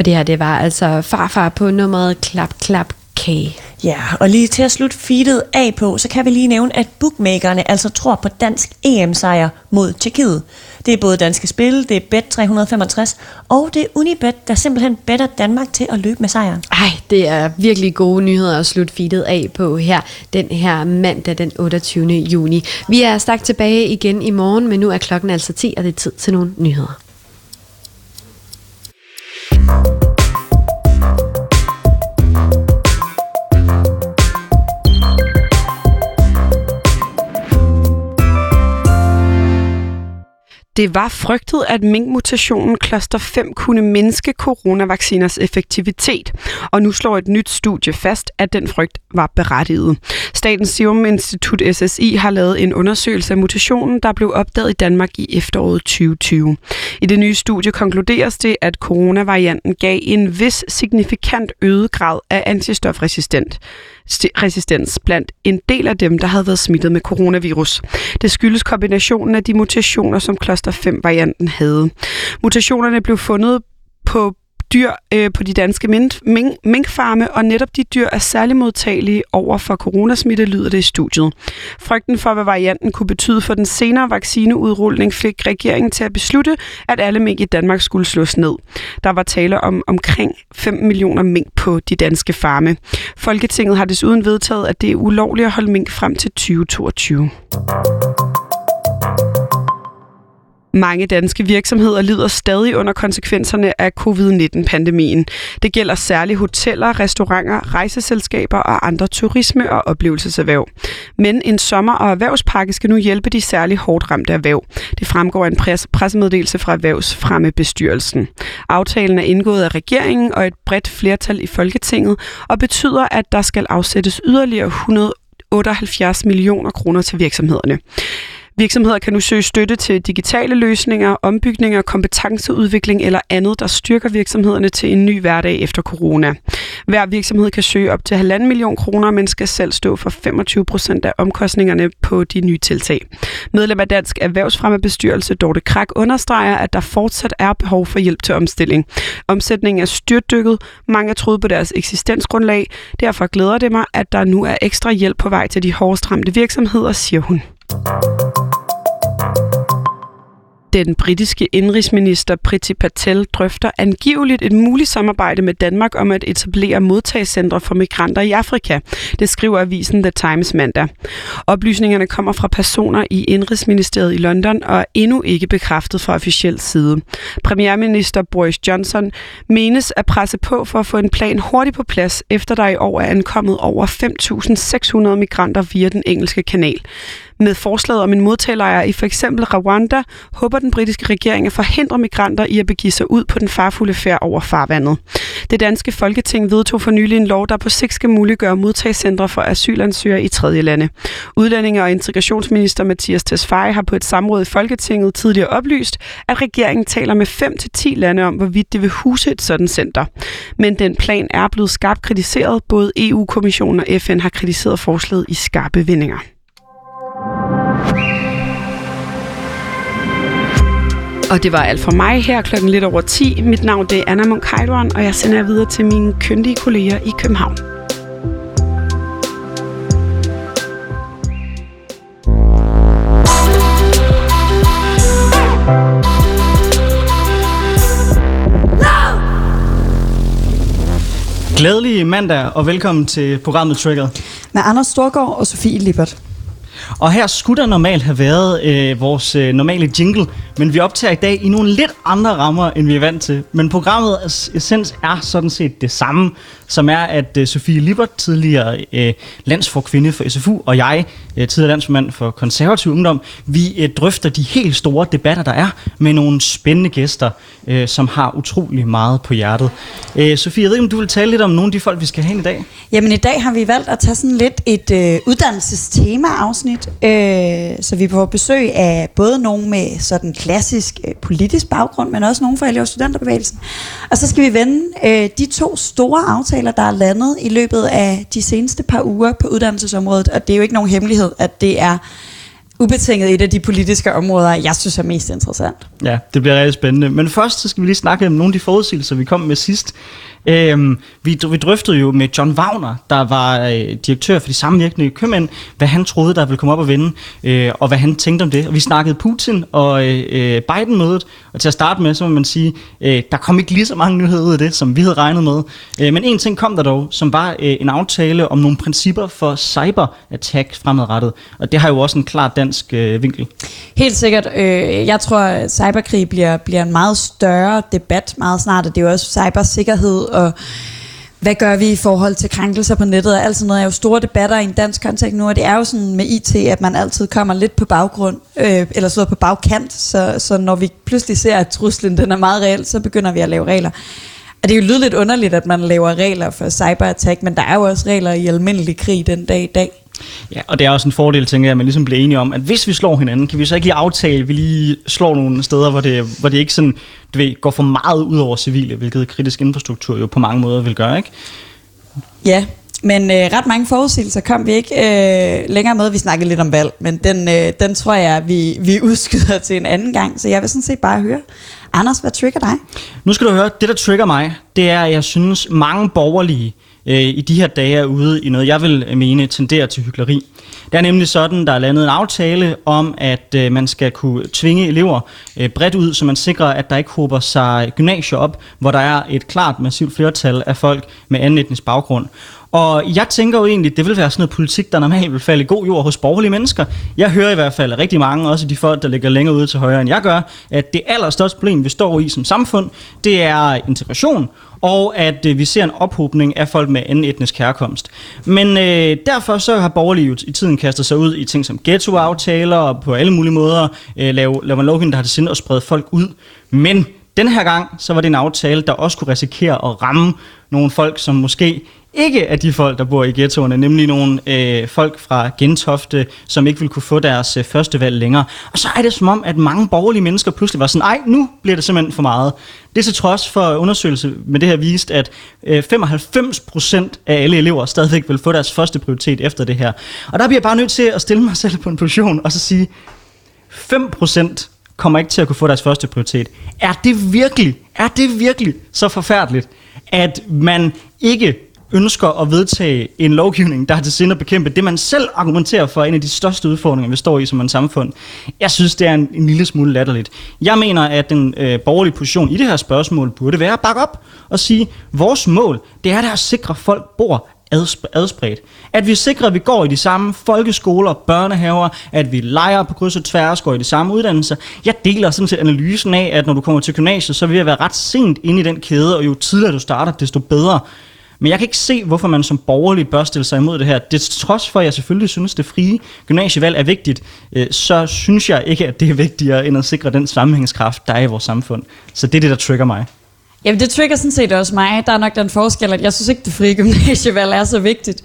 Og det her, det var altså farfar på nummeret Klap Klap Kage. Ja, og lige til at slutte feedet af på, så kan vi lige nævne, at bookmakerne altså tror på dansk EM-sejr mod Tjekkiet. Det er både Danske Spil, det er Bet365, og det er Unibet, der simpelthen better Danmark til at løbe med sejren. Ej, det er virkelig gode nyheder at slutte feedet af på her, den her mandag den 28. juni. Vi er straks tilbage igen i morgen, men nu er klokken altså 10, og det er tid til nogle nyheder. Det var frygtet, at minkmutationen cluster 5 kunne mindske coronavacciners effektivitet, og nu slår et nyt studie fast, at den frygt var berettiget. Statens Serum Institut SSI har lavet en undersøgelse af mutationen, der blev opdaget i Danmark i efteråret 2020. I det nye studie konkluderes det, at coronavarianten gav en vis signifikant øget grad af antistofresistens blandt en del af dem, der havde været smittet med coronavirus. Det skyldes kombinationen af de mutationer, som cluster 5-varianten havde. Mutationerne blev fundet på dyr på de danske minkfarme, og netop de dyr er særlig modtagelige over for coronasmitte, lyder det i studiet. Frygten for, hvad varianten kunne betyde for den senere vaccineudrulning, fik regeringen til at beslutte, at alle mink i Danmark skulle slås ned. Der var tale om omkring 5 millioner mink på de danske farme. Folketinget har desuden vedtaget, at det er ulovligt at holde mink frem til 2022. Mange danske virksomheder lider stadig under konsekvenserne af covid-19-pandemien. Det gælder særligt hoteller, restauranter, rejseselskaber og andre turisme- og oplevelseserhverv. Men en sommer- og erhvervspakke skal nu hjælpe de særligt hårdt ramte erhverv. Det fremgår af en pressemeddelelse fra Erhvervsfremmebestyrelsen. Aftalen er indgået af regeringen og et bredt flertal i Folketinget og betyder, at der skal afsættes yderligere 178 millioner kroner til virksomhederne. Virksomheder kan nu søge støtte til digitale løsninger, ombygninger, kompetenceudvikling eller andet, der styrker virksomhederne til en ny hverdag efter corona. Hver virksomhed kan søge op til 1,5 million kroner, men skal selv stå for 25% af omkostningerne på de nye tiltag. Medlem af Dansk Erhvervsfremmebestyrelse Dorte Krak understreger, at der fortsat er behov for hjælp til omstilling. Omsætningen er styrtdykket. Mange er troet på deres eksistensgrundlag. Derfor glæder det mig, at der nu er ekstra hjælp på vej til de hårdest ramte virksomheder, siger hun. Den britiske indrigsminister Priti Patel drøfter angiveligt et muligt samarbejde med Danmark om at etablere modtagecentre for migranter i Afrika. Det skriver avisen The Times mandag. Oplysningerne kommer fra personer i Indrigsministeriet i London og er endnu ikke bekræftet fra officiel side. Premierminister Boris Johnson menes at presse på for at få en plan hurtigt på plads, efter der i år er ankommet over 5.600 migranter via den engelske kanal. Med forslaget om en modtagelejr i f.eks. Rwanda håber den britiske regering at forhindre migranter i at begive sig ud på den farfulde færd over farvandet. Det danske Folketing vedtog for nylig en lov, der på sigt skal muliggøre modtagecentre for asylansøgere i tredje lande. Udlændinge- og integrationsminister Mattias Tesfaye har på et samråd i Folketinget tidligere oplyst, at regeringen taler med 5-10 lande om, hvorvidt det vil huse et sådan center. Men den plan er blevet skarpt kritiseret. Både EU-kommissionen og FN har kritiseret forslaget i skarpe vendinger. Og det var alt for mig her klokken lidt over 10. Mit navn det er Anna Munk-Heidorn, og jeg sender jer videre til mine kyndige kolleger i København. Glædelig mandag, og velkommen til programmet Triggered. Med Anders Storgård og Sofie Lippert. Og her skulle der normalt have været vores normale jingle, men vi optager i dag i nogle lidt andre rammer, end vi er vant til. Men programmets essens er sådan set det samme, som er, at Sofie Lippert, tidligere landsforkvinde for SFU, og jeg, tidligere landsformand for Konservativ Ungdom, vi drøfter de helt store debatter, der er, med nogle spændende gæster, som har utrolig meget på hjertet. Sofie, jeg ved ikke, om du vil tale lidt om nogle af de folk, vi skal have i dag? Jamen i dag har vi valgt at tage sådan lidt et uddannelsestema-afsnit, så vi får besøg af både nogen med sådan klassisk politisk baggrund, men også nogen fra elev- og studenterbevægelsen. Og så skal vi vende de 2 store aftaler, der er landet i løbet af de seneste par uger på uddannelsesområdet, og det er jo ikke nogen hemmelighed, at det er ubetinget et af de politiske områder, jeg synes er mest interessant. Ja, det bliver rigtig spændende. Men først så skal vi lige snakke om nogle af de forudsigelser, vi kom med sidst. Vi drøftede jo med John Wagner, der var direktør for de samvirkende købmænd, hvad han troede, der ville komme op og vinde, og hvad han tænkte om det. Og vi snakkede Putin og Biden-mødet, og til at starte med, så må man sige, der kom ikke lige så mange nyheder ud af det, som vi havde regnet med. Men en ting kom der dog, som var en aftale om nogle principper for cyberattack fremadrettet. Og det har jo også en klar dansk vinkel. Helt sikkert. Jeg tror, at cyberkrig bliver en meget større debat meget snart, og det er jo også cybersikkerhed, og hvad gør vi i forhold til krænkelser på nettet, og alt sådan noget er jo store debatter i en dansk kontekst nu, og det er jo sådan med IT, at man altid kommer lidt på baggrund, eller så på bagkant, så når vi pludselig ser, at truslen den er meget reel, så begynder vi at lave regler. Og det er jo lyder lidt underligt, at man laver regler for cyberattack, men der er jo også regler i almindelig krig den dag i dag. Ja, og det er også en fordel, tænker jeg, at man ligesom bliver enige om, at hvis vi slår hinanden, kan vi så ikke lige aftale, at vi lige slår nogle steder, hvor det ikke sådan, går for meget ud over civile, hvilket kritisk infrastruktur jo på mange måder vil gøre, ikke? Ja, men ret mange forudsigelser kom vi ikke længere med. Vi snakkede lidt om valg, men den tror jeg, vi udskyder til en anden gang, så jeg vil sådan set bare høre. Anders, hvad trigger dig? Nu skal du høre, det der trigger mig, det er, at jeg synes, mange borgerlige i de her dage er ude i noget, jeg vil mene tenderer til hykleri. Det er nemlig sådan, der er landet en aftale om, at man skal kunne tvinge elever bredt ud, så man sikrer, at der ikke hober sig gymnasier op, hvor der er et klart massivt flertal af folk med anden etnisk baggrund. Og jeg tænker jo egentlig, det vil være sådan noget politik, der normalt vil falde i god jord hos borgerlige mennesker. Jeg hører i hvert fald rigtig mange, også de folk, der ligger længere ude til højre end jeg gør, at det allerstørste problem, vi står i som samfund, det er integration, og at vi ser en ophobning af folk med anden etnisk herkomst. Men derfor så har borgerlige jo i tiden kastet sig ud i ting som ghettoaftaler, og på alle mulige måder laver man lovgivning, der har til sinde at sprede folk ud. Men den her gang, så var det en aftale, der også kunne risikere at ramme nogle folk, som måske ikke er de folk, der bor i ghettoerne, nemlig nogle folk fra Gentofte, som ikke vil kunne få deres første valg længere. Og så er det som om, at mange borgerlige mennesker pludselig var sådan, ej, nu bliver det simpelthen for meget. Det er til trods for undersøgelse med det her vist, at 95% af alle elever stadigvæk vil få deres første prioritet efter det her. Og der bliver jeg bare nødt til at stille mig selv på en position og så sige, 5% kommer ikke til at kunne få deres første prioritet. Er det virkelig så forfærdeligt, at man ikke ønsker at vedtage en lovgivning, der har til sinde at bekæmpe det, man selv argumenterer for, en af de største udfordringer, vi står i som en samfund? Jeg synes, det er en lille smule latterligt. Jeg mener, at den borgerlige position i det her spørgsmål burde være at bakke op og sige, vores mål, det er der at sikre, at folk bor adspredt. At vi sikrer, at vi går i de samme folkeskoler, børnehaver, at vi leger på kryds og tværs, går i de samme uddannelser. Jeg deler sådan set analysen af, at når du kommer til gymnasiet, så vil jeg være ret sent inde i den kæde, og jo tidligere du starter, desto bedre. Men jeg kan ikke se, hvorfor man som borgerlig bør stille sig imod det her. Det trods for, at jeg selvfølgelig synes, at det frie gymnasievalg er vigtigt, så synes jeg ikke, at det er vigtigere end at sikre den sammenhængskraft, der er i vores samfund. Så det er det, der trigger mig. Jamen det trigger sådan set også mig. Der er nok den forskel, at jeg synes ikke, det frie gymnasievalg er så vigtigt.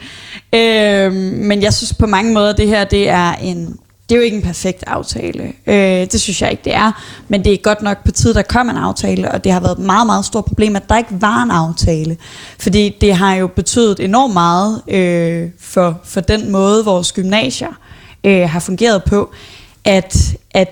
Men jeg synes på mange måder, det her det er jo ikke en perfekt aftale. Det synes jeg ikke, det er. Men det er godt nok på tide, der kom en aftale, og det har været et meget, meget stort problem, at der ikke var en aftale. Fordi det har jo betydet enormt meget for den måde, vores gymnasier har fungeret på, at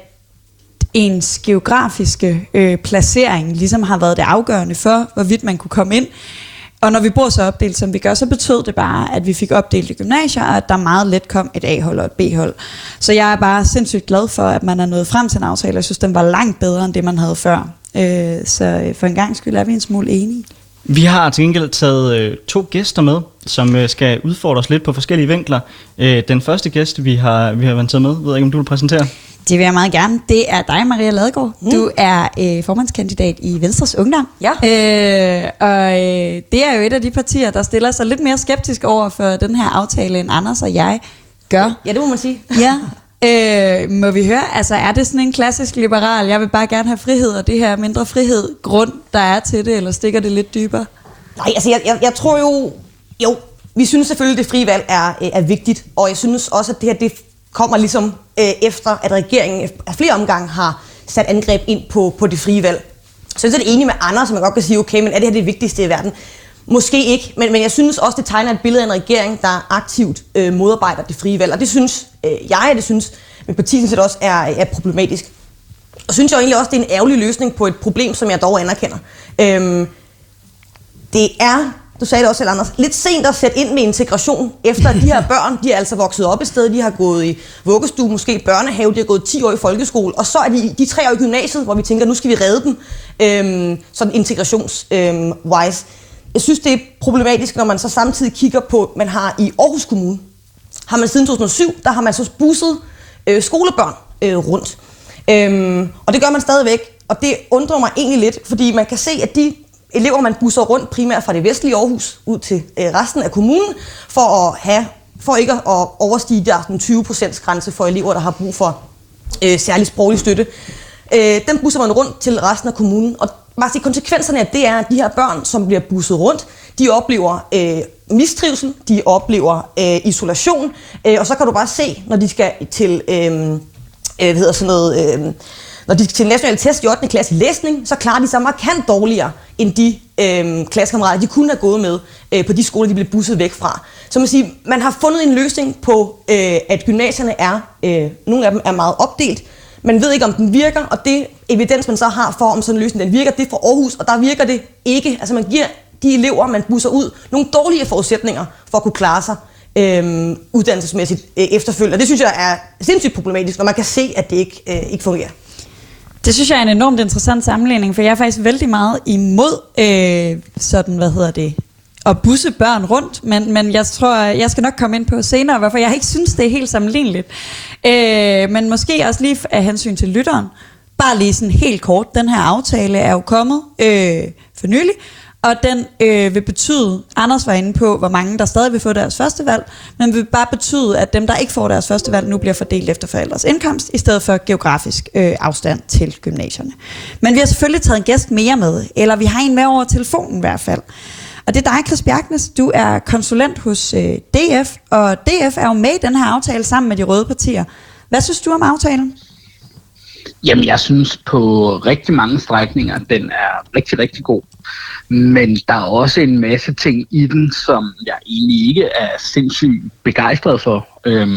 ens geografiske placering ligesom har været det afgørende for, hvorvidt man kunne komme ind. Og når vi bor så opdelt, som vi gør, så betød det bare, at vi fik opdelt i gymnasier, og at der meget let kom et A-hold og et B-hold. Så jeg er bare sindssygt glad for, at man er nået frem til en aftale. Jeg synes, den var langt bedre, end det man havde før. Så for en gang skyld er vi en smule enige. Vi har til gengæld taget 2 gæster med, som skal udfordre os lidt på forskellige vinkler. Den første gæst, vi har taget med, ved jeg ikke, om du vil præsentere? Det vil jeg meget gerne. Det er dig, Maria Ladegaard. Du er formandskandidat i Venstres Ungdom. Ja. Og det er jo et af de partier, der stiller sig lidt mere skeptisk over for den her aftale, end Anders og jeg gør. Ja, det må man sige. Ja. Må vi høre, altså er det sådan en klassisk liberal, jeg vil bare gerne have frihed, og det her mindre frihed, grund der er til det, eller stikker det lidt dybere? Nej, altså jeg tror jo, vi synes selvfølgelig, det frie valg er vigtigt, og jeg synes også, at det her, det kommer ligesom efter, at regeringen af flere omgange har sat angreb ind på det frie valg. Så jeg er enig med Anders, som man godt kan sige, okay, men er det her det vigtigste i verden? Måske ikke, men jeg synes også, det tegner et billede af en regering, der aktivt modarbejder det frie valg. Og det synes jeg, det synes mit parti sådan set også er problematisk. Og synes jeg egentlig også, det er en ærgerlig løsning på et problem, som jeg dog anerkender. Det er, du sagde det også selv, Anders, lidt sent at sætte ind med integration, efter at de her børn, de er altså vokset op et sted, de har gået i vuggestue, måske børnehave, de har gået 10 år i folkeskole, og så er de 3 år i gymnasiet, hvor vi tænker, nu skal vi redde dem, sådan integrations-wise. Jeg synes, det er problematisk, når man så samtidig kigger på, man har i Aarhus Kommune, har man siden 2007, der har man så busset skolebørn rundt. Og det gør man stadigvæk, og det undrer mig egentlig lidt, fordi man kan se, at de elever, man busser rundt primært fra det vestlige Aarhus ud til resten af kommunen, for ikke at overstige der 20% grænse for elever, der har brug for særlig sproglig støtte. Dem busser man rundt til resten af kommunen, og bare se konsekvenserne af det er, at de her børn, som bliver busset rundt, de oplever mistrivsel, de oplever isolation, og så kan du bare se, når de skal til når de skal til national test i 8. klasse i læsning, så klarer de sig markant dårligere end de klassekammerater, de kunne have gået med på de skoler, de blev busset væk fra. Så man siger, man har fundet en løsning på, at gymnasierne nogle af dem er meget opdelt. Man ved ikke, om den virker, og det evidens, man så har for, om sådan en løsning den virker, det er fra Aarhus, og der virker det ikke. Altså man giver de elever, man busser ud, nogle dårlige forudsætninger for at kunne klare sig uddannelsesmæssigt efterfølgende. Og det synes jeg er sindssygt problematisk, når man kan se, at det ikke fungerer. Det synes jeg er en enormt interessant sammenligning, for jeg er faktisk vældig meget imod at busse børn rundt, men jeg tror, jeg skal nok komme ind på senere, hvorfor jeg ikke synes, det er helt sammenligneligt. Men måske også lige af hensyn til lytteren, bare lige sådan helt kort, den her aftale er jo kommet for nylig, og den vil betyde, Anders var inde på, hvor mange der stadig vil få deres første valg, men vil bare betyde, at dem, der ikke får deres første valg, nu bliver fordelt efter forældres indkomst, i stedet for geografisk afstand til gymnasierne. Men vi har selvfølgelig taget en gæst mere med, eller vi har en med over telefonen i hvert fald. Og det er dig, Chris Bjerknes. Du er konsulent hos DF, og DF er jo med i den her aftale sammen med de røde partier. Hvad synes du om aftalen? Jamen, jeg synes på rigtig mange strækninger, den er rigtig, rigtig god. Men der er også en masse ting i den, som jeg egentlig ikke er sindssygt begejstret for.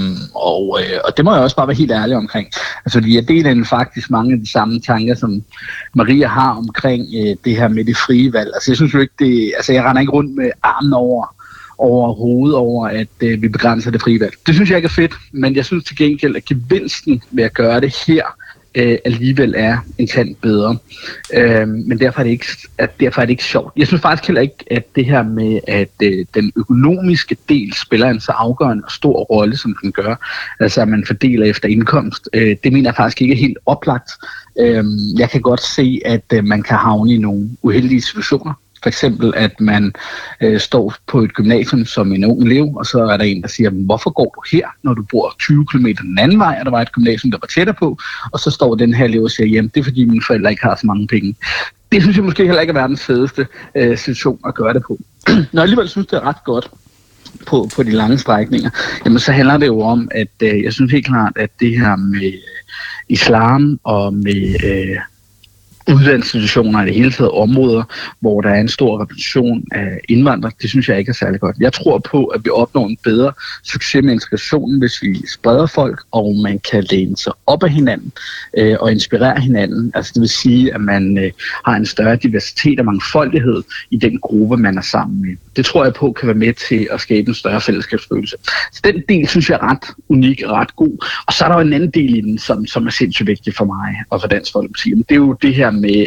Og det må jeg også bare være helt ærlig omkring. Altså, jeg deler faktisk mange af de samme tanker, som Maria har omkring det her med det frie valg. Altså, jeg synes jo ikke jeg render ikke rundt med armen over hovedet over, at vi begrænser det frie valg. Det synes jeg ikke er fedt, men jeg synes til gengæld, at gevinsten ved at gøre det her, alligevel er en tand bedre. Men derfor er det ikke sjovt. Jeg synes faktisk heller ikke, at det her med, at den økonomiske del spiller en så afgørende og stor rolle, som den gør, altså at man fordeler efter indkomst, det mener jeg faktisk ikke er helt oplagt. Jeg kan godt se, at man kan havne i nogle uheldige situationer. For eksempel, at man står på et gymnasium som en ung elev, og så er der en, der siger, hvorfor går du her, når du bor 20 km den anden vej, og der var et gymnasium, der var tættere på, og så står den her elev og siger, jamen det er fordi mine forældre ikke har så mange penge. Det synes jeg måske heller ikke er verdens fedeste situation at gøre det på. Når jeg alligevel synes, det er ret godt på de lange strækninger, jamen så handler det jo om, at jeg synes helt klart, at det her med islam og med uddannelsesinstitutioner i det hele taget områder, hvor der er en stor repræsentation af indvandrere, det synes jeg ikke er særlig godt. Jeg tror på, at vi opnår en bedre succes med integrationen, hvis vi spreder folk, og man kan læne sig op af hinanden og inspirere hinanden. Altså det vil sige, at man har en større diversitet og mangfoldighed i den gruppe, man er sammen med. Det tror jeg på kan være med til at skabe en større fællesskabsfølelse. Så den del synes jeg er ret unik og ret god. Og så er der jo en anden del i den, som er sindssygt vigtig for mig og for Dansk Folkeparti. Det er jo det her med,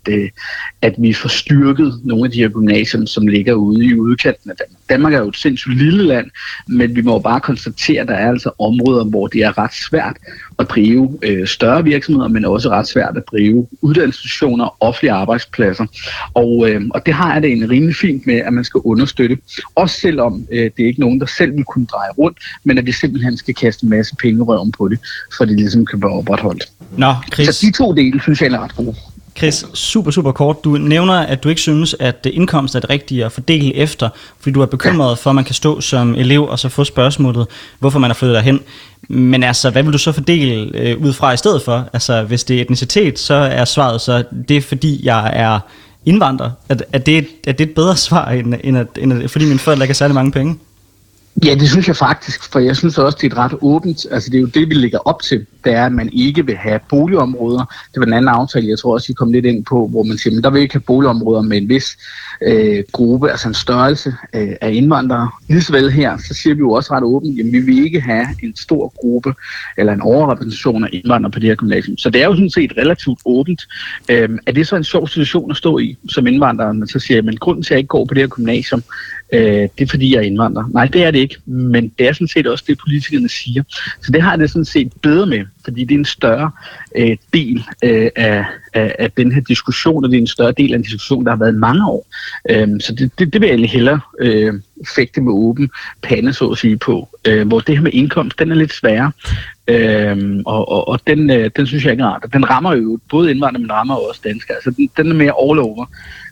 at vi får styrket nogle af de her gymnasier, som ligger ude i udkanten af Danmark. Danmark er jo et sindssygt lille land, men vi må bare konstatere, at der er altså områder, hvor det er ret svært at drive større virksomheder, men også ret svært at drive uddannelsesinstitutioner og offentlige arbejdspladser. Og det har jeg det egentlig rimelig fint med, at man skal understøtte. Også selvom det er ikke nogen, der selv vil kunne dreje rundt, men at vi simpelthen skal kaste en masse penge i røven på det, for det ligesom kan være opretholdt. Nå, Chris. Så de to dele synes jeg er ret gode. Chris, super kort. Du nævner, at du ikke synes, at indkomst er det rigtige at fordele efter, fordi du er bekymret for, at man kan stå som elev og så få spørgsmålet, hvorfor man er flyttet derhen. Men altså, hvad vil du så fordele ud fra i stedet for? Altså, hvis det er etnicitet, så er svaret så, det er fordi, jeg er indvandrer. Er det et bedre svar, end fordi mine forældre ikke har særlig mange penge? Ja, det synes jeg faktisk, for jeg synes også, det er et ret åbent, altså det er jo det, vi lægger op til. det er, at man ikke vil have boligområder. Det var den anden aftale, jeg tror også, I kom lidt ind på, hvor man siger, at der vil ikke have boligområder med en vis gruppe, altså en størrelse af indvandrere. Ligesåvel her, så siger vi jo også ret åbent, at vi vil ikke have en stor gruppe eller en overrepræsentation af indvandrere på det her gymnasium. Så det er jo sådan set relativt åbent. Er det så en sjov situation at stå i som indvandrer, man så siger, men grunden til, at jeg ikke går på det her gymnasium, det er fordi, jeg er indvandrer. Nej, det er det ikke, men det er sådan set også det, politikerne siger. Så det har det sådan set bedre med, fordi det er en større del af den her diskussion, og det er en større del af en diskussion, der har været i mange år. Så det vil jeg egentlig hellere fægte med åben pande, så at sige, på. Hvor det her med indkomst, den er lidt sværere, og den synes jeg ikke er rart. Den rammer jo både indvandrere, men rammer også danskere. Altså den er mere all over.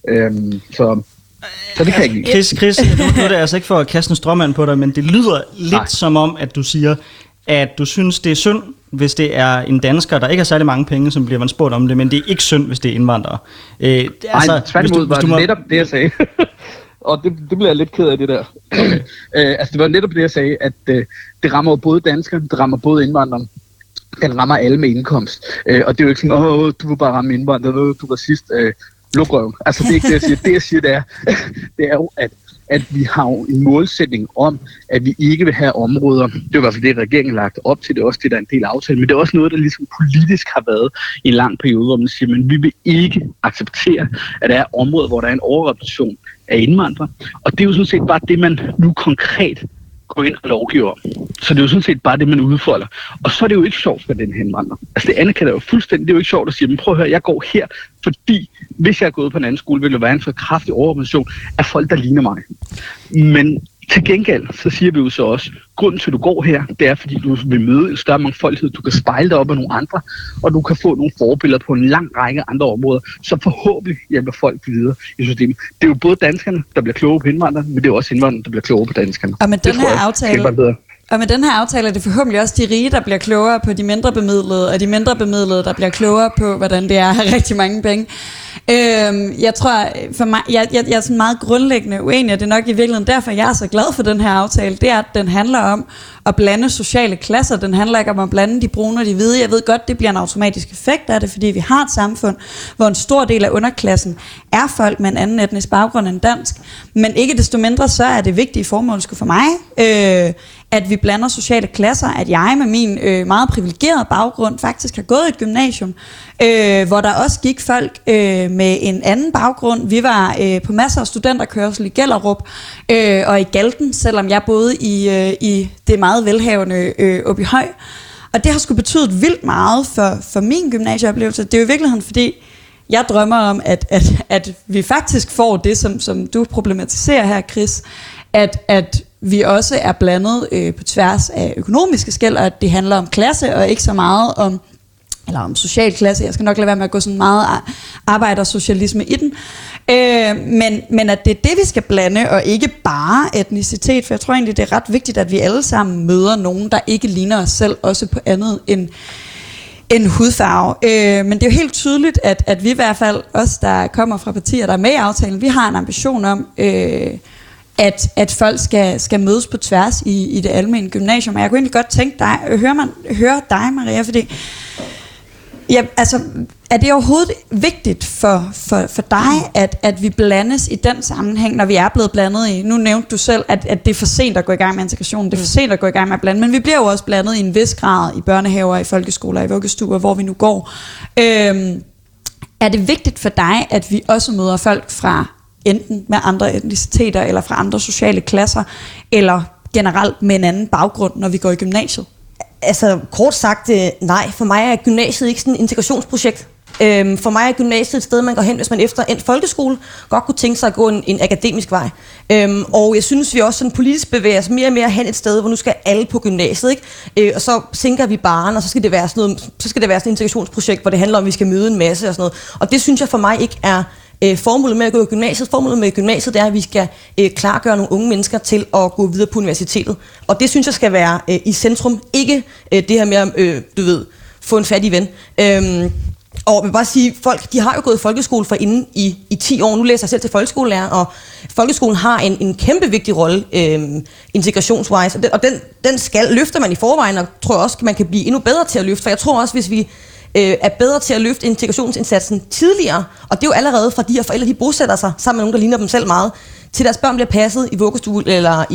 Så det kan jeg ikke. Chris, nu er det altså ikke for at kaste en stråmand på dig, men det lyder lidt som om, at du siger, at du synes, det er synd, hvis det er en dansker, der ikke har særlig mange penge, som bliver man spurgt om det, men det er ikke synd, hvis det er indvandrere. Nej, tværtimod var det netop det, jeg sagde. Og det bliver jeg lidt ked af, det der. Altså, det var netop det, jeg sagde, at det rammer både danskere, det rammer både indvandrere. Den rammer alle med indkomst. Og det er jo ikke sådan, du vil bare ramme indvandrere, du var sidst. Lukrøven. Altså, det er ikke det, jeg siger. Det, jeg siger, det er jo, at vi har jo en målsætning om, at vi ikke vil have områder. Det er jo i hvert fald det, regeringen har lagt op til. Det er også det, der er en del af aftalen. Men det er også noget, der ligesom politisk har været i en lang periode, hvor man siger, men vi vil ikke acceptere, at der er områder, hvor der er en overrepræsentation af indvandrere. Og det er jo sådan set bare det, man nu konkret går ind og lovgiver om. Så det er jo sådan set bare det, man udfolder. Og så er det jo ikke sjovt for den henvandrer. Altså det andet kan det jo fuldstændig, det er jo ikke sjovt at sige, men prøv at høre, jeg går her, fordi hvis jeg er gået på en anden skole, vil det være en for kraftig overrepræsentation af folk, der ligner mig. Men til gengæld, så siger vi jo så også, grunden til, at du går her, det er, fordi du vil møde en større mangfoldighed. Du kan spejle dig op af nogle andre, og du kan få nogle forbilleder på en lang række andre områder, som forhåbentlig hjælper folk videre i systemet. Det er jo både danskerne, der bliver klogere på indvandrere, men det er også indvandrere, der bliver klogere på danskerne. Og med den her aftale er det forhåbentlig også de rige, der bliver klogere på de mindre bemidlede, og de mindre bemidlede, der bliver klogere på, hvordan det er at have rigtig mange penge. Jeg tror, for mig, jeg er sådan meget grundlæggende uenig, og det er nok i virkeligheden derfor, jeg er så glad for den her aftale, det er, at den handler om at blande sociale klasser. Den handler ikke om at blande de brune og de hvide. Jeg ved godt, det bliver en automatisk effekt af det, fordi vi har et samfund, hvor en stor del af underklassen er folk med en anden etnisk baggrund end dansk. Men ikke desto mindre, så er det vigtige formål for mig, at vi blander sociale klasser, at jeg med min meget privilegerede baggrund faktisk har gået i et gymnasium, hvor der også gik folk med en anden baggrund. Vi var på masser af studenterkørsel i Gellerup og i Galten, selvom jeg boede i det meget velhavende oppe i Høj. Og det har sgu betydet vildt meget for min gymnasieoplevelse. Det er jo i virkeligheden, fordi jeg drømmer om, at vi faktisk får det, som du problematiserer her, Chris, at vi også er blandet på tværs af økonomiske skel, og at det handler om klasse, og ikke så meget om social klasse. Jeg skal nok lade være med at gå sådan meget arbejdersocialisme i den. Men at det er det, vi skal blande, og ikke bare etnicitet, for jeg tror egentlig, det er ret vigtigt, at vi alle sammen møder nogen, der ikke ligner os selv, også på andet end hudfarve. Men det er jo helt tydeligt, at vi i hvert fald, os der kommer fra partier, der er med i aftalen, vi har en ambition om, at folk skal mødes på tværs i det almene gymnasium. Og jeg kunne egentlig godt tænke dig, høre dig, Maria, fordi er det overhovedet vigtigt for dig, at vi blandes i den sammenhæng, når vi er blevet blandet i? Nu nævnte du selv, at det er for sent at gå i gang med integrationen, det er for sent at gå i gang med at blande, men vi bliver jo også blandet i en vis grad i børnehaver, i folkeskoler, i vuggestuer, hvor vi nu går. Er det vigtigt for dig, at vi også møder folk fra enten med andre etniciteter, eller fra andre sociale klasser, eller generelt med en anden baggrund, når vi går i gymnasiet? Altså, kort sagt, nej. For mig er gymnasiet ikke sådan et integrationsprojekt. For mig er gymnasiet et sted, man går hen, hvis man efter en folkeskole godt kunne tænke sig at gå en akademisk vej. Og jeg synes, vi også sådan politisk bevæger os mere og mere hen et sted, hvor nu skal alle på gymnasiet, ikke? Og så sænker vi barren, og så skal det være sådan et integrationsprojekt, hvor det handler om, at vi skal møde en masse og sådan noget. Og det synes jeg for mig ikke er formålet med at gå i gymnasiet. Formålet med gymnasiet, det er, at vi skal klargøre nogle unge mennesker til at gå videre på universitetet. Og det synes jeg skal være i centrum. Ikke det her med at, få en fattig ven. Og jeg vil bare sige, folk de har jo gået i folkeskole for inden i 10 år. Nu læser jeg selv til folkeskolelærer, og folkeskolen har en kæmpe vigtig rolle integrationswise. Og den løfter man i forvejen, og tror også, man kan blive endnu bedre til at løfte. For jeg tror også, hvis vi er bedre til at løfte integrationsindsatsen tidligere, og det er jo allerede fra de her forældre, de bosætter sig sammen med nogen, der ligner dem selv meget, til deres børn bliver passet i vuggestue eller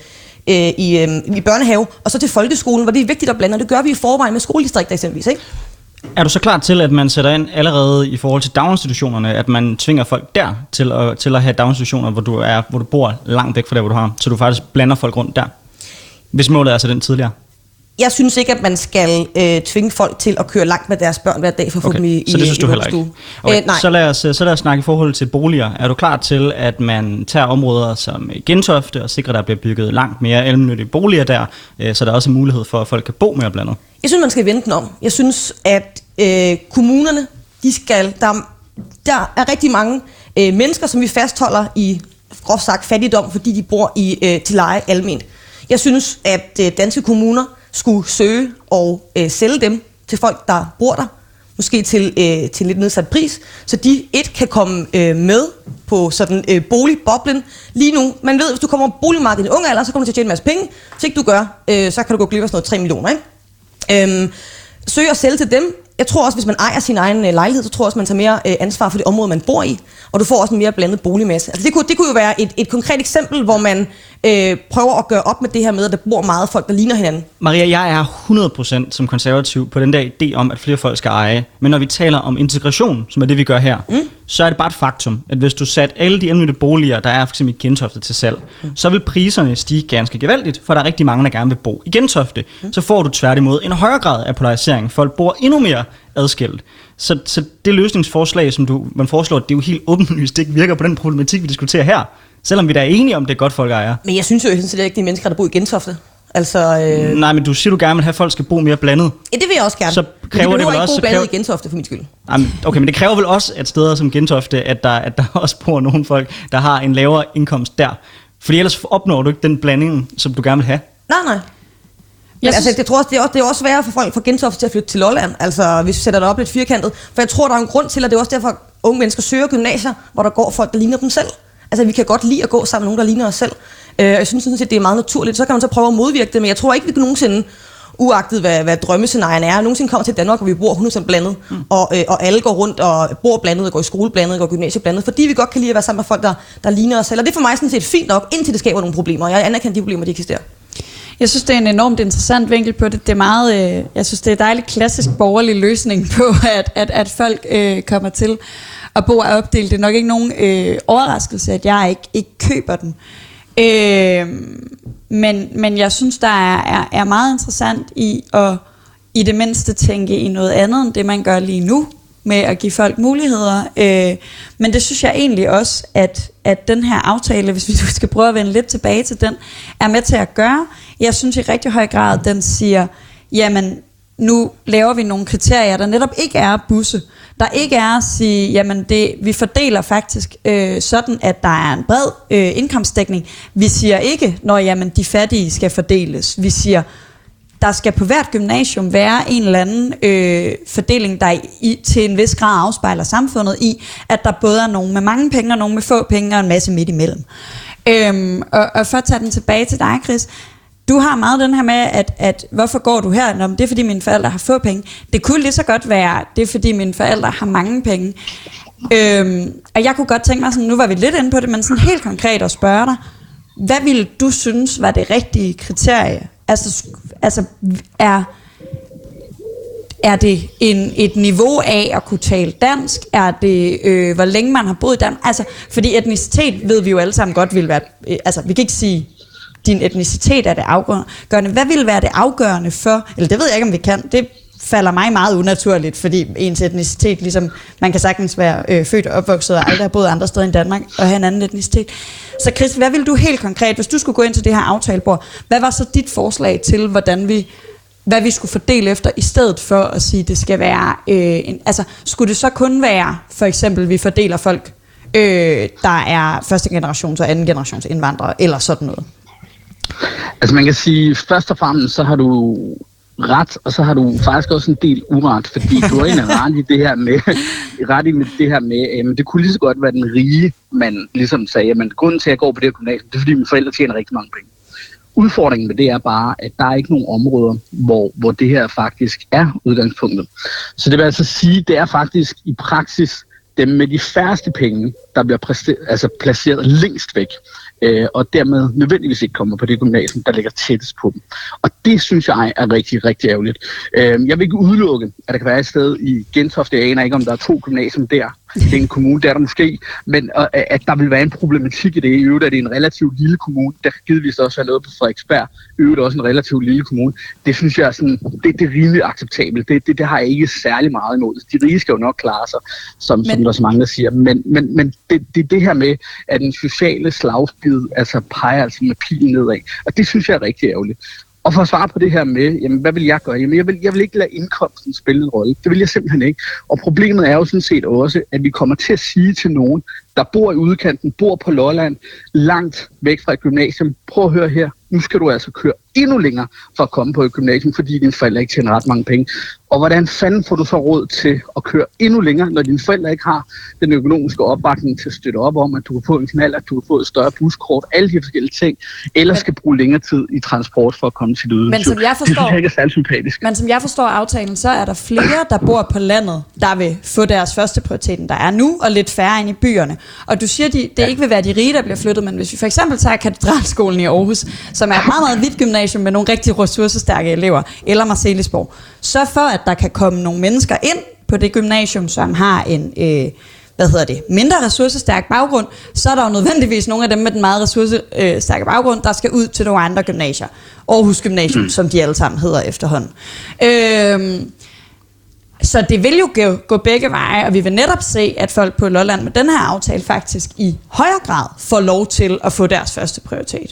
i børnehave, og så til folkeskolen, hvor det er vigtigt at blande, og det gør vi i forvejen med skoledistrikter eksempelvis, ikke? Er du så klar til, at man sætter ind allerede i forhold til daginstitutionerne, at man tvinger folk der til at have daginstitutioner, hvor du bor langt væk fra der, hvor du har, så du faktisk blander folk rundt der? Hvis målet er så den tidligere. Jeg synes ikke, at man skal tvinge folk til at køre langt med deres børn hver dag for at få dem i så det synes du heller ikke? Okay, nej. Så lad os snakke i forhold til boliger. Er du klar til, at man tager områder som Gentofte og sikrer, at der bliver bygget langt mere almennyttige boliger der, så der også er mulighed for, at folk kan bo mere blandet? Jeg synes, man skal vente den om. Jeg synes, at kommunerne, der er rigtig mange mennesker, som vi fastholder i, groft sagt, fattigdom, fordi de bor til leje alment. Jeg synes, at danske kommuner skulle søge og sælge dem til folk, der bor der, måske til lidt nedsat pris, så de kan komme med på sådan boligboblen. Lige nu, man ved, hvis du kommer på boligmarkedet i en ung alder, så kommer du til at tjene en masse penge. Hvis ikke du gør, så kan du gå glip af sådan noget 3 millioner, ikke? Søge og sælge til dem. Jeg tror også, hvis man ejer sin egen lejlighed, så tror jeg også, man tager mere ansvar for det område, man bor i, og du får også en mere blandet boligmasse. Altså det kunne jo være et konkret eksempel, hvor man prøver at gøre op med det her med, at der bor meget folk, der ligner hinanden. Maria, jeg er 100% som konservativ på den der idé om, at flere folk skal eje. Men når vi taler om integration, som er det, vi gør her, så er det bare et faktum, at hvis du satte alle de almindelige boliger, der er for eksempel i Gentofte til salg, så vil priserne stige ganske gevaldigt, for der er rigtig mange, der gerne vil bo i Gentofte. Så får du tværtimod en højere grad af polarisering. Folk bor endnu mere adskilt. Så det løsningsforslag, som man foreslår, det er jo helt åbenlyst, det ikke virker på den problematik, vi diskuterer her. Selvom vi da er enige om, det er godt folk ejer. Men jeg synes jo ikke, de mennesker, der bor i Gentofte. Altså, nej, men du siger, du gerne vil have, at folk skal bo mere blandet. Ja, det vil jeg også gerne. Så kræver det vel også... ikke bo blandet i Gentofte, for min skyld. Okay, men det kræver vel også, at steder som Gentofte, at der også bor nogle folk, der har en lavere indkomst der. Fordi ellers opnår du ikke den blanding, som du gerne vil have. Nej. Men altså, jeg tror også, det er også sværere for folk fra Gentofte til at flytte til Lolland, altså hvis vi sætter det op lidt firkantet. For jeg tror, der er en grund til, at det er også derfor, at unge mennesker søger gymnasier, hvor der går folk, der ligner dem selv. Altså, vi kan godt lide at gå sammen med nogen, der ligner os selv. Jeg synes sådan set, det er meget naturligt. Så kan man så prøve at modvirke det, men jeg tror ikke, vi kan nogensinde, uagtet hvad drømmescenarien er, nogensinde kommer til Danmark, hvor vi bor 100% blandet, og alle går rundt og bor blandet, og går i skole blandet, og går i gymnasie blandet, fordi vi godt kan lide at være sammen med folk, der ligner os selv. Og det er for mig sådan set fint nok, indtil det skaber nogle problemer, og jeg anerkender de problemer, de eksisterer. Jeg synes, det er en enormt interessant vinkel på det. Det er meget, jeg synes, det er en dejlig klassisk borgerlig løsning på, at folk kommer til at bo og opdele. Det er nok ikke nogen overraskelse, at jeg ikke køber den. Men jeg synes, der er meget interessant i at i det mindste tænke i noget andet, end det man gør lige nu, med at give folk muligheder. Men det synes jeg egentlig også, at den her aftale, hvis vi skal prøve at vende lidt tilbage til den, er med til at gøre. Jeg synes i rigtig høj grad, den siger, jamen nu laver vi nogle kriterier, der netop ikke er at busse. Der ikke er at sige, jamen vi fordeler faktisk sådan, at der er en bred indkomstdækning. Vi siger ikke, når jamen de fattige skal fordeles. Vi siger, der skal på hvert gymnasium være en eller anden fordeling, der til en vis grad afspejler samfundet i, at der både er nogen med mange penge, og nogen med få penge, og en masse midt imellem. Og for at tage den tilbage til dig, Chris, du har meget den her med, at hvorfor går du her? Nå, det er fordi mine forældre har få penge. Det kunne lige så godt være, det er fordi mine forældre har mange penge. Og jeg kunne godt tænke mig, sådan, nu var vi lidt inde på det, men sådan helt konkret at spørge dig, hvad ville du synes var det rigtige kriterie? Altså er det et niveau af at kunne tale dansk? Er det, hvor længe man har boet i Danmark? Altså, fordi etnicitet ved vi jo alle sammen godt vil være... Altså, vi kan ikke sige, din etnicitet er det afgørende. Hvad ville være det afgørende for... Eller det ved jeg ikke, om vi kan. Det falder mig meget unaturligt, fordi ens etnicitet, ligesom man kan sagtens være født og opvokset og aldrig har boet andre steder end Danmark og have en anden etnicitet. Så Chris, hvad vil du helt konkret, hvis du skulle gå ind til det her aftalebord, hvad var så dit forslag til, hvad vi skulle fordele efter, i stedet for at sige, det skal være... altså, skulle det så kun være, for eksempel, vi fordeler folk, der er første generations og anden generations indvandrere, eller sådan noget? Altså man kan sige, først og fremmest, så har du ret, og så har du faktisk også en del uret, fordi du er egentlig ret i det her med, det kunne lige så godt være den rige, man ligesom sagde, men grunden til, at jeg går på det her gymnasium, det er fordi mine forældre tjener rigtig mange penge. Udfordringen med det er bare, at der er ikke nogen områder, hvor det her faktisk er udgangspunktet. Så det vil altså sige, det er faktisk i praksis dem med de færreste penge, der bliver placeret længst væk, og dermed nødvendigvis ikke kommer på det gymnasium, der ligger tættest på dem. Og det synes jeg er rigtig, rigtig ærgerligt. Jeg vil ikke udelukke, at der kan være et sted i Gentofte, jeg aner ikke, om der er 2 gymnasium der. Det er en kommune, der er der måske, men at der vil være en problematik i det. I øvrigt er det en relativt lille kommune. Der kan givetvis også være noget på Frederiksberg. I øvrigt også en relativt lille kommune. Det synes jeg er sådan, det er rimelig acceptabelt. Det har jeg ikke særlig meget imod. De rige skal jo nok klare sig, som der så mange der siger. Men det her med, at den sociale slagsbid peger altså med pilen nedad. Og det synes jeg er rigtig ærgerligt. Og for at svare på det her med, jamen, hvad vil jeg gøre? Jamen, jeg vil ikke lade indkomsten spille en rolle. Det vil jeg simpelthen ikke. Og problemet er jo sådan set også, at vi kommer til at sige til nogen, der bor i udkanten, bor på Lolland, langt væk fra et gymnasium, prøv at høre her, nu skal du altså køre endnu længere for at komme på et gymnasium, fordi dine forældre ikke tjener ret mange penge. Og hvordan fanden får du så råd til at køre endnu længere, når dine forældre ikke har den økonomiske opbakning til at støtte op om, at du kan få en knald, at du kan få et større buskort, alle de forskellige ting, eller skal bruge længere tid i transport for at komme til det. Men som jeg forstår, det synes jeg ikke er særlig sympatisk. Men som jeg forstår aftalen, så er der flere, der bor på landet, der vil få deres første prioriteten, der er nu, og lidt færre ind i byerne. Og du siger, at det ikke vil være de rige, der bliver flyttet, men hvis vi for eksempel tager Katedralskolen i Aarhus, som er et meget, meget vidt gymnasium med nogle rigtig ressourcestærke elever, eller Marselisborg, så for at der kan komme nogle mennesker ind på det gymnasium, som har en mindre ressourcestærk baggrund, så er der jo nødvendigvis nogle af dem med den meget ressourcestærke baggrund, der skal ud til nogle andre gymnasier. Aarhus Gymnasium, som de alle sammen hedder efterhånden. Så det vil jo gå begge veje, og vi vil netop se, at folk på Lolland med den her aftale faktisk i højere grad får lov til at få deres første prioritet.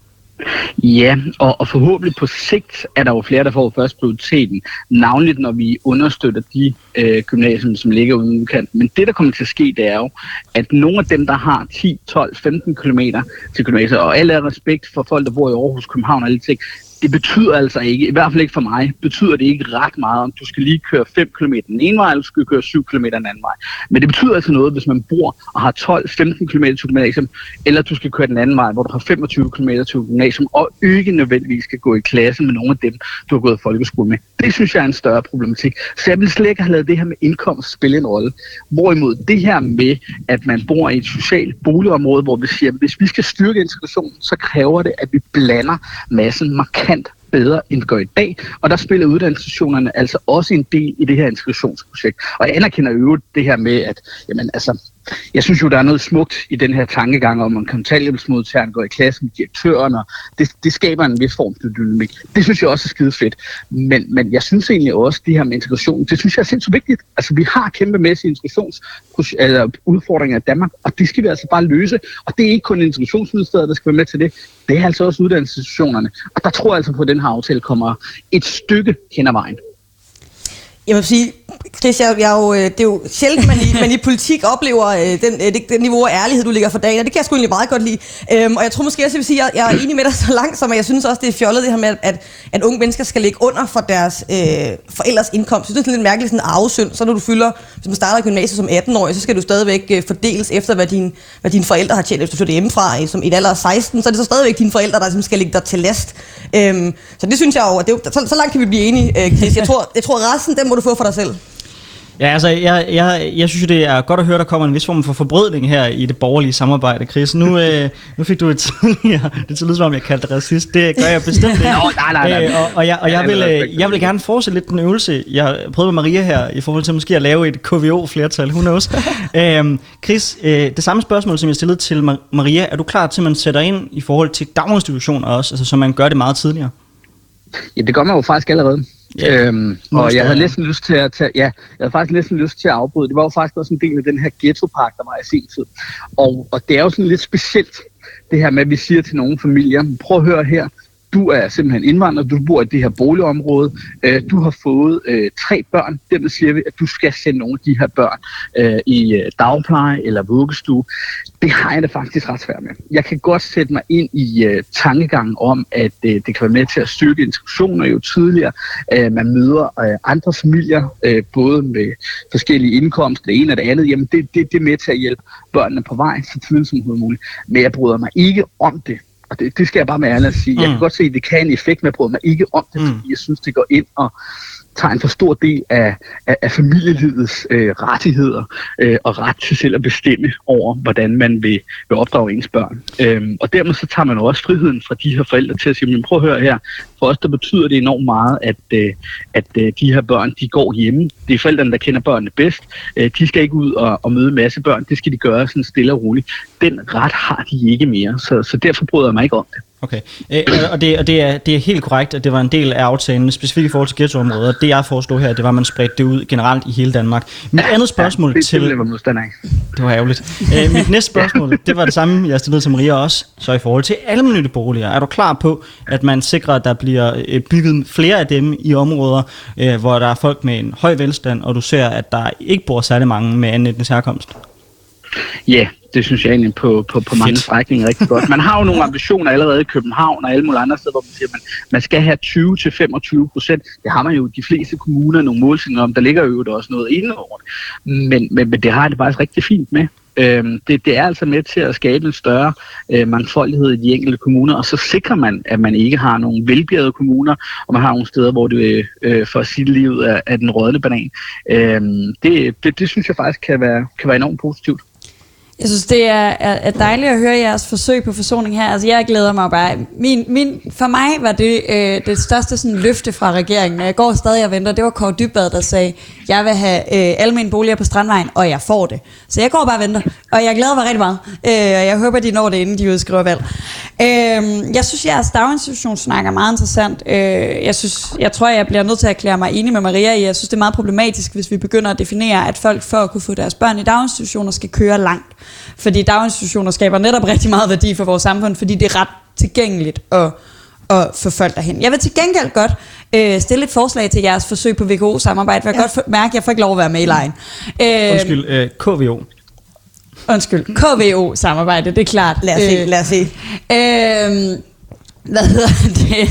Ja, og forhåbentlig på sigt er der jo flere, der får først prioriteten, navnligt når vi understøtter de gymnasier, som ligger uden udkanten. Men det, der kommer til at ske, det er jo, at nogle af dem, der har 10, 12, 15 kilometer til gymnasier, og alle er respekt for folk, der bor i Aarhus, København og alle ting, det betyder altså ikke, i hvert fald ikke for mig, betyder det ikke ret meget, om du skal lige køre 5 km den ene vej, eller du skal køre 7 km den anden vej. Men det betyder altså noget, hvis man bor og har 12-15 km til gymnasium, eller du skal køre den anden vej, hvor du har 25 km til gymnasium, og ikke nødvendigvis skal gå i klasse med nogle af dem, du har gået i folkeskole med. Det synes jeg er en større problematik. Så jeg vil slet ikke have lavet det her med indkomst spille en rolle. Hvorimod det her med, at man bor i et socialt boligområde, hvor vi siger, at hvis vi skal styrke integrationen, så kræver det, at vi blander massen markant bedre, end vi gør i dag. Og der spiller uddannelsesinstitutionerne altså også en del i det her integrationsprojekt. Og jeg anerkender jo det her med, at jeg synes jo, der er noget smukt i den her tankegang om, at kontanthjælpsmodtageren går i klasse med direktøren, og det skaber en vis form for dynamik. Det synes jeg også er skide fedt. Men jeg synes egentlig også, det her med integration, det synes jeg er sindssygt vigtigt. Altså, vi har kæmpemæssige udfordringer i Danmark, og det skal vi altså bare løse. Og det er ikke kun integrationsministeriet, der skal være med til det. Det er altså også uddannelsesinstitutionerne. Og der tror jeg altså på, at den her aftale kommer et stykke hen ad vejen. Jeg vil sige, Chris, det er jo sjældent, man i politik oplever det niveau af ærlighed, du ligger for dagen, og det kan jeg sgu egentlig meget godt lide. Og jeg tror måske også, jeg vil sige, at jeg er enig med dig så langt, som jeg synes også, det er fjollet det her med, at unge mennesker skal ligge under for deres forældres indkomst. Jeg synes, det er lidt mærkeligt sådan en arvesynd. Så når du fylder, hvis man starter i gymnasiet som 18-årig, så skal du stadigvæk fordeles efter, hvad dine forældre har tjent. Hvis du flytter hjemmefra som i et alder af 16, så er det så stadigvæk dine forældre, der skal ligge dig til last. Så det synes jeg jo, så langt kan vi blive enige, Chris. Jeg tror resten, den må du få for dig selv. Ja, altså, jeg synes jo, det er godt at høre, der kommer en vis form for forbrødning her i det borgerlige samarbejde, Chris. Nu fik du det lyder som om, jeg kaldte det racist. Det gør jeg bestemt ikke. Nej. Og jeg vil gerne fortsætte lidt den øvelse, jeg prøvede med Maria her, i forhold til måske at lave et KVO-flertal. Who knows? Chris, det samme spørgsmål, som jeg stillede til Maria. Er du klar til, at man sætter ind i forhold til daginstitutioner også, altså så man gør det meget tidligere? Ja, det gør man jo faktisk allerede. Og jeg havde næsten lyst til at afbryde. Det var jo faktisk også en del af den her ghettopark, der var i sin tid. Og det er jo sådan lidt specielt, det her med, at vi siger til nogle familier, prøv at høre her, du er simpelthen indvandrer, du bor i det her boligområde, du har fået 3 børn, dermed siger vi, at du skal sende nogle af de her børn i dagpleje eller vuggestue. Det har jeg da faktisk ret svært med. Jeg kan godt sætte mig ind i tankegangen om, at det kan være med til at styrke integrationer jo tidligere. Man møder andre familier, både med forskellige indkomster, det ene og det andet. Jamen det er med til at hjælpe børnene på vej så tidligt som muligt. Men jeg bryder mig ikke om det. Og det skal jeg bare med ærligt at sige. Jeg kan godt se, at det kan en effekt, men jeg bryder mig ikke om det, fordi jeg synes, det går ind og tager en for stor del af familielivets rettigheder og ret til selv at bestemme over, hvordan man vil opdrage ens børn. Og dermed så tager man også friheden fra de her forældre til at sige, men prøv at høre her, for os der betyder det enormt meget, at de her børn, de går hjemme. Det er forældrene, der kender børnene bedst. De skal ikke ud og møde en masse børn. Det skal de gøre sådan stille og roligt. Den ret har de ikke mere, så derfor bryder jeg mig ikke om det. Okay, og det er helt korrekt, at det var en del af aftalen, specifikt i forhold til ghettoområder. Det jeg foreslår her, det var, at man spredte det ud generelt i hele Danmark. Mit andet spørgsmål til... Det var ærgerligt. Mit næste spørgsmål, det var det samme, jeg stillede til Maria også. Så i forhold til almennyttige boliger, er du klar på, at man sikrer, at der bliver bygget flere af dem i områder, hvor der er folk med en høj velstand, og du ser, at der ikke bor særlig mange med anden etnisk herkomst? Ja, det synes jeg egentlig på mange strækninger rigtig godt. Man har jo nogle ambitioner allerede i København og alle mulige andre steder, hvor man siger, at man skal have 20-25%. Det har man jo i de fleste kommuner nogle målsætninger om. Der ligger jo også noget inde over det. Men det har det faktisk rigtig fint med. Det er altså med til at skabe en større mangfoldighed i de enkelte kommuner, og så sikrer man, at man ikke har nogle velbjergede kommuner, og man har nogle steder, hvor det for sit liv er den rådne banan. Det synes jeg faktisk kan være enormt positivt. Jeg synes, det er dejligt at høre jeres forsøg på forsoning her. Altså, jeg glæder mig bare. For mig var det største sådan, løfte fra regeringen. Jeg går stadig og venter. Det var Kåre Dybvad, der sagde, jeg vil have alle mine boliger på Strandvejen, og jeg får det. Så jeg går bare og venter, og jeg glæder mig rigtig meget. Og jeg håber, de når det, inden de udskriver valg. Jeg synes, jeres daginstitutionssnak er meget interessant. Jeg tror, jeg bliver nødt til at erklære mig enig med Maria i. Jeg synes, det er meget problematisk, hvis vi begynder at definere, at folk for at kunne få deres børn i daginstitutioner skal køre langt. Fordi daginstitutioner skaber netop rigtig meget værdi for vores samfund, fordi det er ret tilgængeligt at få folk derhen. Jeg vil til gengæld godt stille et forslag til jeres forsøg på VKO-samarbejde, for jeg kan godt mærke, at jeg får ikke lov at være med i lejen. KVO. KVO-samarbejde, det er klart. Lad os se. Hvad hedder det?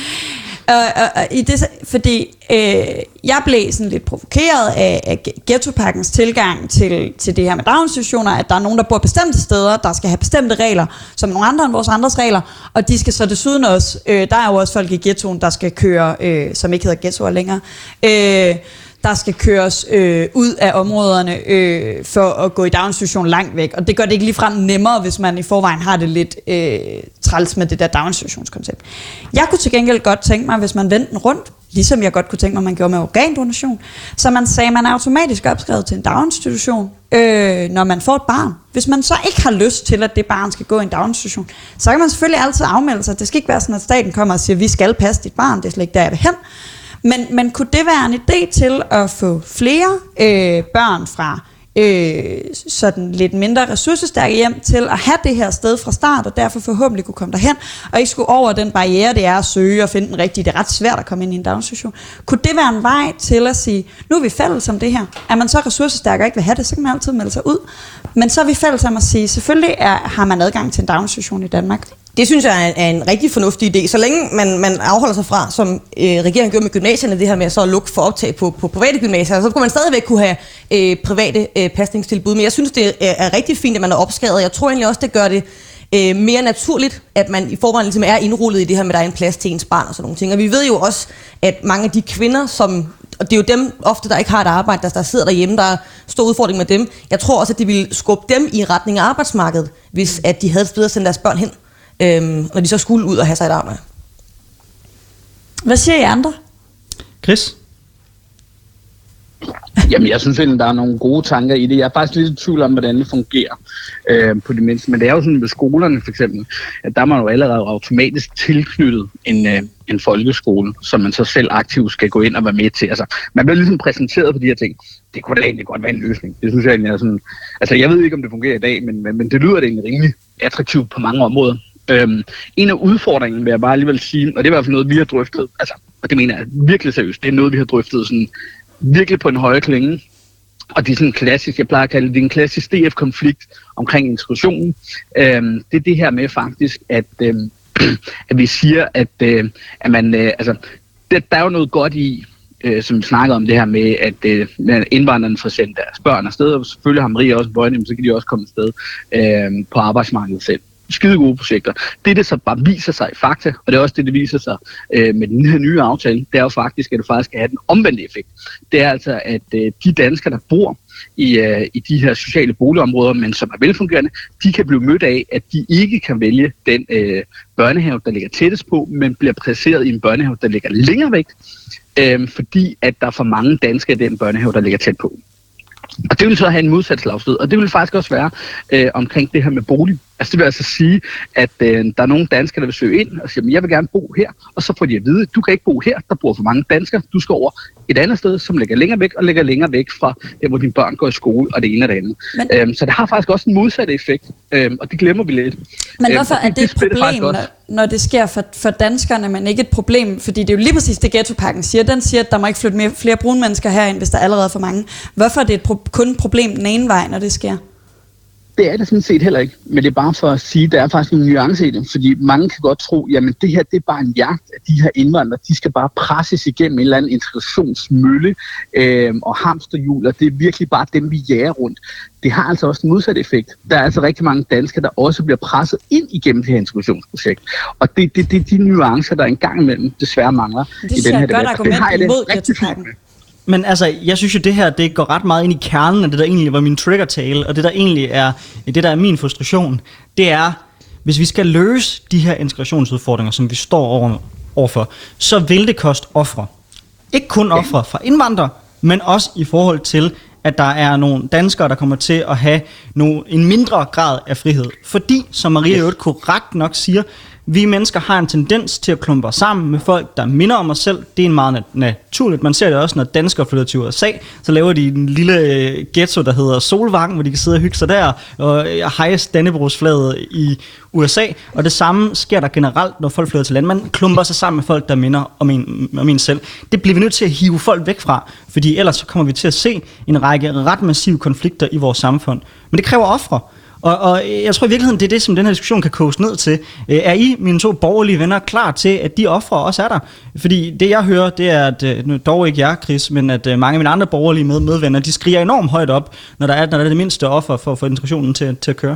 Fordi jeg blev sådan lidt provokeret af ghettopakkens tilgang til det her med daginstitutioner, at der er nogen, der bor bestemte steder, der skal have bestemte regler, som nogle andre end vores andres regler, og de skal så desuden også, der er jo også folk i ghettoen, der skal køre, som ikke hedder ghettoer længere, der skal køres ud af områderne for at gå i daginstitution langt væk. Og det gør det ikke ligefrem nemmere, hvis man i forvejen har det lidt træls med det der daginstitutionskoncept. Jeg kunne til gengæld godt tænke mig, hvis man vendte den rundt, ligesom jeg godt kunne tænke mig, man gjorde med organdonation, så man sagde, at man er automatisk opskrevet til en daginstitution, når man får et barn. Hvis man så ikke har lyst til, at det barn skal gå i en daginstitution, så kan man selvfølgelig altid afmelde sig. Det skal ikke være sådan, at staten kommer og siger, at vi skal passe dit barn, det er slet ikke der, jeg vil hen. Men kunne det være en idé til at få flere børn fra sådan lidt mindre ressourcestærke hjem til at have det her sted fra start, og derfor forhåbentlig kunne komme derhen, og ikke skulle over den barriere, det er at søge og finde den rigtige. Det er ret svært at komme ind i en daginstitution. Kunne det være en vej til at sige, nu er vi fælles om det her. Er man så ressourcestærk og ikke vil have det, så kan man altid melde sig ud. Men så er vi fælles om at sige, selvfølgelig har man adgang til en daginstitution i Danmark. Det synes jeg er en rigtig fornuftig idé. Så længe man afholder sig fra, som regeringen gør med gymnasierne, det her med så at lukke for optag på private gymnasier, så kunne man stadigvæk kunne have private pasningstilbud. Men jeg synes, det er rigtig fint, at man er opskrevet. Jeg tror egentlig også, det gør det mere naturligt, at man i forvejen ligesom er indrullet i det her med, at der er en plads til ens barn og sådan nogle ting. Og vi ved jo også, at mange af de kvinder, som... Og det er jo dem ofte, der ikke har et arbejde, der sidder derhjemme, der er stor udfordring med dem. Jeg tror også, at det ville skubbe dem i retning af arbejdsmarkedet, hvis at de havde et sted at sende deres børn hen, når de så skulle ud og have sig et arbejde. Hvad siger I andre? Chris? Jamen, jeg synes egentlig, der er nogle gode tanker i det. Jeg er faktisk lidt i tvivl om, hvordan det fungerer på det mindste. Men det er jo sådan med skolerne for eksempel, at der er man jo allerede automatisk tilknyttet en folkeskole, som man så selv aktivt skal gå ind og være med til. Altså, man bliver ligesom præsenteret for de her ting. Det kunne da egentlig godt være en løsning. Det synes jeg egentlig er sådan... Altså, jeg ved ikke, om det fungerer i dag, men det lyder da egentlig rimelig attraktivt på mange områder. En af udfordringen, vil jeg bare alligevel sige, og det er i hvert fald noget, vi har drøftet, altså, og det mener jeg virkelig seriøst, det er noget, vi har drøftet sådan virkelig på en høje klinge, og det er sådan en klassisk, jeg plejer at kalde det en klassisk DF-konflikt omkring integrationen. Det er det her med faktisk, at vi siger, at man, altså, der er jo noget godt i, som vi snakker om det her med, at indvandrerne får sendt deres børn afsted, og selvfølgelig har Maria også en bøjning, så kan de også komme afsted på arbejdsmarkedet selv. Skide gode projekter. Det så bare viser sig i fakta, og det er også det viser sig med den her nye aftale, det er jo faktisk, at det faktisk skal have den omvendte effekt. Det er altså, at de danskere, der bor i de her sociale boligområder, men som er velfungerende, de kan blive mødt af, at de ikke kan vælge den børnehave, der ligger tættest på, men bliver placeret i en børnehave, der ligger længere væk, fordi at der er for mange danskere i den børnehave, der ligger tæt på. Og det vil så have en modsat slagside, og det vil faktisk også være omkring det her med bolig. Altså det vil altså sige, at der er nogle danskere, der vil søge ind og siger, jeg vil gerne bo her, og så får de at vide, du kan ikke bo her, der bor for mange danskere, du skal over et andet sted, som ligger længere væk, og ligger længere væk fra der, hvor dine børn går i skole, og det ene og det andet. Så det har faktisk også en modsatte effekt, og det glemmer vi lidt. Men hvorfor er det et problem, når det sker for danskerne, men ikke et problem? Fordi det er jo lige præcis det, Ghettopakken siger. Den siger, at der må ikke flytte flere brune mennesker herind, hvis der er allerede for mange. Hvorfor er det kun et problem den ene vej, når det sker? Det er det sådan set heller ikke, men det er bare for at sige, at der er faktisk en nuance i det, fordi mange kan godt tro, jamen det her, det er bare en jagt, at de her indvandrere, de skal bare presses igennem en eller anden integrationsmølle og hamsterhjul, og det er virkelig bare dem, vi jager rundt. Det har altså også en modsat effekt. Der er altså rigtig mange danskere, der også bliver presset ind igennem det her integrationsprojekt, og det er de nuancer, der engang imellem desværre mangler i den her debat. Det har jeg det rigtig fint med. Men altså, jeg synes jo, det her, det går ret meget ind i kernen af det, der egentlig var min trigger-tale, og det, der egentlig er, det der er min frustration, det er, hvis vi skal løse de her integrationsudfordringer, som vi står overfor, så vil det koste ofre. Ikke kun ofre fra indvandrere, men også i forhold til, at der er nogle danskere, der kommer til at have en mindre grad af frihed. Fordi, som Maria Øvrigt korrekt nok siger, vi mennesker har en tendens til at klumpe os sammen med folk, der minder om os selv. Det er en meget naturligt. Man ser det også, når danskere flytter til USA, så laver de en lille ghetto, der hedder Solvang, hvor de kan sidde og hygge sig der, og hejse Dannebrogsflaget i USA. Og det samme sker der generelt, når folk flytter til land. Man klumper sig sammen med folk, der minder om en selv. Det bliver vi nødt til at hive folk væk fra, fordi ellers så kommer vi til at se en række ret massive konflikter i vores samfund. Men det kræver ofre. Og jeg tror i virkeligheden, det er det, som den her diskussion kan koges ned til. Er I, mine to borgerlige venner, klar til, at de ofre også er der? Fordi det, jeg hører, det er, at dog ikke jeg, Chris, men at mange af mine andre borgerlige medvenner, de skriger enormt højt op, når der er det mindste offer for at få integrationen til at køre.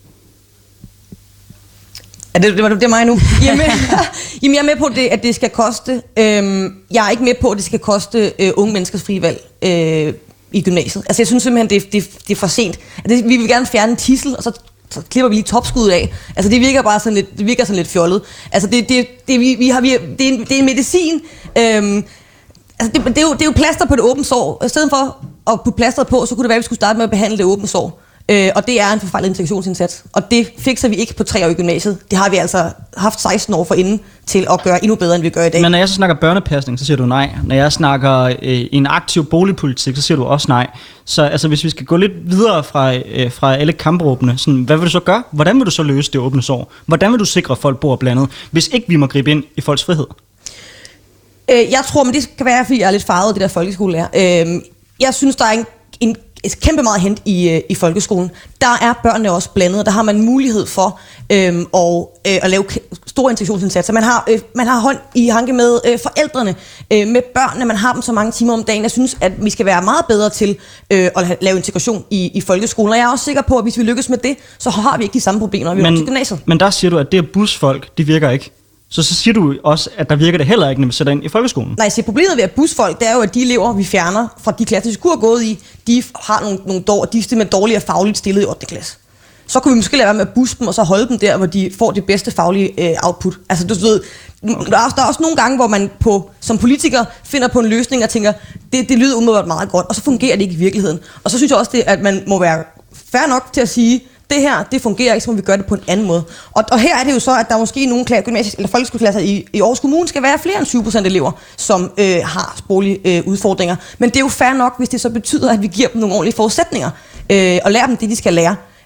Det er mig nu. Jamen, jeg er med på det, at det skal koste. Jeg er ikke med på, at det skal koste unge menneskers frivalg i gymnasiet. Altså jeg synes simpelthen, det er for sent. Altså, vi vil gerne fjerne en tidsel, og så klipper vi lige topskuddet af. Altså det virker bare sådan lidt fjollet. Altså det er en medicin. Altså det er jo plaster på det åbne sår. I stedet for at putte plasteret på, så kunne det være, at vi skulle starte med at behandle det åbne sår. Og det er en forfejlet integrationsindsats. Og det fikser vi ikke på 3 år i gymnasiet. Det har vi altså haft 16 år forinden til at gøre endnu bedre, end vi gør i dag. Men når jeg så snakker børnepasning, så siger du nej. Når jeg snakker en aktiv boligpolitik, så siger du også nej. Så altså, hvis vi skal gå lidt videre fra alle kampråbene, sådan, hvad vil du så gøre? Hvordan vil du så løse det åbne sår? Hvordan vil du sikre, at folk bor blandet, hvis ikke vi må gribe ind i folks frihed? Jeg tror, men det kan være, fordi jeg er lidt farvet, det der folkeskolelærer. Jeg synes, der er en kæmpe meget hent i folkeskolen. Der er børnene også blandet, der har man mulighed for at lave store integrationsindsatser. Man har hånd i hanke med forældrene, med børnene, man har dem så mange timer om dagen. Jeg synes, at vi skal være meget bedre til at lave integration i folkeskolen, og jeg er også sikker på, at hvis vi lykkes med det, så har vi ikke de samme problemer, når vi er til gymnasiet. Men der siger du, at det er busfolk, det virker ikke. Så siger du også, at der virker det heller ikke, når vi sætter ind i folkeskolen. Nej, så problemet ved at busfolk, det er jo, at de elever, vi fjerner fra de klasser, vi skulle have gået i, de har de er simpelthen dårligere fagligt stillet i 8. klasse. Så kunne vi måske lade være med at busse dem, og så holde dem der, hvor de får det bedste faglige output. Altså, du ved, der er også nogle gange, hvor man som politiker finder på en løsning og tænker, det lyder umiddelbart meget godt, og så fungerer det ikke i virkeligheden. Og så synes jeg også, at man må være fair nok til at sige, det her, det fungerer ikke, så må vi gøre det på en anden måde. Og her er det jo så, at der måske i nogle eller folkeskoleklasser i Aarhus Kommune skal være flere end 20% elever, som har sproglige udfordringer. Men det er jo fair nok, hvis det så betyder, at vi giver dem nogle ordentlige forudsætninger og lærer dem det, de skal lære.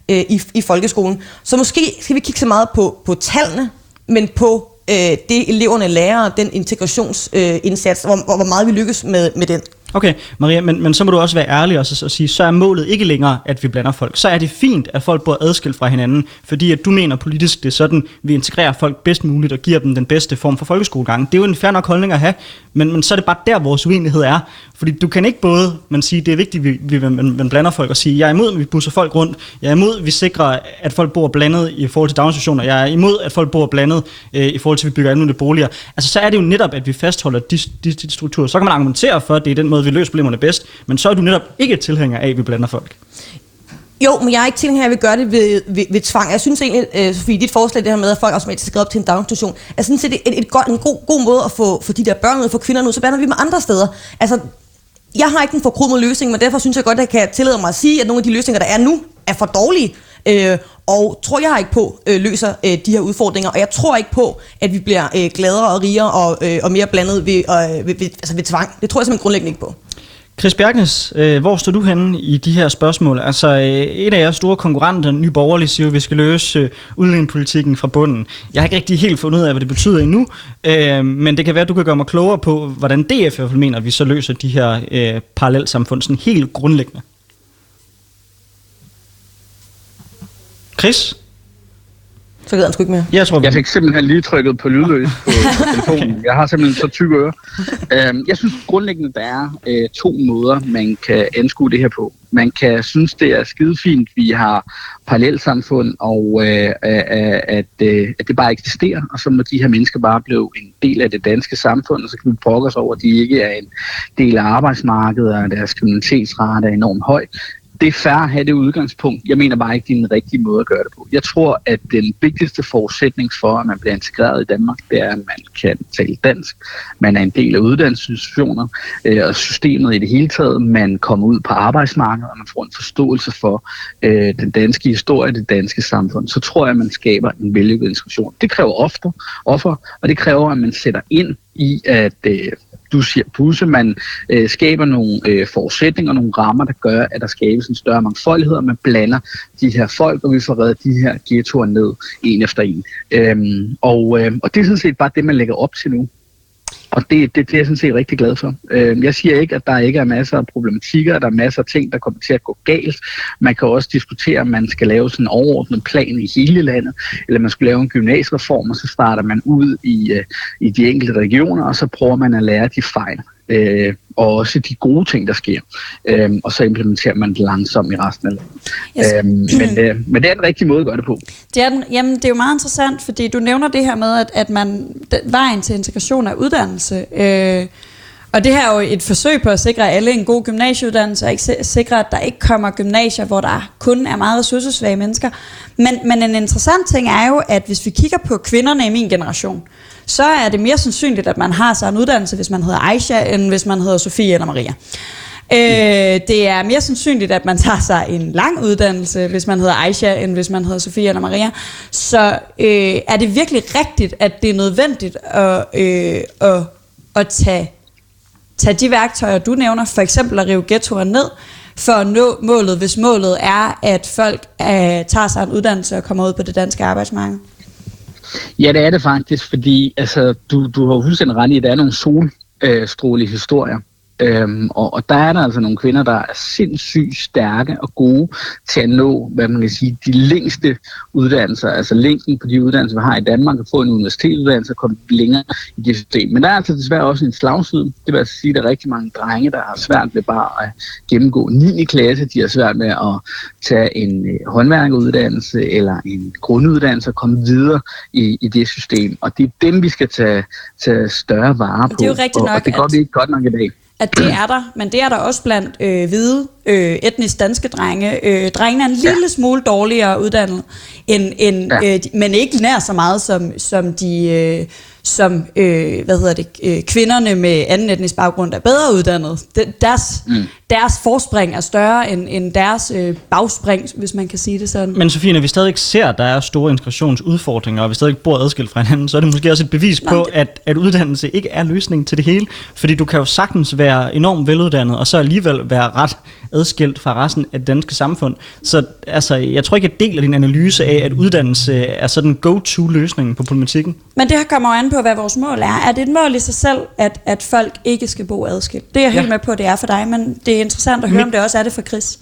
i folkeskolen. Så måske skal vi kigge så meget på tallene, men på det eleverne lærer, den integrationsindsats, hvor meget vi lykkes med den. Okay, Maria, men så må du også være ærlig og sige, så er målet ikke længere, at vi blander folk. Så er det fint, at folk bor adskilt fra hinanden, fordi at du mener politisk, det er sådan, vi integrerer folk bedst muligt og giver dem den bedste form for folkeskolegang. Det er jo en fair nok holdning at have, men så er det bare der, vores uenighed er. Fordi du kan ikke både sige, det er vigtigt, at vi blander folk og sige, jeg er imod, at vi busser folk rundt. Jeg er imod, at vi sikrer, at folk bor blandet i forhold til daginstitutioner. Jeg er imod, at folk bor blandet i forhold til, at vi bygger almindelige boliger. Altså, så er det jo netop, at vi fastholder de strukturer. Så kan man argumentere for, at det er den måde, vi løser problemerne bedst, men så er du netop ikke tilhænger af, at vi blander folk. Jo, men jeg er ikke tilhænger af, at vi gør det ved tvang. Jeg synes egentlig, Sofie, dit forslag, det her med, at folk automatisk skal op til en daginstitution, er sådan set en god måde at få de der børn ud, få kvinder ud, så blander vi med andre steder. Altså, jeg har ikke en forkromet løsning, men derfor synes jeg godt, at jeg kan tillade mig at sige, at nogle af de løsninger, der er nu, er for dårlige. Og tror jeg ikke på løser de her udfordringer, og jeg tror ikke på, at vi bliver gladere og rigere og mere blandet ved tvang. Det tror jeg simpelthen grundlæggende ikke på. Chris Bjerknes, hvor står du henne i de her spørgsmål? Altså, et af jeres store konkurrenter, Nye Borgerlige, siger, at vi skal løse udlændingepolitikken fra bunden. Jeg har ikke rigtig helt fundet ud af, hvad det betyder endnu, men det kan være, at du kan gøre mig klogere på, hvordan DF mener, at vi så løser de her parallelsamfund sådan helt grundlæggende. Chris? Så gider han sgu ikke mere. Jeg fik simpelthen lige trykket på lydløs på telefonen. Jeg har simpelthen så tykke ører. Jeg synes grundlæggende, der er to måder, man kan anskue det her på. Man kan synes, det er skidefint, vi har parallelsamfund, og at det bare eksisterer, og så må de her mennesker bare blive en del af det danske samfund, og så kan vi brokke os over, at de ikke er en del af arbejdsmarkedet, og deres kriminalitetsrate er enormt høj. Det er fair at have det udgangspunkt. Jeg mener bare ikke, det er den rigtige måde at gøre det på. Jeg tror, at den vigtigste forudsætning for, at man bliver integreret i Danmark, det er, at man kan tale dansk. Man er en del af uddannelsesinstitutioner og systemet i det hele taget. Man kommer ud på arbejdsmarkedet, og man får en forståelse for den danske historie, det danske samfund. Så tror jeg, at man skaber en vellykket integration. Det kræver offer, og det kræver, at man sætter ind i, at du siger busse, man skaber nogle forudsætninger, nogle rammer, der gør, at der skabes en større mangfoldighed, og man blander de her folk, og vi får reddet de her ghettoer ned en efter en. Og det er sådan set bare det, man lægger op til nu. Og det er jeg sådan set rigtig glad for. Jeg siger ikke, at der ikke er masser af problematikker, der er masser af ting, der kommer til at gå galt. Man kan også diskutere, om man skal lave sådan en overordnet plan i hele landet, eller man skal lave en gymnasiereform, og så starter man ud i de enkelte regioner, og så prøver man at lære de fejl. Og også de gode ting, der sker. Og så implementerer man det langsomt i resten af landet. Men det er en rigtig måde at gøre det på. Det er jo meget interessant, fordi du nævner det her med, at vejen til integration er uddannelse. Og det her er jo et forsøg på at sikre alle en god gymnasieuddannelse, og sikre, at der ikke kommer gymnasier, hvor der kun er meget ressourcesvage mennesker. Men en interessant ting er jo, at hvis vi kigger på kvinderne i min generation, så er det mere sandsynligt, at man har sig en uddannelse, hvis man hedder Aisha, end hvis man hedder Sofie eller Maria. Det er mere sandsynligt, at man tager sig en lang uddannelse, hvis man hedder Aisha, end hvis man hedder Sofie eller Maria. Så er det virkelig rigtigt, at det er nødvendigt at tage de værktøjer, du nævner, for eksempel at rive ghettoer ned, for at nå målet, hvis målet er, at folk tager sig en uddannelse og kommer ud på det danske arbejdsmarked? Ja, det er det faktisk, fordi altså, du har fuldstændig ret i, at der er nogle solstrålige historier. Og der er der altså nogle kvinder, der er sindssygt stærke og gode til at nå, hvad man kan sige, de længste uddannelser, altså længden på de uddannelser, vi har i Danmark, at få en universitetsuddannelse og komme længere i det system. Men der er altså desværre også en slagside. Det vil altså sige, at der er rigtig mange drenge, der har svært ved bare at gennemgå 9. klasse. De har svært med at tage en håndværkeruddannelse eller en grunduddannelse og komme videre i det system. Og det er dem, vi skal tage større vare på. Det er jo rigtigt nok, og det gør vi ikke godt nok i dag. At det er der, men det er der også blandt hvide, etnisk danske drenge. Drengene er en lille smule dårligere uddannet, men ikke nær så meget som kvinderne med anden etnisk baggrund er bedre uddannet. Deres forspring er større end deres bagspring, hvis man kan sige det sådan. Men Sofie, når vi stadig ser, at der er store integrationsudfordringer, og vi stadig bor adskilt fra hinanden, så er det måske også et bevis på, at uddannelse ikke er løsningen til det hele. Fordi du kan jo sagtens være enormt veluddannet, og så alligevel være ret adskilt fra resten af det danske samfund. Så altså, jeg tror ikke, jeg deler din analyse af, at uddannelse er sådan go-to-løsningen på problematikken. Men det her kommer jo an på, hvad vores mål er. Er det et mål i sig selv, at folk ikke skal bo adskilt? Det er jeg helt med på, at det er for dig, men det er interessant at høre, om det også er det for Chris.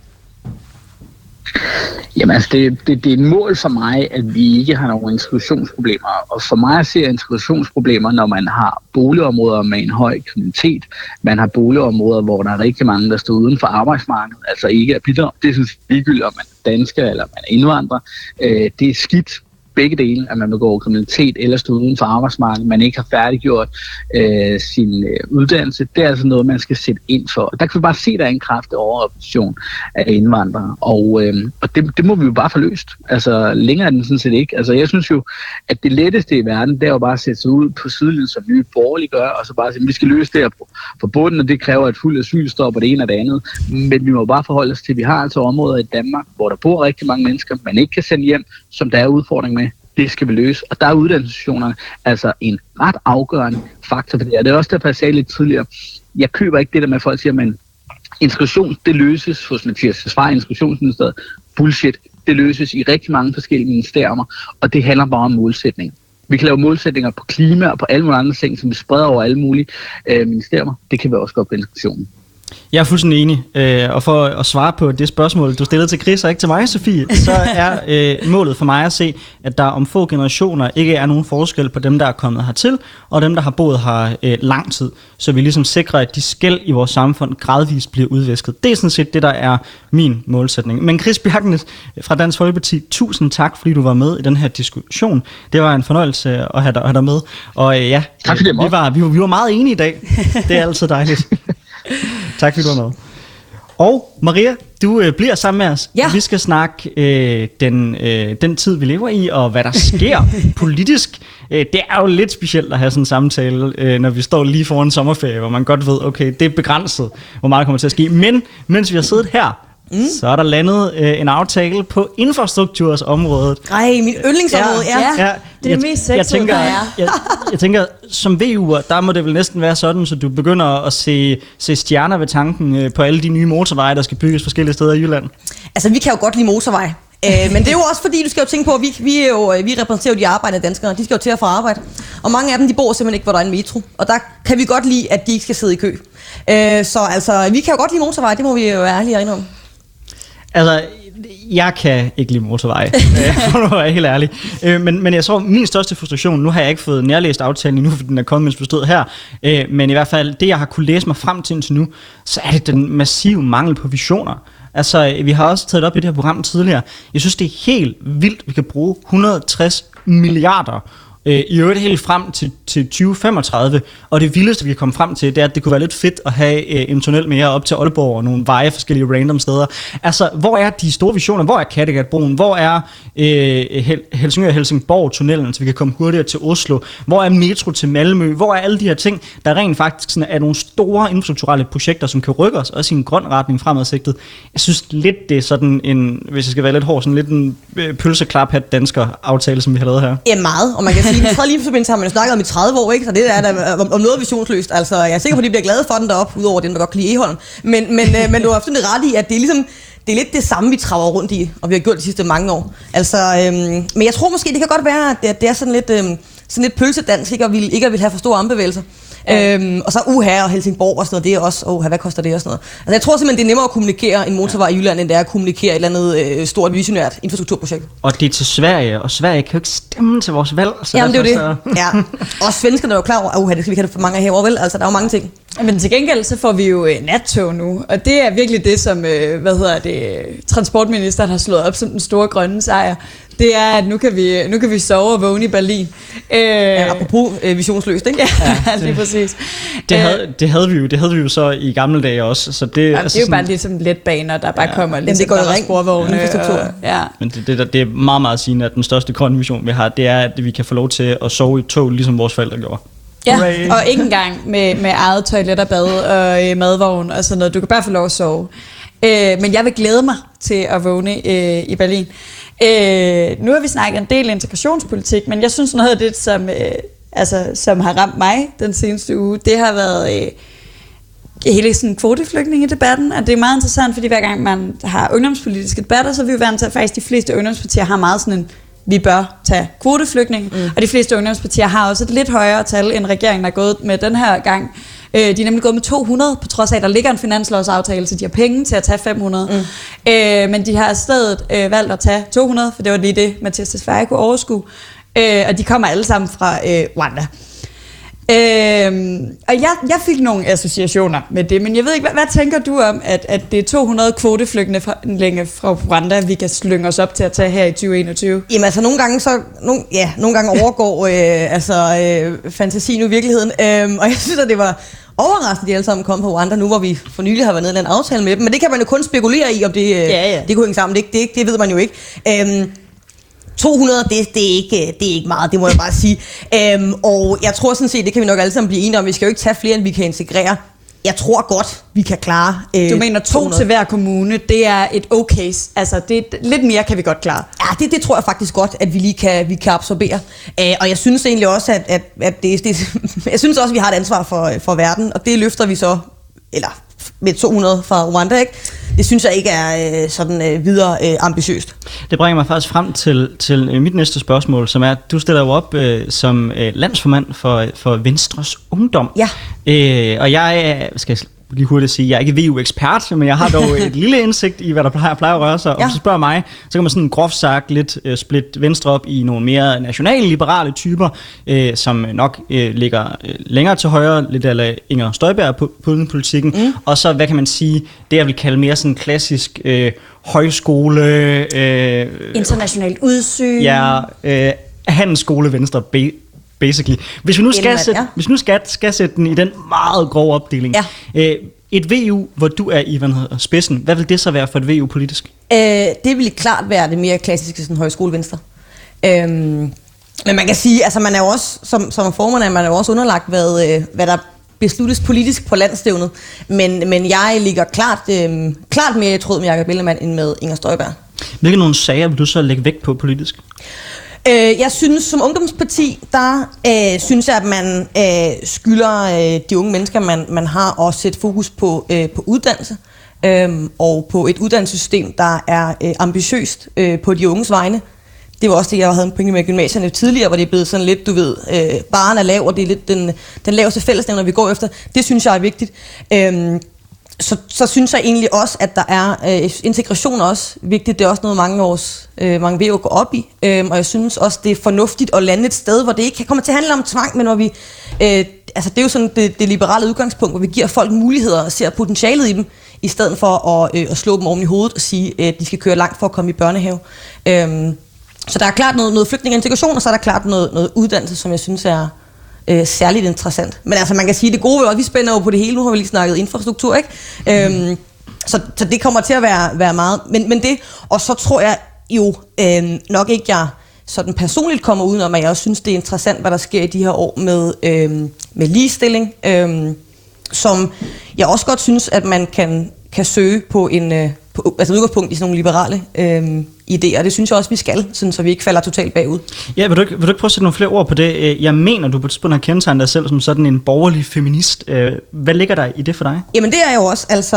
Jamen altså, det er et mål for mig, at vi ikke har nogen integrationsproblemer. Og for mig ser jeg integrationsproblemer, når man har boligområder med en høj kriminalitet. Man har boligområder, hvor der er rigtig mange, der står uden for arbejdsmarkedet, altså ikke er bidrag. Det synes jeg ligegyldigt, om man er dansker eller man er indvandrer. Det er skidt. Begge dele, at man begår kriminalitet eller står uden for arbejdsmarkedet, man ikke har færdiggjort sin uddannelse, det er altså noget, man skal sætte ind for. Der kan vi bare se, at der er en kraftig overrepræsentation af indvandrere, og det må vi jo bare få løst. Altså, længere er den sådan set ikke. Altså, jeg synes jo, at det letteste i verden, det er jo bare at sætte sig ud på sidelinjen, som Nye Borgerlige gør, og så bare sige, at vi skal løse det her på bunden, og det kræver et fuldt asylstop og det ene og det andet. Men vi må bare forholde os til, at vi har altså områder i Danmark, hvor der bor rigtig mange mennesker, man ikke kan sende hjem, som der er udfordring med. Det skal vi løse. Og der er uddannelsesinstitutionerne altså en ret afgørende faktor for det. Og det er også derfor, jeg sagde lidt tidligere, jeg køber ikke det der med, at folk siger, men integration, det løses hos Mathias Tesfaye, Integrationsministeriet. Bullshit. Det løses i rigtig mange forskellige ministerier, og det handler bare om målsætning. Vi kan lave målsætninger på klima og på alle mulige andre ting, som vi spreder over alle mulige ministerier. Det kan vi også gøre på integrationen. Jeg er fuldstændig enig, og for at svare på det spørgsmål, du stillede til Chris og ikke til mig, Sofie, så er målet for mig at se, at der om få generationer ikke er nogen forskel på dem, der er kommet hertil, og dem, der har boet her lang tid, så vi ligesom sikrer, at de skel i vores samfund gradvist bliver udvæsket. Det er sådan set det, der er min målsætning. Men Chris Bjerknes fra Dansk Folkeparti, tusind tak, fordi du var med i den her diskussion. Det var en fornøjelse at have dig med, og ja, tak, vi var meget enige i dag. Det er altid dejligt. Tak fordi du var med. Og Maria, du bliver sammen med os. Ja. Vi skal snakke den tid, vi lever i, og hvad der sker politisk. Det er jo lidt specielt at have sådan en samtale, når vi står lige foran sommerferie, hvor man godt ved, okay, det er begrænset, hvor meget kommer til at ske. Men mens vi har siddet her, så er der landet en aftale på infrastruktursområdet. Ej, mit yndlingsområde, ja. Det er det mest sexede, der er. Jeg tænker, som VU'er, der må det vel næsten være sådan, så du begynder at se stjerner ved tanken på alle de nye motorveje, der skal bygges forskellige steder i Jylland. Altså, vi kan jo godt lide motorveje. Men det er jo også fordi, du skal jo tænke på, at vi repræsenterer jo de arbejdende danskere. De skal jo til at få arbejde. Og mange af dem, de bor simpelthen ikke, hvor der er en metro. Og der kan vi godt lide, at de ikke skal sidde i kø. Så altså, vi kan jo godt lide motorveje, det må vi jo ærligt og indrømme. Altså, jeg kan ikke lide motorveje, for at være helt ærlig. Men jeg tror, min største frustration, nu har jeg ikke fået nærlæst aftalen endnu, for den er kommet, mens vi stod her, men i hvert fald, det jeg har kunne læse mig frem til indtil nu, så er det den massive mangel på visioner. Altså, vi har også taget op i det her program tidligere. Jeg synes, det er helt vildt, vi kan bruge 160 milliarder i øvrigt helt frem til 2035, og det vildeste vi kan komme frem til, det er, at det kunne være lidt fedt at have en tunnel mere op til Aalborg og nogle veje forskellige random steder. Altså, hvor er de store visioner? Hvor er Kattegatbroen? Hvor er Helsingør-Helsingborg-tunnelen, så vi kan komme hurtigere til Oslo? Hvor er metro til Malmø? Hvor er alle de her ting, der rent faktisk sådan er nogle store infrastrukturelle projekter, som kan rykke os også i en grøn retning fremadsigtet? Jeg synes lidt, det er sådan en, hvis jeg skal være lidt hård, sådan lidt en pølseklaphat dansker aftale, som vi har lavet her. Ja, meget, og man kan sige, at lige forbindelse har man jo snakket om i 30 år, ikke? Så det er da om noget visionsløst. Altså, jeg er sikker på, at de bliver glade for den deroppe, udover dem, der godt kan lide Egholm. Men du har fuldstændig ret i, at det er ligesom, det er lidt det samme, vi traver rundt i, og vi har gjort de sidste mange år. Altså, men jeg tror måske, det kan godt være, at det er sådan lidt pølsedansk, ikke at vil have for store armbevægelser. Og så og Helsingborg og sådan noget, det er også, hvad koster det og sådan noget. Altså jeg tror simpelthen, det er nemmere at kommunikere en motorvej i Jylland, end det er at kommunikere et eller andet stort visionært infrastrukturprojekt. Og det er til Sverige, og Sverige kan jo ikke stemme til vores valg. Så jamen det er jo det. Ja. Og svenskerne er jo klar over, det skal vi ikke have for mange af herovre, vel? Altså der er jo mange ting. Men til gengæld så får vi jo nattog nu, og det er virkelig det, som transportministeren har slået op som den store grønne sejr. Det er, at nu kan vi sove og vågne i Berlin. Apropos visionsløst, ikke? Ja, lige præcis. Det havde vi jo så i gamle dage også. Så det er jo bare ligesom letbaner, der bare kommer lidt. Det går jo rent sporvogne. Men det er meget, meget sigende, at den største grønne vision, vi har, det er, at vi kan få lov til at sove i tog, ligesom vores forældre gjorde. Ja, og ikke engang med eget toilet og bad og madvogn og sådan noget. Du kan bare få lov at sove. Men jeg vil glæde mig til at vågne i Berlin. Nu har vi snakket en del integrationspolitik, men jeg synes noget af det, som har ramt mig den seneste uge, det har været hele sådan kvoteflygtningedebatten, at det er meget interessant, fordi hver gang man har ungdomspolitiske debatter, så er vi jo vant til, at faktisk de fleste ungdomspartier har meget sådan en, vi bør tage kvoteflygtninge, og de fleste ungdomspartier har også et lidt højere tal, end regeringen er gået med den her gang. De er nemlig gået med 200, på trods af, at der ligger en finanslovsaftale, så de har penge til at tage 500. Men de har i stedet valgt at tage 200, for det var lige det, Mattias Tesfaye kunne overskue. Og de kommer alle sammen fra Rwanda. Og jeg fik nogle associationer med det, men jeg ved ikke, hvad tænker du om, at det er 200 kvoteflygtninge fra Rwanda, vi kan slynge os op til at tage her i 2021? Jamen altså nogle gange overgår fantasien i virkeligheden, og jeg synes, at det var overraskende, de alle sammen kom på Rwanda nu, hvor vi for nylig har været nede i en aftale med dem, men det kan man jo kun spekulere i, om det kunne hænge sammen, det ved man jo ikke. 200, det er ikke meget, det må jeg bare sige. Og jeg tror sådan set, det kan vi nok alle sammen blive enige om. Vi skal jo ikke tage flere, end vi kan integrere. Jeg tror godt, vi kan klare Du mener 2 til hver kommune, det er et okay. Altså, lidt mere kan vi godt klare. Ja, det tror jeg faktisk godt, at vi kan absorbere. Og jeg synes egentlig også, at jeg synes også, at vi har et ansvar for verden, og det løfter vi så, eller med 200 fra Rwanda, ikke? Det synes jeg ikke er sådan videre ambitiøst. Det bringer mig faktisk frem til mit næste spørgsmål, som er, at du stiller jo op som landsformand for Venstres Ungdom. Ja. Og jeg skal lige hurtigt sige, jeg er ikke VU-ekspert, men jeg har dog et lille indsigt i, hvad der plejer at røre sig. Og hvis du spørger mig, så kan man sådan groft sagt lidt splitte Venstre op i nogle mere nationale-liberale typer, som nok ligger længere til højre, lidt eller Inger Støjberg på udenrigspolitikken. Og så, hvad kan man sige, det jeg vil kalde mere sådan klassisk højskole... internationalt udsyn. Ja, handelsskole Venstre, basically. Hvis vi nu skal sætte den i den meget grove opdeling. Ja. Et VU, hvor du er i spidsen, hvad vil det så være for et VU politisk? Det vil klart være det mere klassiske sådan, højskole Venstre. Men man kan sige, altså man er jo også, som formand er man jo også underlagt, hvad der besluttes politisk på landsstævnet. Men jeg ligger klart mere i tråd med Jakob Ellemann end med Inger Støjberg. Hvilke nogle sager vil du så lægge vægt på politisk? Jeg synes, som ungdomsparti, der synes jeg, at man skylder de unge mennesker, man har, at sætte fokus på uddannelse. Og på et uddannelsessystem, der er ambitiøst på de unges vegne. Det var også det, jeg havde en pointe med gymnasierne tidligere, hvor det er blevet sådan lidt, du ved, barren er lav, og det er lidt den laveste fællesnævner, vi går efter. Det synes jeg er vigtigt. Så synes jeg egentlig også, at der er integration også vigtigt. Det er også noget, mange VU går op i. Og jeg synes også, det er fornuftigt at lande et sted, hvor det ikke kommer til at handle om tvang, men hvor vi... altså det er jo sådan det liberale udgangspunkt, hvor vi giver folk muligheder og ser potentialet i dem, i stedet for at slå dem oven i hovedet og sige, at de skal køre langt for at komme i børnehave. Så der er klart noget flygtning og integration, og så er der klart noget uddannelse, som jeg synes er særligt interessant. Men altså man kan sige, det gode er, at vi spænder over på det hele. Nu har vi lige snakket infrastruktur, ikke? Så det kommer til at være meget. Men det, og så tror jeg jo nok ikke, jeg sådan personligt kommer udenom, at jeg også synes, det er interessant, hvad der sker i de her år med ligestilling, som jeg også godt synes, at man kan søge på altså udgangspunkt i sådan nogle liberale idéer. Det synes jeg også, vi skal, sådan, så vi ikke falder totalt bagud. Ja, vil du ikke prøve at sætte nogle flere ord på det? Jeg mener, du på et tidspunkt har kendetegnet dig selv som sådan en borgerlig feminist. Hvad ligger der i det for dig? Jamen det er jeg jo også. Altså,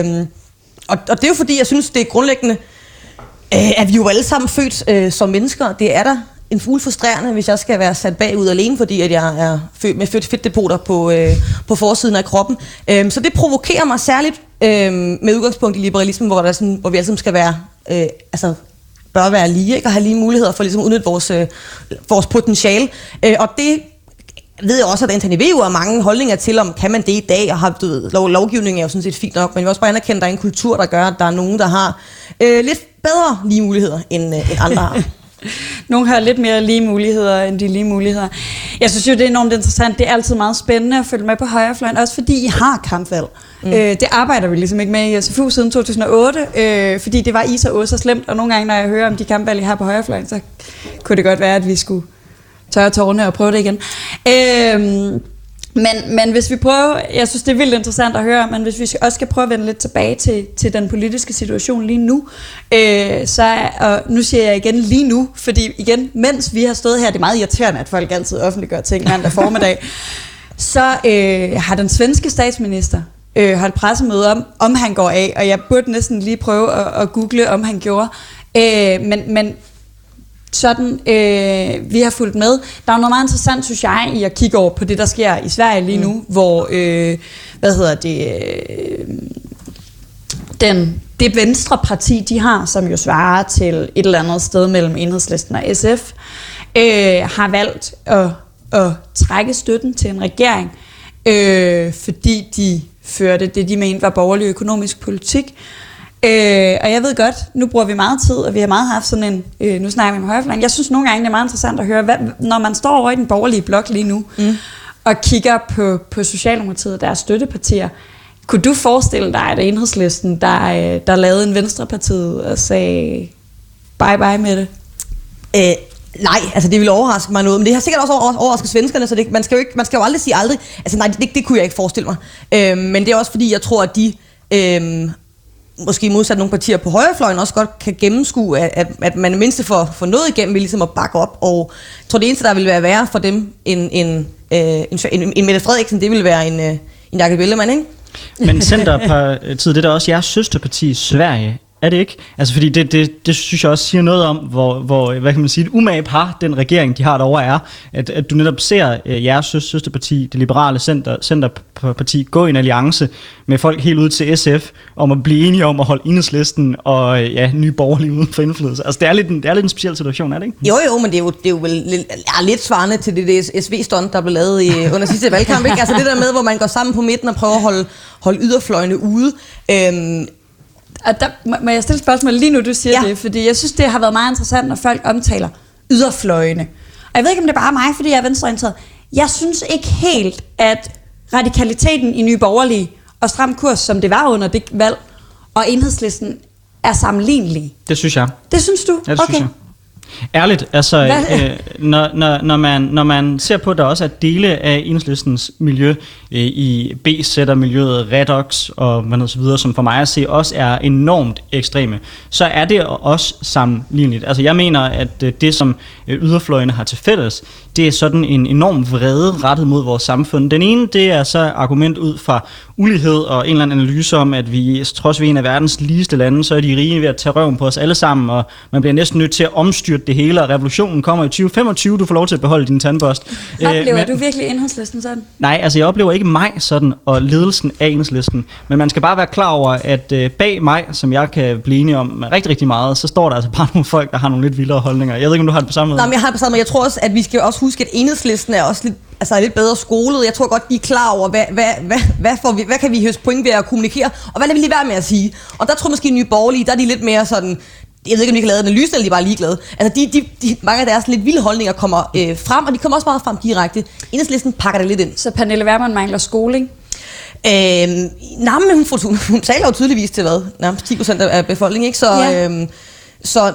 og det er jo fordi, jeg synes, det er grundlæggende, at vi jo alle sammen født som mennesker. Det er der en fugl frustrerende, hvis jeg skal være sat bagud alene, fordi at jeg er født med fedtdepoter på forsiden af kroppen. Så det provokerer mig særligt med udgangspunkt i liberalismen, hvor vi alle sammen skal være, bør være lige, ikke? Og have lige muligheder for ligesom at udnytte vores potentiale. Og det ved jeg også, at internt i VU er mange holdninger til, om kan man det i dag, og lovgivningen er jo sådan set fint nok, men jeg vil også bare anerkende, at der er en kultur, der gør, at der er nogen, der har lidt bedre lige muligheder, end andre har. Nogle har lidt mere lige muligheder end de lige muligheder. Jeg synes jo, det er enormt interessant. Det er altid meget spændende at følge med på højrefløjen, også fordi I har kampvalg. Det arbejder vi ligesom ikke med i SFU siden 2008, fordi det var I så slemt, og nogle gange, når jeg hører om de kampvalg, I har på højrefløjen, så kunne det godt være, at vi skulle tørre tårerne og prøve det igen. Men hvis vi prøver, jeg synes det er vildt interessant at høre, men hvis vi også skal prøve at vende lidt tilbage til den politiske situation lige nu, og nu siger jeg igen lige nu, fordi igen, mens vi har stået her, det er meget irriterende, at folk altid offentliggør ting mandag formiddag, så har den svenske statsminister holdt pressemøde om han går af, og jeg burde næsten lige prøve at google, om han gjorde. Men sådan, vi har fulgt med. Der er noget meget interessant, synes jeg, i at kigge over på det, der sker i Sverige lige nu, hvor, det Venstre-parti, de har, som jo svarer til et eller andet sted mellem Enhedslisten og SF, har valgt at trække støtten til en regering, fordi de førte det, de mente var borgerlig økonomisk politik. Og jeg ved godt, nu bruger vi meget tid, og vi har meget haft sådan en, nu snakker vi med højrefløjen. Jeg synes nogle gange, det er meget interessant at høre, når man står over i den borgerlige blok lige nu, og kigger på Socialdemokratiet og deres støttepartier, kunne du forestille dig, at Enhedslisten, der lavede en Venstrepartiet og sagde bye bye med det? Nej, altså det ville overraske mig noget, men det har sikkert også overrasket svenskerne, så man skal jo aldrig sige aldrig. Altså nej, det kunne jeg ikke forestille mig. Men det er også fordi, jeg tror, at de måske modsat nogle partier på højrefløjen også godt kan gennemskue, at man mindst får noget igennem ved ligesom at bakke op. Og jeg tror, det eneste, der vil være værre for dem en Mette Frederiksen, det vil være en Jakob Ellemann, ikke? Men Centerpartiet, det er da også jeres søsterparti i Sverige. Er det ikke? Altså fordi det synes jeg også siger noget om, hvor hvad kan man sige, et umage par, den regering, de har derovre, er, at du netop ser jeres søsterparti, det liberale Centerparti, gå i en alliance med folk helt ud til SF, om at blive enige om at holde Enhedslisten og Nye Borgerlige uden for indflydelse. Altså det er lidt en speciel situation, er det ikke? Jo, men det er jo vel lidt svarende til det SV-stunt, der blev lavet under sidste valgkamp, ikke? Altså det der med, hvor man går sammen på midten og prøver at holde yderfløjene ude. Og der må jeg stille et spørgsmål lige nu, du siger det, fordi jeg synes, det har været meget interessant, når folk omtaler yderfløjene. Og jeg ved ikke, om det er bare mig, fordi jeg er venstreorienteret. Jeg synes ikke helt, at radikaliteten i Nye Borgerlige og Stram Kurs, som det var under det valg, og Enhedslisten er sammenlignelige. Det synes jeg. Det synes du? Ja, det synes jeg. Ærligt, altså når man ser på, at der også er dele af Enhedslistens miljø i B-sættermiljøet, Redox og så videre, som for mig at se også er enormt ekstreme, så er det også sammenligneligt. Altså jeg mener, at det som yderfløjene har til fælles, det er sådan en enorm vrede rettet mod vores samfund. Den ene, det er så argument ud fra ulighed og en eller anden analyse om, at vi trods vi er en af verdens ligeste lande, så er de rige ved at tage røven på os alle sammen, og man bliver næsten nødt til at omstyrte det hele, og revolutionen kommer i 2025, du får lov til at beholde din tandbørst. Oplever du virkelig Enhedslisten sådan? Nej, altså jeg oplever ikke mig sådan, og ledelsen af Enhedslisten, men man skal bare være klar over, at bag mig, som jeg kan blive enig om rigtig, rigtig meget, så står der altså bare nogle folk, der har nogle lidt vildere holdninger. Jeg ved ikke, om du har det på samme måde? Nej, men jeg har det på samme måde. Jeg tror også, at vi skal også huske, at Enhedslisten er også lidt bedre skolet. Jeg tror godt, de er klar over, hvad kan vi høste point ved at kommunikere, og hvad vil vi lige være med at sige? Og der tror jeg måske, Nye Borgerlige, der er de lidt mere sådan, jeg ved ikke, om de kan lave den analyse, eller de er bare ligeglade. Altså, mange af deres lidt vilde holdninger kommer frem, og de kommer også meget frem direkte. Enhedslisten pakker det lidt ind. Så Pernille Vermund mangler skoling? Nej, men hun taler jo tydeligvis til hvad? Nærmest 10% af befolkningen, ikke? Så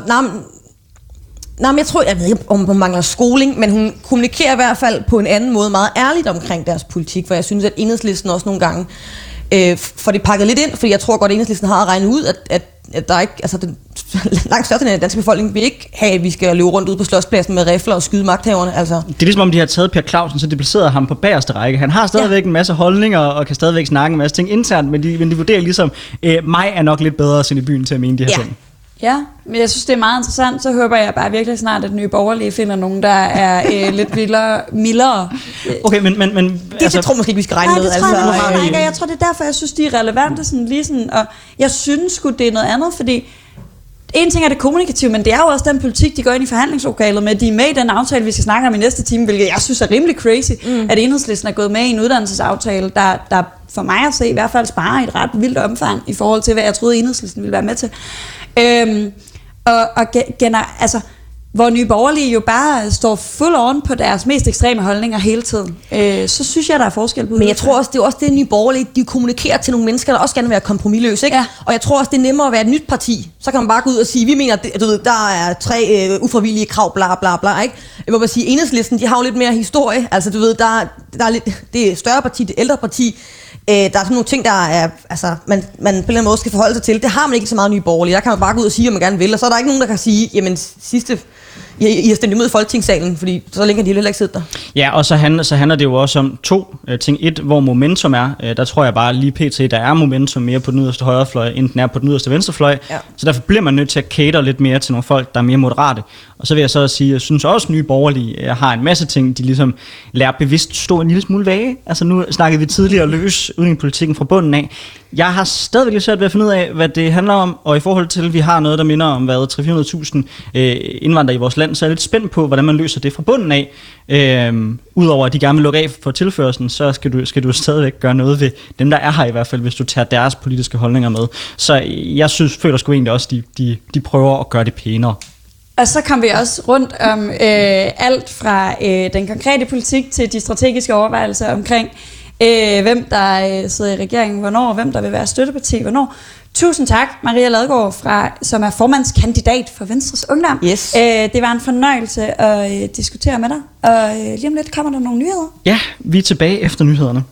jeg tror, jeg ved ikke, om hun mangler skoling, men hun kommunikerer i hvert fald på en anden måde meget ærligt omkring deres politik, for jeg synes, at Enhedslisten også nogle gange får det pakket lidt ind, fordi jeg tror godt, at Enhedslisten har regnet ud, at der ikke, altså den langt største af den danske befolkning vil ikke have, at vi skal løbe rundt ud på Slotspladsen med rifler og skyde magthaverne. Altså. Det er ligesom om de har taget Per Clausen, så de placerede ham på bagerste række. Han har stadigvæk en masse holdninger og kan stadigvæk snakke en masse ting internt, men de vurderer ligesom, mig er nok lidt bedre at sende i byen til at mene de her ting. Ja, men jeg synes, det er meget interessant. Så håber jeg bare virkelig snart, at Nye Borgerlige finder nogen, der er lidt mildere. Okay, men det tror jeg måske ikke, vi skal regne med. Jeg tror, det er derfor, jeg synes, de er relevante. Sådan, lige sådan, og jeg synes sgu, det er noget andet, fordi en ting er det kommunikative, men det er jo også den politik, de går ind i forhandlingslokalet med. De er med i den aftale, vi skal snakke om i næste time, hvilket jeg synes er rimelig crazy, at Enhedslisten er gået med i en uddannelsesaftale, der for mig at se i hvert fald sparer et ret vildt omfang i forhold til, hvad jeg troede, Enhedslisten ville være med til. Altså, hvor Nye Borgerlige jo bare står full on på deres mest ekstreme holdninger hele tiden, så synes jeg, der er forskel på. Men jeg tror også, det er også det, Nye Borgerlige, de kommunikerer til nogle mennesker, der også gerne vil være kompromisløse, ikke? Ja. Og jeg tror også, det er nemmere at være et nyt parti. Så kan man bare gå ud og sige, vi mener, der er 3 ufravillige krav, bla bla bla, ikke? Jeg må bare sige, Enhedslisten, de har jo lidt mere historie. Altså, der er lidt, det er større parti, det er ældre parti. Der er sådan nogle ting, der er, altså, man på en eller anden måde skal forholde sig til. Det har man ikke så meget Nye Borgerlige. Der kan man bare gå ud og sige, hvad man gerne vil. Og så er der ikke nogen, der kan sige, jamen I har stemt imod Folketingssalen, fordi så længe har de heller ikke siddet der. Ja, og så handler det jo også om to ting. Et, hvor momentum er. Der tror jeg bare lige pt. Der er momentum mere på den yderste højrefløj, end den er på den yderste venstrefløj. Ja. Så derfor bliver man nødt til at cater lidt mere til nogle folk, der er mere moderate. Og så vil jeg så sige, jeg synes også, Nye Borgerlige har en masse ting, de ligesom lærer bevidst stå en lille smule vage. Altså nu snakkede vi tidligere løs udlændingepolitikken fra bunden af. Jeg har stadigvæk lidt svært ved at finde ud af, hvad det handler om, og i forhold til, at vi har noget, der minder om 300-400.000 indvandrere i vores land, så er jeg lidt spændt på, hvordan man løser det fra bunden af. Udover at de gerne vil lukke af for tilførslen, så skal du stadigvæk gøre noget ved dem, der er her i hvert fald, hvis du tager deres politiske holdninger med. Så jeg føler sgu egentlig også, de prøver at gøre det pænere. Og så kom vi også rundt om alt fra den konkrete politik til de strategiske overvejelser omkring, hvem der sidder i regeringen, hvornår, hvem der vil være støtteparti, hvornår. Tusind tak, Maria Ladegaard, som er formandskandidat for Venstres Ungdom. Yes. Det var en fornøjelse at diskutere med dig, og lige om lidt kommer der nogle nyheder. Ja, vi er tilbage efter nyhederne.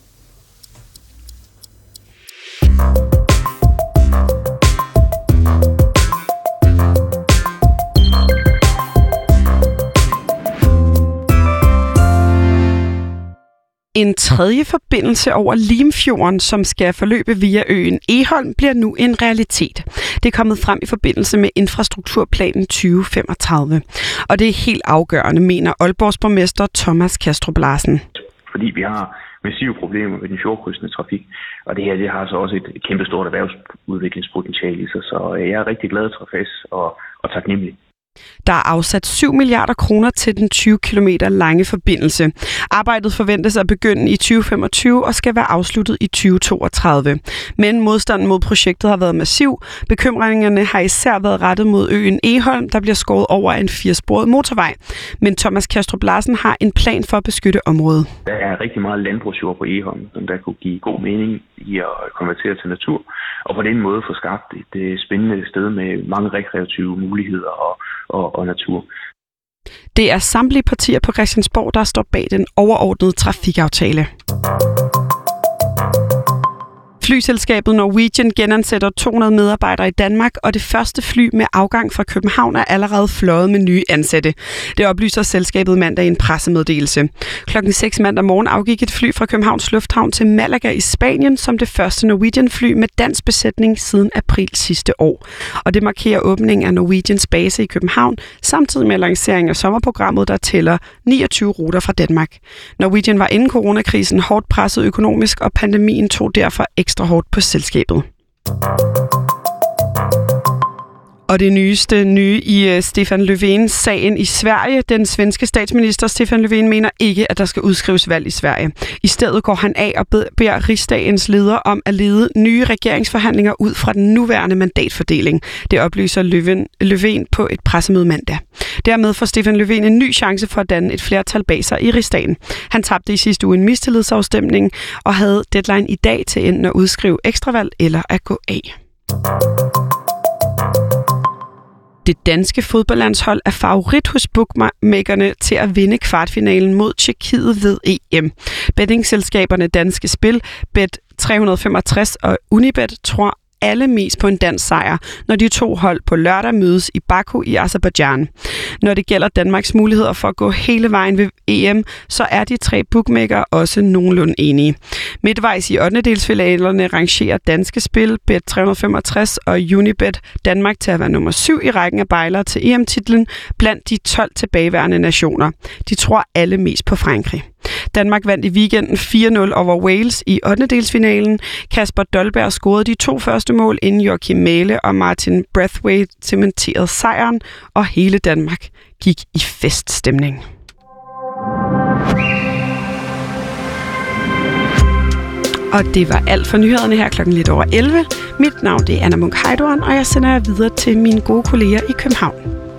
En tredje forbindelse over Limfjorden, som skal forløbe via øen Egholm, bliver nu en realitet. Det er kommet frem i forbindelse med infrastrukturplanen 2035. Og det er helt afgørende, mener Aalborgs borgmester Thomas Kastrup Larsen. Fordi vi har massive problemer med den fjordkrydsende trafik, og det her det har så også et kæmpestort erhvervsudviklingspotentiale i sig, så jeg er rigtig glad, tilfreds og taknemmelig. Der er afsat 7 milliarder kroner til den 20 km lange forbindelse. Arbejdet forventes at begynde i 2025 og skal være afsluttet i 2032. Men modstanden mod projektet har været massiv. Bekymringerne har især været rettet mod øen Egholm, der bliver skåret over en 4-sporet motorvej. Men Thomas Kastrup Larsen har en plan for at beskytte området. Der er rigtig meget landbrugsjord på Egholm, som der kunne give god mening i at konvertere til natur, og på den måde få skabt et spændende sted med mange rekreative muligheder og natur. Det er samtlige partier på Christiansborg, der står bag den overordnede trafikaftale. Flyselskabet Norwegian genansætter 200 medarbejdere i Danmark, og det første fly med afgang fra København er allerede fløjet med nye ansatte. Det oplyser selskabet mandag i en pressemeddelelse. Klokken 6 mandag morgen afgik et fly fra Københavns Lufthavn til Malaga i Spanien som det første Norwegian-fly med dansk besætning siden april sidste år. Og det markerer åbningen af Norwegians base i København, samtidig med lancering af sommerprogrammet, der tæller 29 ruter fra Danmark. Norwegian var inden coronakrisen hårdt presset økonomisk, og pandemien tog derfor ekstra hårdt på selskabet. Og det nyeste nye i Stefan Löfven-sagen i Sverige. Den svenske statsminister Stefan Löfven mener ikke, at der skal udskrives valg i Sverige. I stedet går han af og beder rigsdagens leder om at lede nye regeringsforhandlinger ud fra den nuværende mandatfordeling. Det oplyser Löfven på et pressemøde mandag. Dermed får Stefan Löfven en ny chance for at danne et flertal bag sig i rigsdagen. Han tabte i sidste uge en mistillidsafstemning og havde deadline i dag til enten at udskrive ekstravalg eller at gå af. Det danske fodboldlandshold er favorit hos bookmakerne til at vinde kvartfinalen mod Tjekkiet ved EM. Bettingselskaberne Danske Spil, Bet365 og Unibet tror alle mest på en dansk sejr, når de to hold på lørdag mødes i Baku i Aserbajdsjan. Når det gælder Danmarks muligheder for at gå hele vejen ved EM, så er de tre bookmakere også nogenlunde enige. Midtvejs i 8. rangerer Danske Spil, Bet365 og Unibet Danmark til at være nummer 7 i rækken af bejlere til EM-titlen blandt de 12 tilbageværende nationer. De tror alle mest på Frankrig. Danmark vandt i weekenden 4-0 over Wales i 8. Kasper Dolberg scorede de 2 første mål, inden Joachim Mæhle og Martin Braithwaite cementerede sejren, og hele Danmark gik i feststemning. Og det var alt for nyhederne her klokken lidt over 11. Mit navn det er Anna Munk Heidoren, og jeg sender jer videre til mine gode kolleger i København.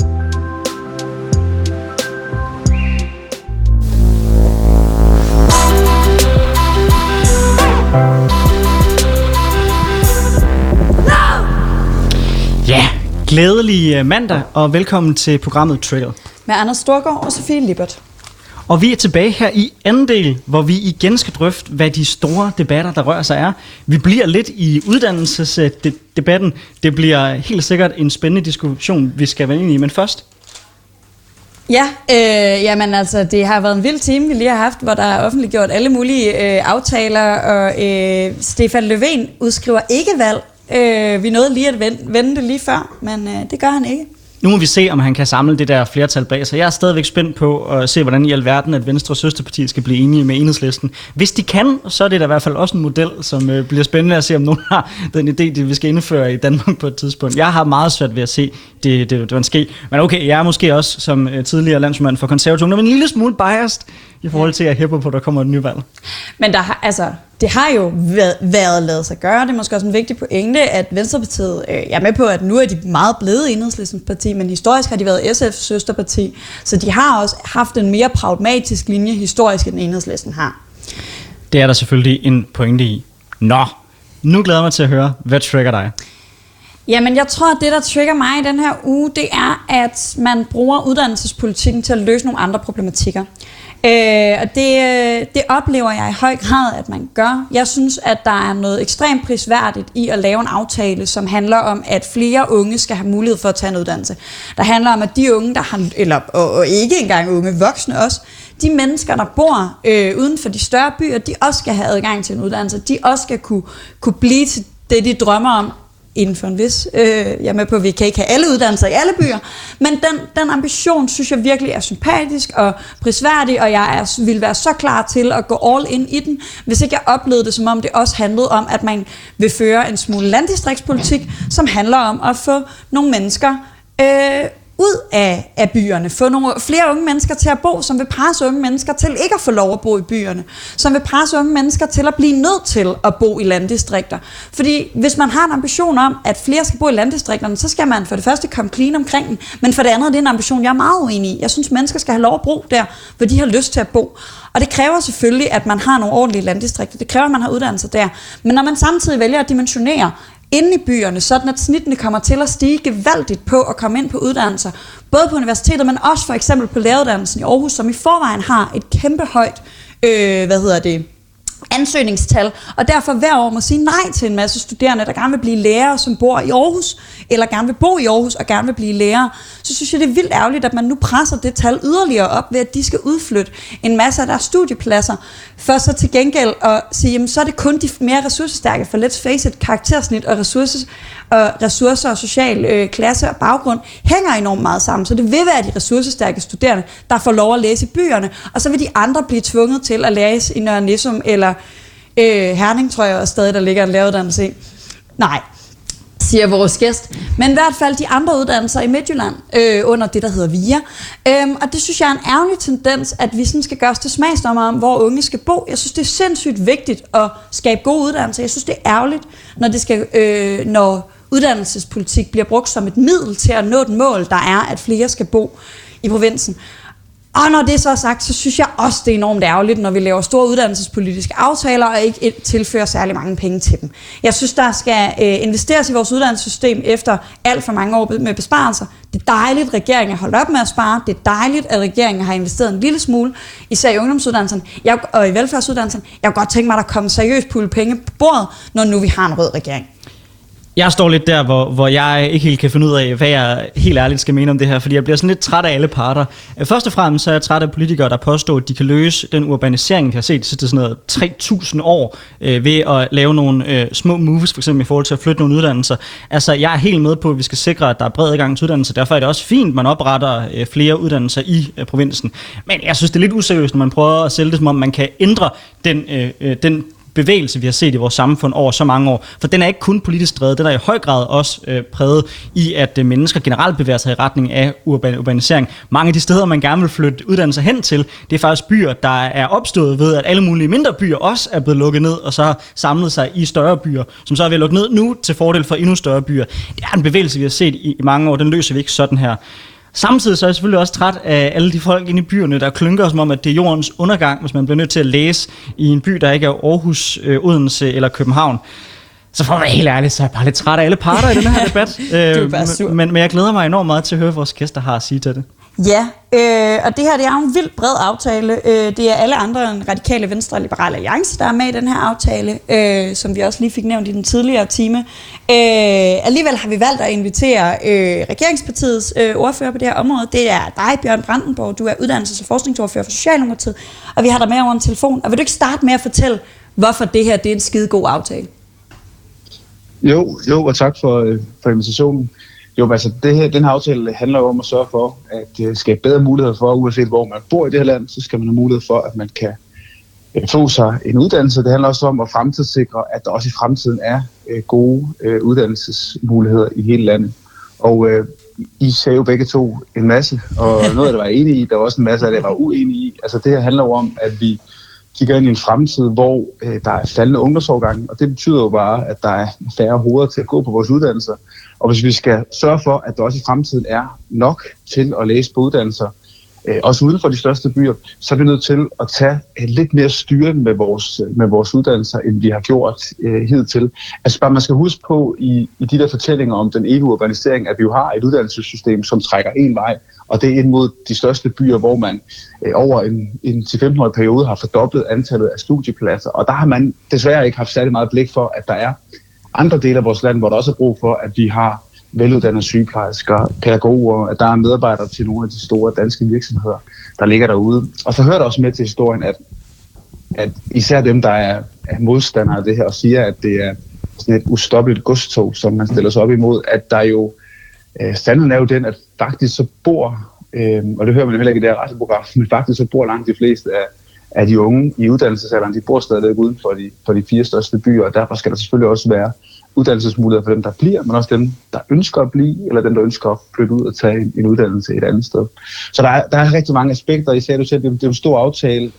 Ja, glædelig mandag, og velkommen til programmet Trigger. Med Anders Storgård og Sofie Lippert. Og vi er tilbage her i anden del, hvor vi igen skal drøfte, hvad de store debatter, der rører sig er. Vi bliver lidt i uddannelsesdebatten. Det bliver helt sikkert en spændende diskussion, vi skal være ind i, men først. Ja, jamen altså, det har været en vild time, vi lige har haft, hvor der er offentliggjort alle mulige aftaler, og Stefan Löfven udskriver ikke valg. Vi nåede lige at vende det lige før, men det gør han ikke. Nu må vi se, om han kan samle det der flertal bag sig. Jeg er stadigvæk spændt på at se, hvordan i alverden, at Venstre søsterparti skal blive enige med Enhedslisten. Hvis de kan, så er det da i hvert fald også en model, som bliver spændende at se, om nogen har den idé, det vi skal indføre i Danmark på et tidspunkt. Jeg har meget svært ved at se det ske. Men okay, jeg er måske også som tidligere landsmand for konservativ, men en lille smule biased i forhold til at hæppe på, at der kommer et nyt valg. Men det har jo været lavet sig gøre. Det er måske også en vigtig pointe, at Venstrepartiet, jeg er med på, at nu er de meget blevet Enhedslistens parti, men historisk har de været SF's søsterparti, så de har også haft en mere pragmatisk linje historisk, end Enhedslisten har. Det er der selvfølgelig en pointe i. Nå, nu glæder jeg mig til at høre, hvad trigger dig? Jamen, jeg tror, at det, der trigger mig i den her uge, det er, at man bruger uddannelsespolitikken til at løse nogle andre problematikker. Og det oplever jeg i høj grad, at man gør. Jeg synes, at der er noget ekstremt prisværdigt i at lave en aftale, som handler om, at flere unge skal have mulighed for at tage en uddannelse. Der handler om, at de unge, der har, og ikke engang unge, voksne også, de mennesker, der bor uden for de større byer, de også skal have adgang til en uddannelse. De også skal kunne blive til det, de drømmer om, inden for en vis. Jeg er med på, at vi kan ikke have alle uddannelser i alle byer, men den ambition, synes jeg virkelig er sympatisk og prisværdig, og jeg vil være så klar til at gå all in i den, hvis ikke jeg oplevede det, som om det også handlede om, at man vil føre en smule landdistriktspolitik, som handler om at få nogle mennesker ud af byerne, få nogle flere unge mennesker til at bo, som vil presse unge mennesker til ikke at få lov at bo i byerne, som vil presse unge mennesker til at blive nødt til at bo i landdistrikter. Fordi hvis man har en ambition om, at flere skal bo i landdistrikterne, så skal man for det første komme clean omkring den, men for det andet, det er en ambition, jeg er meget uenig i. Jeg synes, mennesker skal have lov at bo der, hvor de har lyst til at bo. Og det kræver selvfølgelig, at man har nogle ordentlige landdistrikter. Det kræver, at man har uddannelser der. Men når man samtidig vælger at dimensionere inde i byerne, sådan at snittene kommer til at stige gevaldigt på at komme ind på uddannelser, både på universitetet, men også for eksempel på læreruddannelsen i Aarhus, som i forvejen har et kæmpe højt ansøgningstal, og derfor hver år må sige nej til en masse studerende, der gerne vil blive lærere, som bor i Aarhus, eller gerne vil bo i Aarhus og gerne vil blive lærere, så synes jeg, det er vildt ærgerligt, at man nu presser det tal yderligere op, ved at de skal udflytte en masse af deres studiepladser, for så til gengæld at sige, jamen, så er det kun de mere ressourcestærke, for let's face it, karaktersnit og ressourcer og social klasse og baggrund hænger enormt meget sammen, så det vil være de ressourcestærke studerende, der får lov at læse i byerne, og så vil de andre blive tvunget til at læse i Nørre Nissum eller Herning, tror jeg også stadig, der ligger en læreruddannelse i. Nej, siger vores gæst. Men i hvert fald de andre uddannelser i Midtjylland, under det, der hedder VIA. Og det synes jeg er en ærgerlig tendens, at vi sådan skal gøre os til smagsdommer om, hvor unge skal bo. Jeg synes, det er sindssygt vigtigt at skabe gode uddannelser. Jeg synes, det er ærgerligt, når uddannelsespolitik bliver brugt som et middel til at nå et mål, der er, at flere skal bo i provinsen. Og når det så er sagt, så synes jeg også, det er enormt ærgerligt, når vi laver store uddannelsespolitiske aftaler og ikke tilfører særlig mange penge til dem. Jeg synes, der skal investeres i vores uddannelsessystem efter alt for mange år med besparelser. Det er dejligt, at regeringen har holdt op med at spare. Det er dejligt, at regeringen har investeret en lille smule, især i ungdomsuddannelserne og i velfærdsuddannelserne. Jeg kunne godt tænke mig, at der kommer seriøst pulle penge på bordet, når nu vi har en rød regering. Jeg står lidt der, hvor jeg ikke helt kan finde ud af, hvad jeg helt ærligt skal mene om det her, fordi jeg bliver sådan lidt træt af alle parter. Først og fremmest så er jeg træt af politikere, der påstår, at de kan løse den urbanisering, vi har set de sidste sådan noget 3.000 år, ved at lave nogle små moves, for eksempel i forhold til at flytte nogle uddannelser. Altså, jeg er helt med på, at vi skal sikre, at der er bred adgang til uddannelser. Derfor er det også fint, at man opretter flere uddannelser i provinsen. Men jeg synes, det er lidt useriøst, når man prøver at sælge det, som om man kan ændre den bevægelse, vi har set i vores samfund over så mange år. For den er ikke kun politisk drevet, den er i høj grad også præget i, at mennesker generelt bevæger sig i retning af urbanisering. Mange af de steder, man gerne vil flytte uddannelser hen til, det er faktisk byer, der er opstået ved, at alle mulige mindre byer også er blevet lukket ned, og så har samlet sig i større byer, som så er ved at lukke ned nu til fordel for endnu større byer. Det er en bevægelse, vi har set i mange år, den løser vi ikke sådan her. Samtidig så er jeg selvfølgelig også træt af alle de folk inde i byerne, der klynker som om, at det er jordens undergang, hvis man bliver nødt til at læse i en by, der ikke er Aarhus, Odense eller København. Så for at være helt ærlig, så er jeg bare lidt træt af alle parter i den her debat. Du er bare sur. Men jeg glæder mig enormt meget til at høre, hvad vores gæster har at sige til det. Ja, og det her det er jo en vildt bred aftale. Det er alle andre end Radikale Venstre og Liberale Alliance, der er med i den her aftale, som vi også lige fik nævnt i den tidligere time. Alligevel har vi valgt at invitere regeringspartiets ordfører på det her område. Det er dig, Bjørn Brandenborg. Du er uddannelses- og forskningsordfører for Socialdemokratiet, og vi har dig med over en telefon. Og vil du ikke starte med at fortælle, hvorfor det her det er en skide god aftale? Jo, og tak for invitationen. Jo, altså den her aftale handler jo om at sørge for at skabe bedre muligheder for, uanset hvor man bor i det her land, så skal man have mulighed for, at man kan få sig en uddannelse. Det handler også om at fremtidssikre, at der også i fremtiden er gode uddannelsesmuligheder i hele landet. Og I sagde jo begge to en masse, og noget af det var jeg enig i, der var også en masse af det, jeg var uenig i. Altså det her handler jo om, at vi kigger ind i en fremtid, hvor der er faldende ungdomsårgange, og det betyder jo bare, at der er færre hoveder til at gå på vores uddannelser. Og hvis vi skal sørge for, at der også i fremtiden er nok til at læse på uddannelser, også uden for de største byer, så er vi nødt til at tage lidt mere styring med vores uddannelser, end vi har gjort hidtil. Altså bare man skal huske på i de der fortællinger om den evige urbanisering, at vi jo har et uddannelsessystem, som trækker en vej, og det er ind mod de største byer, hvor man over en 10-15-årig periode har fordoblet antallet af studiepladser. Og der har man desværre ikke haft særlig meget blik for, at der er andre dele af vores land, hvor der også er brug for, at vi har veluddannede sygeplejersker, pædagoger, at der er medarbejdere til nogle af de store danske virksomheder, der ligger derude. Og så hører der også med til historien, at især dem, der er modstandere af det her, og siger, at det er sådan et ustoppeligt godstog, som man stiller sig op imod, at der jo sandheden er jo den, at faktisk så bor, og det hører man heller ikke i det her radioprogram, men faktisk så bor langt de fleste af de unge i uddannelsesalderen, de bor stadig uden for de 4 største byer, og derfor skal der selvfølgelig også være uddannelsesmuligheder for dem, der bliver, men også dem, der ønsker at blive, eller dem, der ønsker at flytte ud og tage en uddannelse et andet sted. Så der er rigtig mange aspekter, især du selv, det er en stor aftale,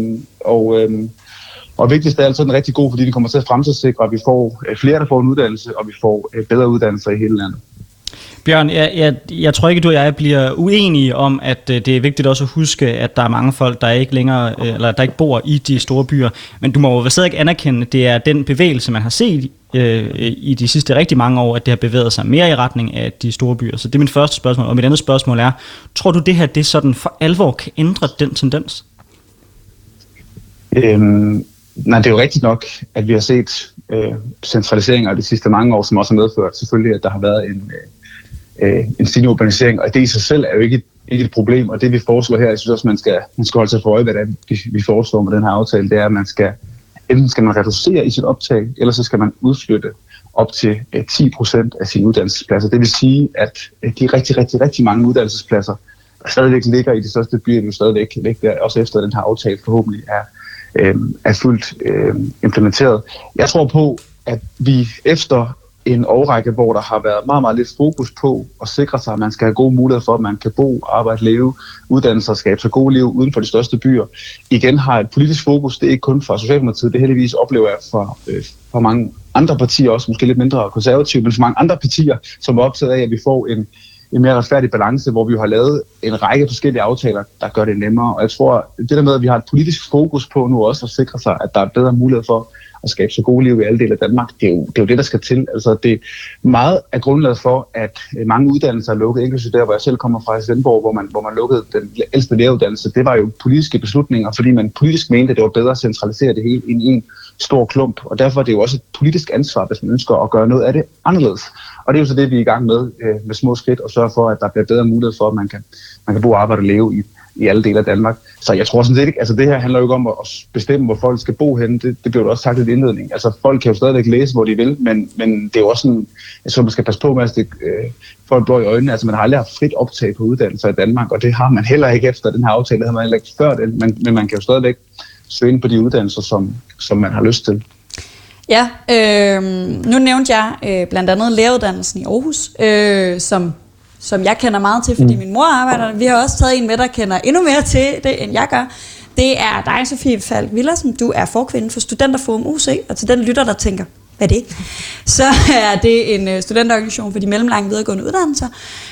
og vigtigst er altså den rigtig god, fordi den kommer til at fremtidssikre, at vi får flere, der får en uddannelse, og vi får bedre uddannelser i hele landet. Bjørn, jeg tror ikke, du og jeg bliver uenige om, at det er vigtigt også at huske, at der er mange folk, der ikke længere, eller der ikke bor i de store byer. Men du må jo stadig ikke anerkende, at det er den bevægelse, man har set i de sidste rigtig mange år, at det har bevæget sig mere i retning af de store byer. Så det er mit første spørgsmål. Og mit andet spørgsmål er, tror du det her, det sådan for alvor kan ændre den tendens? Nej, det er jo rigtigt nok, at vi har set centraliseringer de sidste mange år, som også har medført selvfølgelig, at der har været en stigende urbanisering, og det i sig selv er jo ikke et problem, og det vi foreslår her, jeg synes også, man skal holde sig for øje, hvad det er, vi foreslår med den her aftale, det er, at man skal enten skal man reducere i sit optag, eller så skal man udflytte op til 10% af sine uddannelsespladser. Det vil sige, at de rigtig mange uddannelsespladser, der stadigvæk ligger i de største byer, jo stadigvæk der, også efter den her aftale forhåbentlig er fuldt implementeret. Jeg tror på, at vi efter en årrække, hvor der har været meget, meget lidt fokus på at sikre sig, at man skal have gode muligheder for, at man kan bo, arbejde, leve, uddannelse og skabe så gode liv uden for de største byer. Igen har et politisk fokus, det er ikke kun fra Socialdemokratiet, det heldigvis oplever jeg for mange andre partier, også måske lidt mindre konservative, men for mange andre partier, som er optaget af, at vi får en mere retfærdig balance, hvor vi har lavet en række forskellige aftaler, der gør det nemmere. Og jeg tror, det der med, at vi har et politisk fokus på nu også at sikre sig, at der er bedre mulighed for at skabe så gode liv i alle dele af Danmark, det er jo det, der skal til. Altså, det er meget af grundlaget for, at mange uddannelser er lukket, inklusive der, hvor jeg selv kommer fra i Svendborg, hvor man lukkede den ældste læreruddannelse. Det var jo politiske beslutninger, fordi man politisk mente, at det var bedre at centralisere det hele ind i en stor klump. Og derfor er det jo også et politisk ansvar, hvis man ønsker at gøre noget af det anderledes. Og det er jo så det, vi er i gang med små skridt, og sørge for, at der bliver bedre mulighed for, at man kan bo, arbejde og leve i alle dele af Danmark. Så jeg tror sådan set ikke, altså det her handler jo ikke om at bestemme, hvor folk skal bo henne. Det bliver jo også sagt i indledning. Altså folk kan jo stadigvæk læse, hvor de vil, men det er jo også sådan, jeg tror, man skal passe på med at stikke folk blå i øjnene. Altså man har aldrig haft frit optag på uddannelser i Danmark, og det har man heller ikke efter den her aftale. Det har man heller ikke før den, men man kan jo stadigvæk søge ind på de uddannelser, som man har lyst til. Ja, nu nævnte jeg blandt andet læreruddannelsen i Aarhus, som jeg kender meget til, fordi min mor arbejder. Vi har også taget en med, der kender endnu mere til det, end jeg gør. Det er dig, Sofie Falk Villersen. Du er forkvinde for Studenterforum UC, og til den lytter, der tænker, hvad er det? Så er det en studenterorganisation for de mellemlange videregående uddannelser.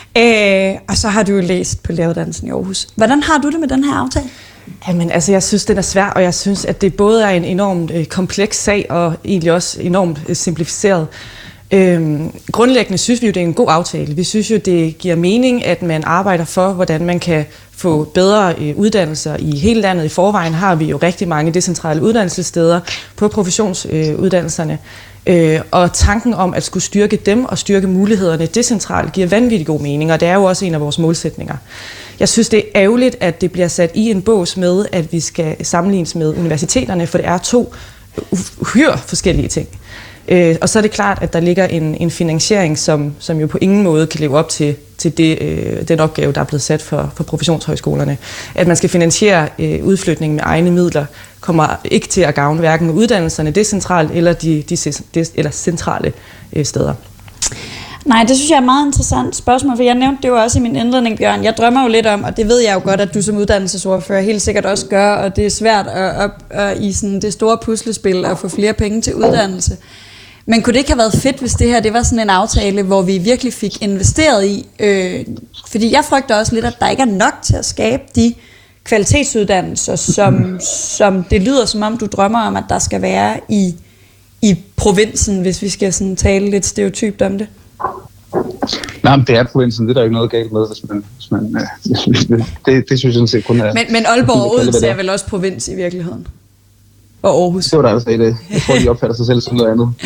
Og så har du jo læst på læreruddannelsen i Aarhus. Hvordan har du det med den her aftale? Jamen, altså, jeg synes, den er svær, og jeg synes, at det både er en enormt kompleks sag, og egentlig også enormt simplificeret. Grundlæggende synes vi jo, det er en god aftale. Vi synes jo, det giver mening, at man arbejder for, hvordan man kan få bedre uddannelser i hele landet. I forvejen har vi jo rigtig mange decentrale uddannelsessteder på professionsuddannelserne. Og tanken om at skulle styrke dem og styrke mulighederne decentralt giver vanvittig god mening, og det er jo også en af vores målsætninger. Jeg synes, det er ærgerligt, at det bliver sat i en bås med, at vi skal sammenlignes med universiteterne, for det er to uhyre forskellige ting. Og så er det klart, at der ligger en finansiering, som jo på ingen måde kan leve op til den opgave, der er blevet sat for professionshøjskolerne. At man skal finansiere udflytningen med egne midler, kommer ikke til at gavne hverken uddannelserne decentralt eller eller centrale steder. Nej, det synes jeg er et meget interessant spørgsmål, for jeg nævnte det jo også i min indledning, Bjørn. Jeg drømmer jo lidt om, og det ved jeg jo godt, at du som uddannelsesordfører helt sikkert også gør, og det er svært at i sådan det store puslespil at få flere penge til uddannelse. Men kunne det ikke have været fedt, hvis det her det var sådan en aftale, hvor vi virkelig fik investeret i? Fordi jeg frygter også lidt, at der ikke er nok til at skabe de kvalitetsuddannelser, som det lyder som om, du drømmer om, at der skal være i provinsen, hvis vi skal sådan tale lidt stereotypt om det. Nej, men det er provinsen, det er der ikke noget galt med, hvis man det synes jeg sådan set kun er... Men Aalborg og Odense er vel også provins i virkeligheden? Og Aarhus. Det var der altså i det. Jeg tror, de opfatter sig selv som noget andet.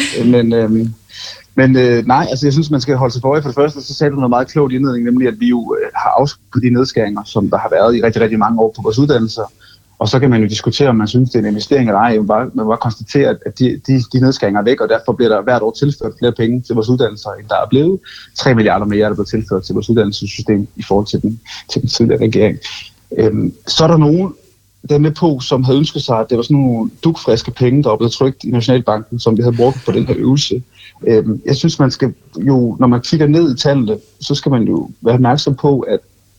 Men nej, altså jeg synes, man skal holde sig for øje. For det første, så sagde du noget meget klogt i indledningen, nemlig at vi jo har afskrevet de nedskæringer, som der har været i rigtig, rigtig mange år på vores uddannelser. Og så kan man jo diskutere, om man synes, det er en investering eller ej. Man må bare konstatere, at de nedskæringer er væk, og derfor bliver der hvert år tilført flere penge til vores uddannelser, end der er blevet. 3 milliarder mere, der bliver tilført til vores uddannelsessystem i forhold til den tidligere regering. Så er der nogen, der er med på, som havde ønsket sig, at det var sådan nogle dugfriske penge, der var blevet trykt i Nationalbanken, som vi havde brugt på den her øvelse. Jeg synes, man skal jo, når man kigger ned i tallene, så skal man jo være opmærksom på, at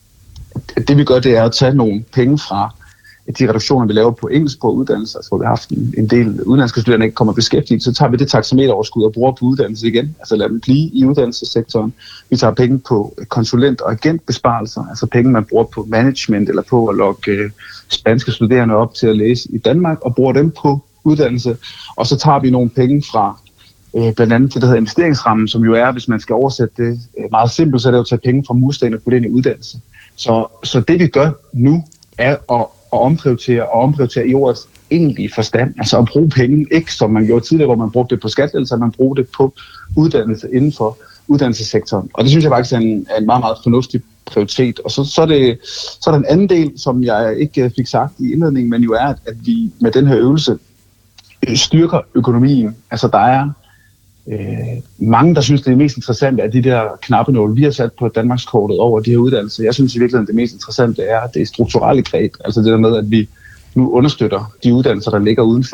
det vi gør, det er at tage nogle penge fra de reduktioner, vi laver på engelsksprogede uddannelser, altså hvor vi har haft en del udenlandske studerende, ikke kommer beskæftiget, så tager vi det taxameteroverskud og bruger på uddannelse igen, altså lader dem blive i uddannelsessektoren. Vi tager penge på konsulent- og agentbesparelser, altså penge, man bruger på management eller på at lokke spanske studerende op til at læse i Danmark, og bruger dem på uddannelse. Og så tager vi nogle penge fra blandt andet det, der hedder investeringsrammen, som jo er, hvis man skal oversætte det meget simpelt, så er det jo at tage penge fra mursten og putte ind i uddannelse. Så det vi gør nu, er at omprioritere i ordets egentlige forstand. Altså at bruge penge, ikke som man gjorde tidligere, hvor man brugte det på skattelettelser, man bruger det på uddannelse inden for uddannelsessektoren. Og det synes jeg faktisk er en meget, meget fornuftig prioritet. Og så er der en anden del, som jeg ikke fik sagt i indledningen, men jo er, at vi med den her øvelse styrker økonomien. Altså der er mange, der synes, det er mest interessant af de der knappenåle, vi har sat på Danmarkskortet over de her uddannelser. Jeg synes i virkeligheden, det mest interessante er det strukturelle greb. Altså det der med, at vi nu understøtter de uddannelser, der ligger uden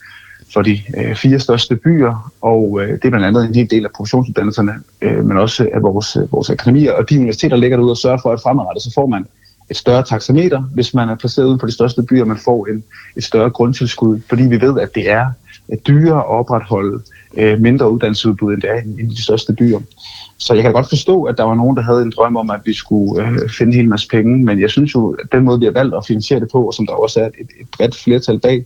for de 4 største byer, og det er blandt andet en hel del af professionsuddannelserne, men også af vores akademier, og de universiteter ligger derude og sørger for, at fremadrettet, så får man et større taxameter, hvis man er placeret uden for de største byer, man får et større grundtilskud, fordi vi ved, at det er dyrere at opretholde mindre uddannelsesudbud, end det er i de største byer. Så jeg kan godt forstå, at der var nogen, der havde en drøm om, at vi skulle finde en hel masse penge, men jeg synes jo, at den måde, vi har valgt at finansiere det på, og som der også er et bredt flertal bag,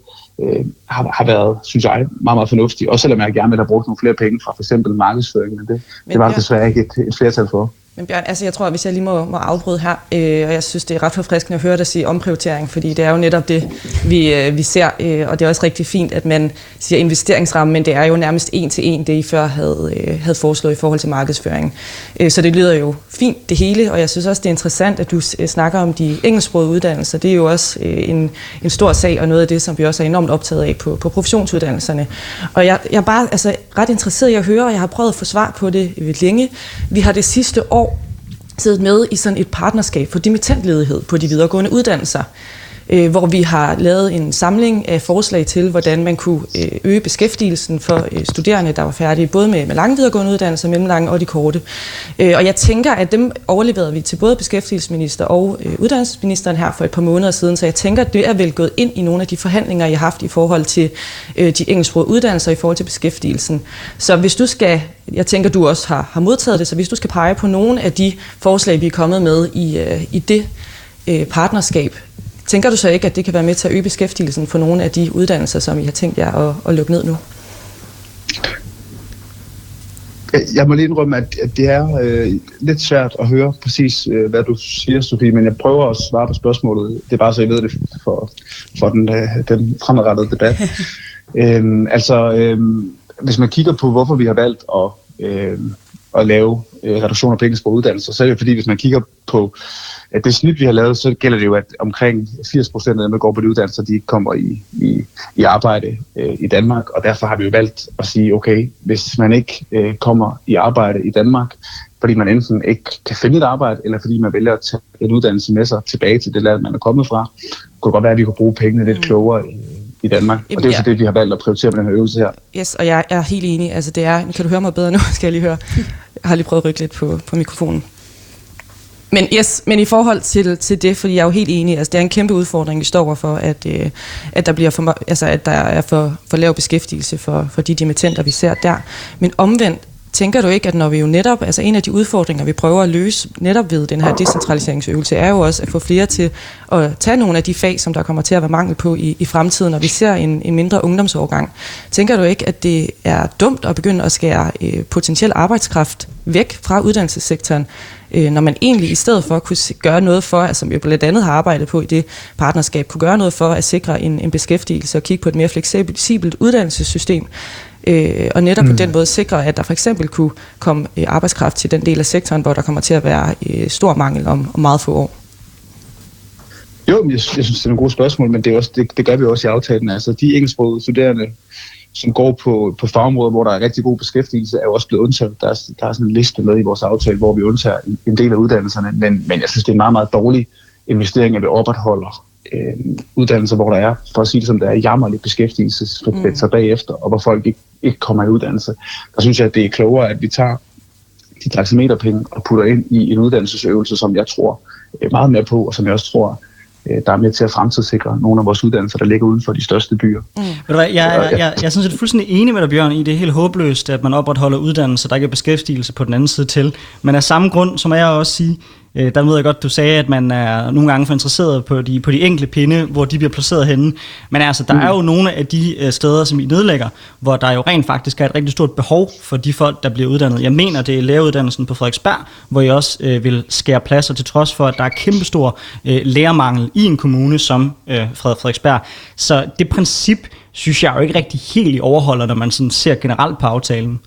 har været, synes jeg, meget, meget fornuftigt. Også selvom jeg gerne vil have brugt nogle flere penge fra for eksempel markedsføring, men det var desværre ikke et flertal for. Men Bjørn, altså jeg tror, hvis jeg lige må afbryde her, og jeg synes, det er ret forfriskende at høre dig sige omprioritering, fordi det er jo netop det, vi ser, og det er også rigtig fint, at man siger investeringsramme, men det er jo nærmest 1 til 1, det I før havde foreslået i forhold til markedsføring. Så det lyder jo fint, det hele, og jeg synes også, det er interessant, at du snakker om de engelsksprogede uddannelser. Det er jo også en stor sag, og noget af det, som vi også er enormt optaget af på professionsuddannelserne. Og jeg er bare ret interesseret i at høre, og jeg har prøvet at få svar på det længe. Vi har det sidste år siddet med i sådan et partnerskab for dimittentledighed på de videregående uddannelser, hvor vi har lavet en samling af forslag til, hvordan man kunne øge beskæftigelsen for studerende, der var færdige både med lange videregående uddannelser, mellemlange og de korte. Og jeg tænker, at dem overleverede vi til både beskæftigelsesminister og uddannelsesministeren her for et par måneder siden, så jeg tænker, at det er vel gået ind i nogle af de forhandlinger, I har haft i forhold til de engelsksprogede uddannelser, i forhold til beskæftigelsen. Så hvis du skal, jeg tænker, du også har modtaget det, så hvis du skal pege på nogle af de forslag, vi er kommet med i det partnerskab, tænker du så ikke, at det kan være med til at øge beskæftigelsen for nogle af de uddannelser, som I har tænkt jer at lukke ned nu? Jeg må lige indrømme, at det er lidt svært at høre præcis, hvad du siger, Sofie, men jeg prøver at svare på spørgsmålet. Det er bare så, jeg ved det for den fremadrettede debat. Hvis man kigger på, hvorfor vi har valgt at lave reduktioner på engelsk uddannelse, så er det fordi, hvis man kigger på at det snit, vi har lavet, så gælder det jo, at omkring 80% af dem, der går på de uddannelser, de ikke kommer i arbejde i Danmark, og derfor har vi jo valgt at sige, okay, hvis man ikke kommer i arbejde i Danmark, fordi man enten ikke kan finde et arbejde, eller fordi man vælger at tage en uddannelse med sig tilbage til det land, man er kommet fra, kunne det godt være, at vi kunne bruge pengene lidt klogere i Danmark. Og det er jo så det, vi har valgt at prioritere med den her øvelse her. Yes, og jeg er helt enig. Altså det er, kan du høre mig bedre nu? Skal jeg lige høre? Jeg har lige prøvet at rykke lidt på mikrofonen. Men i forhold til det, fordi jeg er jo helt enig, altså det er en kæmpe udfordring, vi står overfor, at der bliver at der er for lav beskæftigelse for de dimittenter, vi ser der. Men omvendt, tænker du ikke, at når vi jo netop, altså en af de udfordringer, vi prøver at løse netop ved den her decentraliseringsøvelse, er jo også at få flere til at tage nogle af de fag, som der kommer til at være mangel på i fremtiden, når vi ser en mindre ungdomsårgang. Tænker du ikke, at det er dumt at begynde at skære potentiel arbejdskraft væk fra uddannelsessektoren, når man egentlig i stedet for kunne gøre noget for, altså, som vi blandt andet har arbejdet på i det partnerskab, kunne gøre noget for at sikre en beskæftigelse og kigge på et mere fleksibelt uddannelsessystem, og netop på den måde sikre, at der for eksempel kunne komme arbejdskraft til den del af sektoren, hvor der kommer til at være stor mangel om meget få år? Jo, jeg synes, det er nogle gode spørgsmål, men det er også, det gør vi også i aftalen. Altså, de engelsksprogede studerende, som går på fagområder, hvor der er rigtig god beskæftigelse, er jo også blevet undtaget. Der er sådan en liste med i vores aftale, hvor vi undtager en del af uddannelserne, men jeg synes, det er en meget, meget dårlig investering, at vi opretholder uddannelser, hvor der er, for at sige det som det er, jammerligt beskæftigelsesfrekvenser bagefter, og hvor folk ikke kommer i uddannelse. Der synes jeg, at det er klogere, at vi tager de taxameterpenge og putter ind i en uddannelsesøvelse, som jeg tror meget mere på, og som jeg også tror, der er med til at fremtidssikre nogle af vores uddannelser, der ligger uden for de største byer. Ved du hvad, jeg er sådan set fuldstændig enig med dig, Bjørn, i det er helt håbløst, at man opretholder uddannelser, der ikke er beskæftigelse på den anden side til. Men af samme grund, som jeg også sige, der ved jeg godt, du sagde, at man er nogle gange for interesseret på de enkelte pinde, hvor de bliver placeret henne. Men altså, der er jo nogle af de steder, som I nedlægger, hvor der jo rent faktisk er et rigtig stort behov for de folk, der bliver uddannet. Jeg mener, det er læreruddannelsen på Frederiksberg, hvor I også vil skære pladser, til trods for, at der er kæmpestor lærermangel i en kommune som Frederiksberg. Så det princip, synes jeg jo ikke rigtig helt overholder, når man sådan ser generelt på aftalen.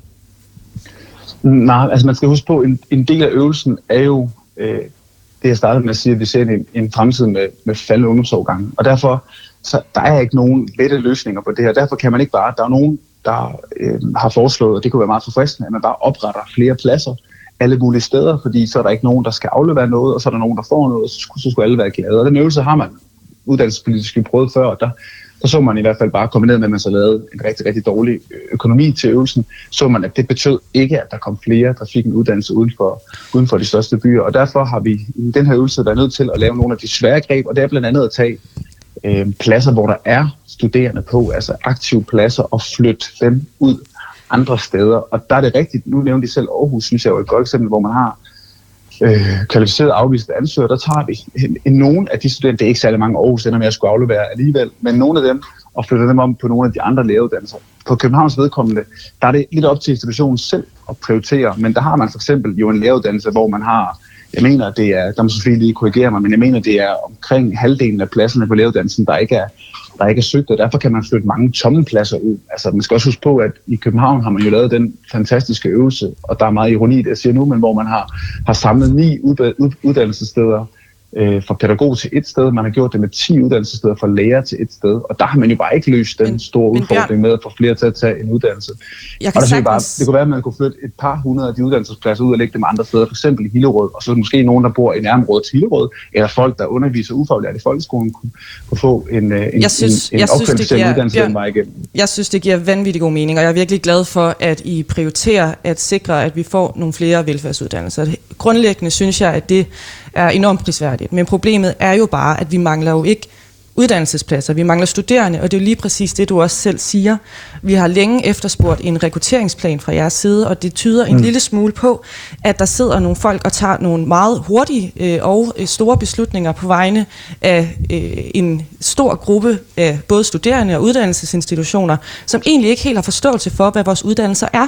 Nej, altså man skal huske på, en del af øvelsen er jo det, jeg startede med at sige, at vi ser en fremtid med faldende ungdomsårgange. Og derfor, så der er ikke nogen lette løsninger på det her. Derfor kan man ikke bare, der er nogen, der har foreslået, og det kunne være meget forfriskende, at man bare opretter flere pladser alle mulige steder, fordi så er der ikke nogen, der skal aflevere noget, og så er der nogen, der får noget, og så skulle alle være glade. Og den øvelse har man uddannelsespolitisk prøvet før, og der så man i hvert fald bare kombineret med, at man så lavede en rigtig, rigtig dårlig økonomi til øvelsen, så man, at det betød ikke, at der kom flere, der fik en uddannelse uden for de største byer. Og derfor har vi i den her øvelse været nødt til at lave nogle af de svære greb, og det er blandt andet at tage pladser, hvor der er studerende på, altså aktive pladser, og flytte dem ud andre steder. Og der er det rigtigt, nu nævnte de selv Aarhus, synes jeg er et godt eksempel, hvor man har kvalificerede afviste ansøgere, der tager vi nogle af de studerende, det er ikke særlig mange Aarhus ender med at skulle aflevere alligevel, men nogle af dem, og flytter dem om på nogle af de andre læreruddannelser. På Københavns vedkommende, der er det lidt op til institutionen selv at prioritere, men der har man for eksempel jo en læreruddannelse, hvor man har, jeg mener, det er, der må selvfølgelig lige korrigere mig, men jeg mener, det er omkring halvdelen af pladserne på læreruddannelsen, der ikke er søgt, og derfor kan man flytte mange tomme pladser ud. Altså, man skal også huske på, at i København har man jo lavet den fantastiske øvelse, og der er meget ironi, det jeg siger nu, men hvor man har samlet 9 uddannelsessteder fra pædagog til et sted. Man har gjort det med 10 uddannelsessteder fra lærer til et sted, og der har man jo bare ikke løst den store udfordring med at få flere til at tage en uddannelse. Og det kunne være, at man kunne flytte et par hundrede af de uddannelsespladser ud og lægge dem andre steder, f.eks. i Hillerød, og så måske nogen, der bor i nærområdet til Hillerød, eller folk, der underviser ufaglært i folkeskolen, kunne få en opkvalificeret uddannelse den vej igennem. Jeg synes, det giver vanvittig god mening, og jeg er virkelig glad for, at I prioriterer at sikre, at vi får nogle flere velfærdsuddannelser. Grundlæggende synes jeg, at det er enormt prisværdigt. Men problemet er jo bare, at vi mangler jo ikke uddannelsespladser. Vi mangler studerende, og det er jo lige præcis det, du også selv siger. Vi har længe efterspurgt en rekrutteringsplan fra jeres side, og det tyder en lille smule på, at der sidder nogle folk og tager nogle meget hurtige og store beslutninger på vegne af en stor gruppe af både studerende og uddannelsesinstitutioner, som egentlig ikke helt har forståelse for, hvad vores uddannelser er.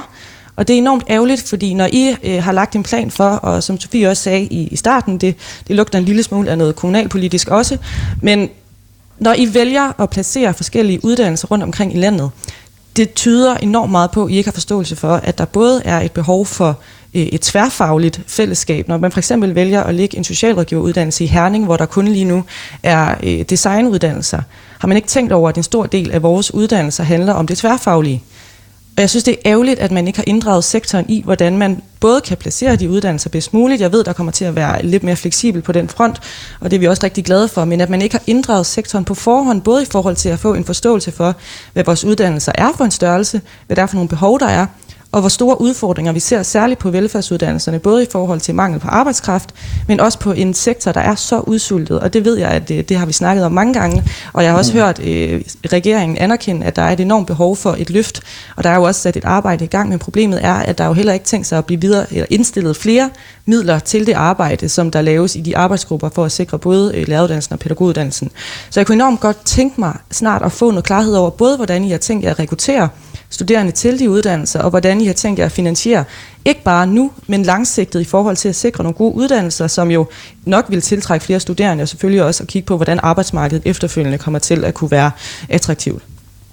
Og det er enormt ærgerligt, fordi når I har lagt en plan for, og som Sofie også sagde i starten, det lugter en lille smule af noget kommunalpolitisk også, men når I vælger at placere forskellige uddannelser rundt omkring i landet, det tyder enormt meget på, at I ikke har forståelse for, at der både er et behov for et tværfagligt fællesskab. Når man for eksempel vælger at lægge en socialrådgiveruddannelse i Herning, hvor der kun lige nu er designuddannelser, har man ikke tænkt over, at en stor del af vores uddannelser handler om det tværfaglige. Og jeg synes, det er ærgerligt, at man ikke har inddraget sektoren i, hvordan man både kan placere de uddannelser bedst muligt. Jeg ved, der kommer til at være lidt mere fleksibel på den front, og det er vi også rigtig glade for, men at man ikke har inddraget sektoren på forhånd, både i forhold til at få en forståelse for, hvad vores uddannelser er for en størrelse, hvad der er for nogle behov, der er, og hvor store udfordringer vi ser særligt på velfærdsuddannelserne, både i forhold til mangel på arbejdskraft, men også på en sektor, der er så udsultet. Og det ved jeg, at det har vi snakket om mange gange, og jeg har også hørt regeringen anerkende, at der er et enormt behov for et løft, og der er jo også sat et arbejde i gang, men problemet er, at der jo heller ikke tænkt sig at blive videre eller indstillet flere midler til det arbejde, som der laves i de arbejdsgrupper for at sikre både læreruddannelsen og pædagoguddannelsen. Så jeg kunne enormt godt tænke mig snart at få noget klarhed over, både hvordan I har tænkt jer at rekruttere studerende til de uddannelser, og hvordan I har tænkt jer at finansiere, ikke bare nu, men langsigtet i forhold til at sikre nogle gode uddannelser, som jo nok vil tiltrække flere studerende, og selvfølgelig også at kigge på, hvordan arbejdsmarkedet efterfølgende kommer til at kunne være attraktivt.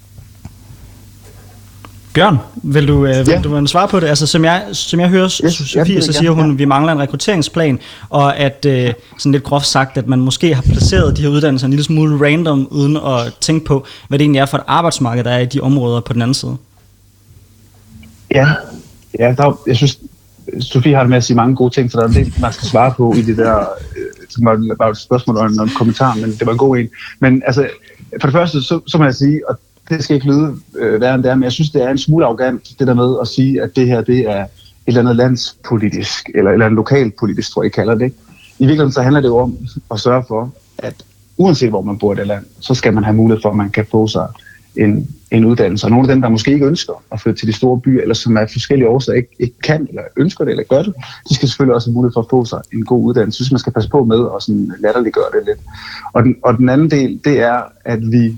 Bjørn, vil du svare på det? Altså, som jeg hører Sofie, så siger hun, at vi mangler en rekrutteringsplan, og at, sådan lidt groft sagt, at man måske har placeret de her uddannelser en lille smule random, uden at tænke på, hvad det egentlig er for et arbejdsmarked, der er i de områder på den anden side. Ja, jeg synes, Sofie har det med at sige mange gode ting, for der er det, man skal svare på i det der, som var et spørgsmål og en kommentar, men det var en god en. Men altså, for det første, så må jeg sige, og det skal ikke lyde værre end det er, men jeg synes, det er en smule arrogant, det der med at sige, at det her, det er et eller andet landspolitisk, eller andet lokalpolitisk, tror jeg, I kalder det. I virkeligheden så handler det jo om at sørge for, at uanset hvor man bor i det land, så skal man have mulighed for, at man kan få sig en uddannelse. Og nogle af dem, der måske ikke ønsker at flytte til de store byer, eller som af forskellige årsager ikke kan, eller ønsker det, eller gør det, de skal selvfølgelig også have mulighed for at få sig en god uddannelse. Jeg synes, man skal passe på med at sådan latterliggøre det lidt. Og den anden del, det er, at vi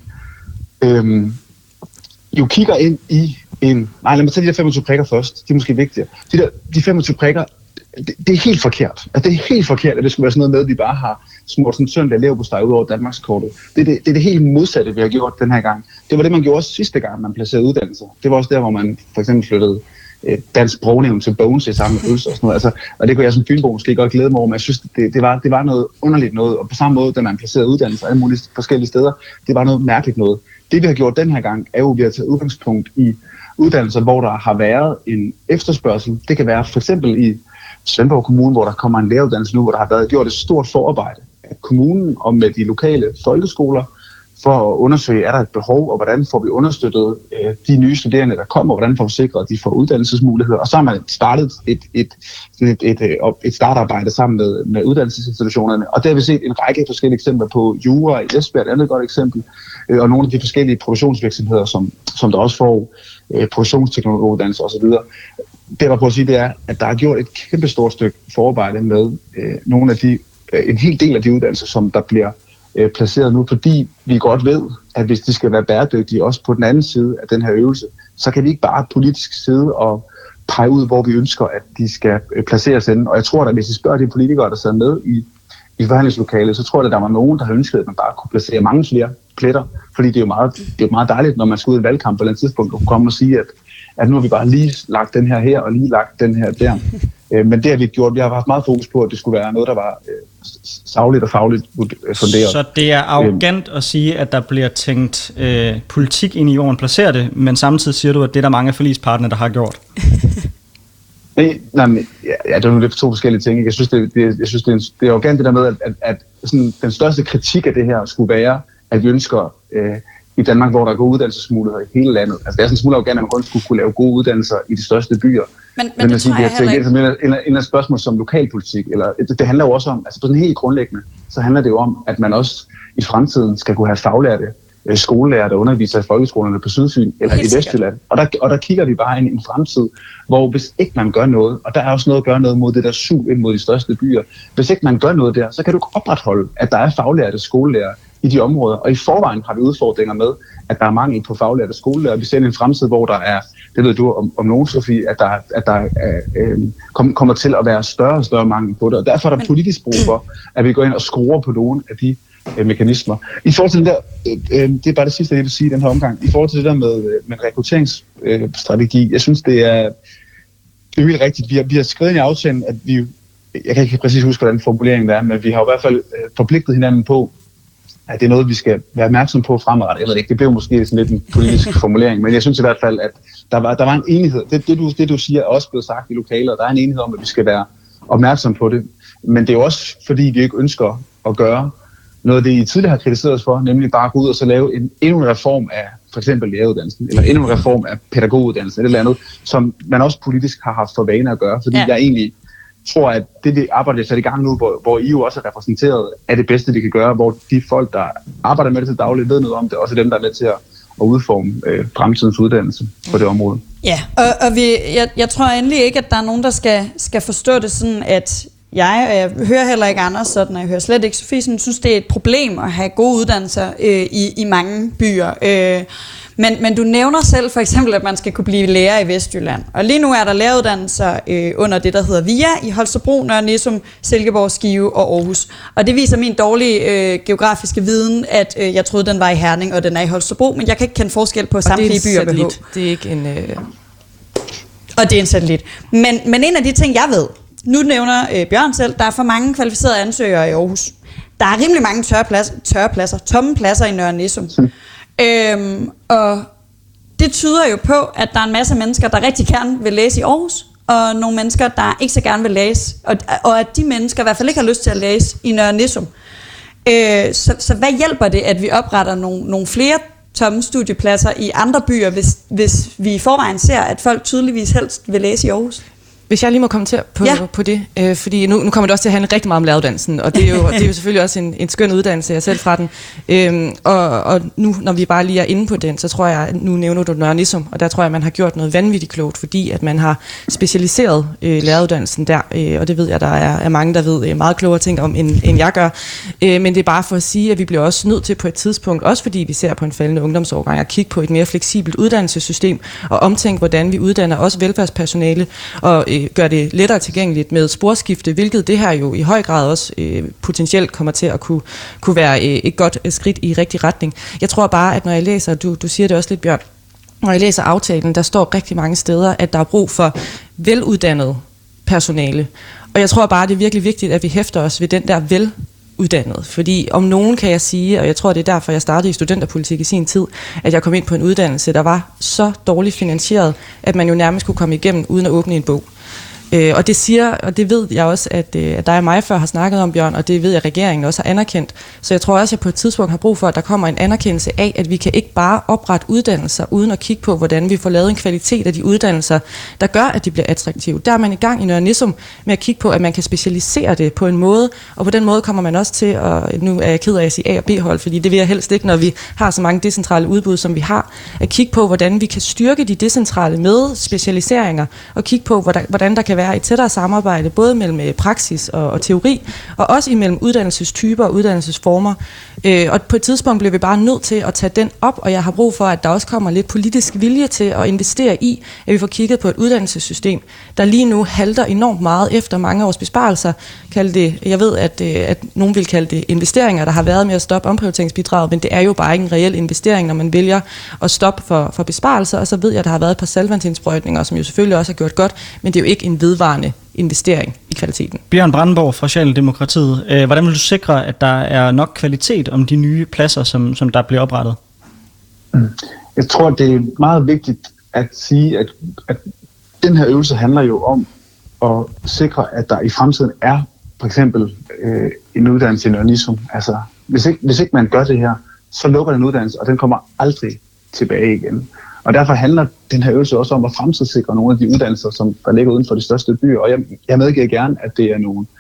jo kigger ind i en... Nej, lad mig tage de der 25 prikker først. De er måske vigtigere. De 25 prikker, det er helt forkert. Altså, det er helt forkert, at det skulle være sådan noget med, at vi bare har smurt sådan en søndag leverpostej ud over Danmarkskortet. Det er det helt modsatte, vi har gjort den her gang. Det var det, man gjorde også sidste gang, man placerede uddannelser. Det var også der, hvor man for eksempel flyttede dansk sprognævn til Bones i samme øvelser og sådan noget. Altså, og det kunne jeg som fynbo måske godt glæde mig over, men jeg synes, det var noget underligt noget. Og på samme måde, da man placerede uddannelser alle mulige forskellige steder, det var noget mærkeligt noget. Det vi har gjort den her gang, er jo, at vi har taget udgangspunkt i uddannelser, hvor der har været en efterspørgsel. Det kan være for eksempel i Svendborg Kommune, hvor der kommer en læreruddannelse nu, hvor der har været gjort et stort forarbejde af kommunen og med de lokale folkeskoler for at undersøge, er der et behov, og hvordan får vi understøttet de nye studerende, der kommer, og hvordan får vi sikret, at de får uddannelsesmuligheder. Og så har man startet et startarbejde sammen med uddannelsesinstitutionerne, og der har vi set en række forskellige eksempler på Jura i Esbjerg, et andet godt eksempel, og nogle af de forskellige produktionsvirksomheder, som der også får produktionsteknologiuddannelser osv. Det, jeg var på at sige, det er, at der er gjort et kæmpe stort stykke forarbejde med nogle af en hel del af de uddannelser, som der bliver placeret nu, fordi vi godt ved, at hvis de skal være bæredygtige også på den anden side af den her øvelse, så kan vi ikke bare politisk sidde og pege ud, hvor vi ønsker, at de skal placeres henne. Og jeg tror, at hvis I spørger de politikere, der sidder med i forhandlingslokalet, så tror jeg, at der var nogen, der har ønsket, at man bare kunne placere mange flere pletter, fordi det er jo meget dejligt, når man skal ud i en valgkamp på et eller andet tidspunkt, og komme og sige, at nu har vi bare lige lagt den her og lige lagt den her der. Men det har vi gjort. Vi har haft meget fokus på, at det skulle være noget, der var sagligt og fagligt funderet. Så det er arrogant at sige, at der bliver tænkt politik ind i jorden, placerer det, men samtidig siger du, at det er der mange forligspartnere, der har gjort. Nej, men, ja, det er jo lidt to forskellige ting. Jeg synes, det er arrogant det der med, at sådan, den største kritik af det her skulle være, at vi ønsker i Danmark, hvor der er gode uddannelsesmuligheder i hele landet. Altså det er sådan en smule arrogant, at man kun skulle kunne lave gode uddannelser i de største byer. Men det tror jeg heller ikke. En af spørgsmål som lokalpolitik, eller det handler jo også om, altså på sådan helt grundlæggende, så handler det jo om, at man også i fremtiden skal kunne have faglærte skolelærer, der underviser i folkeskolerne på Sydfyn eller i Vestjylland. Og der kigger vi bare ind i en fremtid, hvor hvis ikke man gør noget, og der er også noget at gøre noget mod det der sug ind mod de største byer, hvis ikke man gør noget der, så kan du ikke opretholde, at der er faglærte skolelærer i de områder. Og i forvejen har vi udfordringer med, at der er mangel på faglærte skolelærer. Vi ser en fremtid, hvor der er, det ved du om nogen, Sofie, at der kommer til at være større og større mangel på det. Og derfor er der politisk brug for, at vi går ind og skruer på nogle af de mekanismer. I forhold til det der, det er bare det sidste, jeg vil sige i den her omgang, i forhold til det der med rekrutteringsstrategi, jeg synes, det er helt rigtigt. Vi har skrevet i aftalen, at jeg kan ikke præcis huske, hvordan formuleringen er, men vi har i hvert fald forpligtet hinanden på, at det er noget, vi skal være opmærksom på fremadrettet. Jeg ved ikke, det blev måske sådan lidt en politisk formulering, men jeg synes i hvert fald, at der var en enighed. Det du siger er også blevet sagt i lokaler, der er en enighed om, at vi skal være opmærksom på det. Men det er jo også, fordi vi ikke ønsker at gøre noget af det, I tidligere har kritiseret os for, nemlig bare gå ud og så lave endnu en reform af for eksempel læreruddannelsen, eller endnu en reform af pædagoguddannelsen, eller andet, som man også politisk har haft for vane at gøre, fordi jeg egentlig tror, at det arbejde, jeg sat i gang nu, hvor I jo også er repræsenteret, er det bedste, vi kan gøre, hvor de folk, der arbejder med det til dagligt, ved noget om det, også dem, der er med til at udforme fremtidens uddannelse på det område. Ja, og jeg tror endelig ikke, at der er nogen, der skal forstå det sådan, at jeg hører heller ikke Anders sådan, og jeg hører slet ikke Sofie, sådan, synes, det er et problem at have gode uddannelser i mange byer. Men du nævner selv for eksempel, at man skal kunne blive lærer i Vestjylland. Og lige nu er der læreruddannelser under det, der hedder VIA i Holstebro, Nørre Nissum, Silkeborg, Skive og Aarhus. Og det viser min dårlige geografiske viden, at jeg troede, den var i Herning, og den er i Holstebro, men jeg kan ikke kende forskel på samtlige byer. Det er ikke en... Og det er en satellit. Men en af de ting, jeg ved, nu nævner Bjørn selv, der er for mange kvalificerede ansøgere i Aarhus. Der er rimelig mange tomme pladser i Nørre Nissum. Og det tyder jo på, at der er en masse mennesker, der rigtig gerne vil læse i Aarhus, og nogle mennesker, der ikke så gerne vil læse, og at de mennesker i hvert fald ikke har lyst til at læse i Nørre Nissum. Så hvad hjælper det, at vi opretter nogle flere tomme studiepladser i andre byer, hvis vi i forvejen ser, at folk tydeligvis helst vil læse i Aarhus? Hvis jeg lige må kommentere på det, fordi nu kommer det også til at handle rigtig meget om læreruddannelsen, og det er jo selvfølgelig også en skøn uddannelse, jeg selv fra den. Og nu, når vi bare lige er inde på den, så tror jeg, nu nævner du Nørre Nissum, og der tror jeg, man har gjort noget vanvittigt klogt, fordi at man har specialiseret læreruddannelsen der, og det ved jeg, der er mange, der ved meget klogere ting om, end jeg gør. Men det er bare for at sige, at vi bliver også nødt til på et tidspunkt, også fordi vi ser på en faldende ungdomsårgang, at kigge på et mere fleksibelt uddannelsessystem, og omtænke, hvordan vi uddanner også velfærdspersonale, og gør det lettere tilgængeligt med sporskifte, hvilket det her jo i høj grad også potentielt kommer til at kunne være et godt skridt i rigtig retning. Jeg tror bare, at når jeg læser, du siger det også lidt, Bjørn, når jeg læser aftalen, der står rigtig mange steder, at der er brug for veluddannet personale. Og jeg tror bare, det er virkelig vigtigt, at vi hæfter os ved den der uddannet. Fordi om nogen kan jeg sige, og jeg tror, det er derfor, jeg startede i studenterpolitik i sin tid, at jeg kom ind på en uddannelse, der var så dårligt finansieret, at man jo nærmest kunne komme igennem uden at åbne en bog. Og det siger, og det ved jeg også, at dig og mig før har snakket om, Bjørn, og det ved jeg, at regeringen også har anerkendt. Så jeg tror også, at jeg på et tidspunkt har brug for, at der kommer en anerkendelse af, at vi kan ikke bare oprette uddannelser, uden at kigge på, hvordan vi får lavet en kvalitet af de uddannelser, der gør, at de bliver attraktive. Der er man i gang i Nørre Nissum med at kigge på, at man kan specialisere det på en måde, og på den måde kommer man også til, og nu er jeg ked af at sige A- og B-hold, fordi det vil jeg helst ikke, når vi har så mange decentrale udbud, som vi har, at kigge på, hvordan vi kan styrke de decentrale med specialiseringer, og kigge på, hvordan der kan være et tættere samarbejde, både mellem praksis og teori, og også imellem uddannelsestyper og uddannelsesformer. Og på et tidspunkt bliver vi bare nødt til at tage den op, og jeg har brug for, at der også kommer lidt politisk vilje til at investere i, at vi får kigget på et uddannelsessystem, der lige nu halter enormt meget efter mange års besparelser. Jeg ved, at nogen vil kalde det investeringer, der har været med at stoppe omprioriteringsbidraget, men det er jo bare ikke en reel investering, når man vælger at stoppe for besparelser, og så ved jeg, at der har været et par saltvandsindsprøjtninger, som jo selvfølgelig også har gjort godt, men det er jo ikke en vedvarende investering i kvaliteten. Bjørn Brandenborg fra Socialdemokratiet. Hvordan vil du sikre, at der er nok kvalitet om de nye pladser, som der bliver oprettet? Jeg tror, det er meget vigtigt at sige, at den her øvelse handler jo om at sikre, at der i fremtiden er for eksempel en uddannelse i Nørre Nissum. Altså, hvis ikke man gør det her, så lukker den uddannelse, og den kommer aldrig tilbage igen. Og derfor handler den her øvelse også om at fremtidssikre nogle af de uddannelser, som der ligger uden for de største byer. Og jeg medgiver gerne, at det er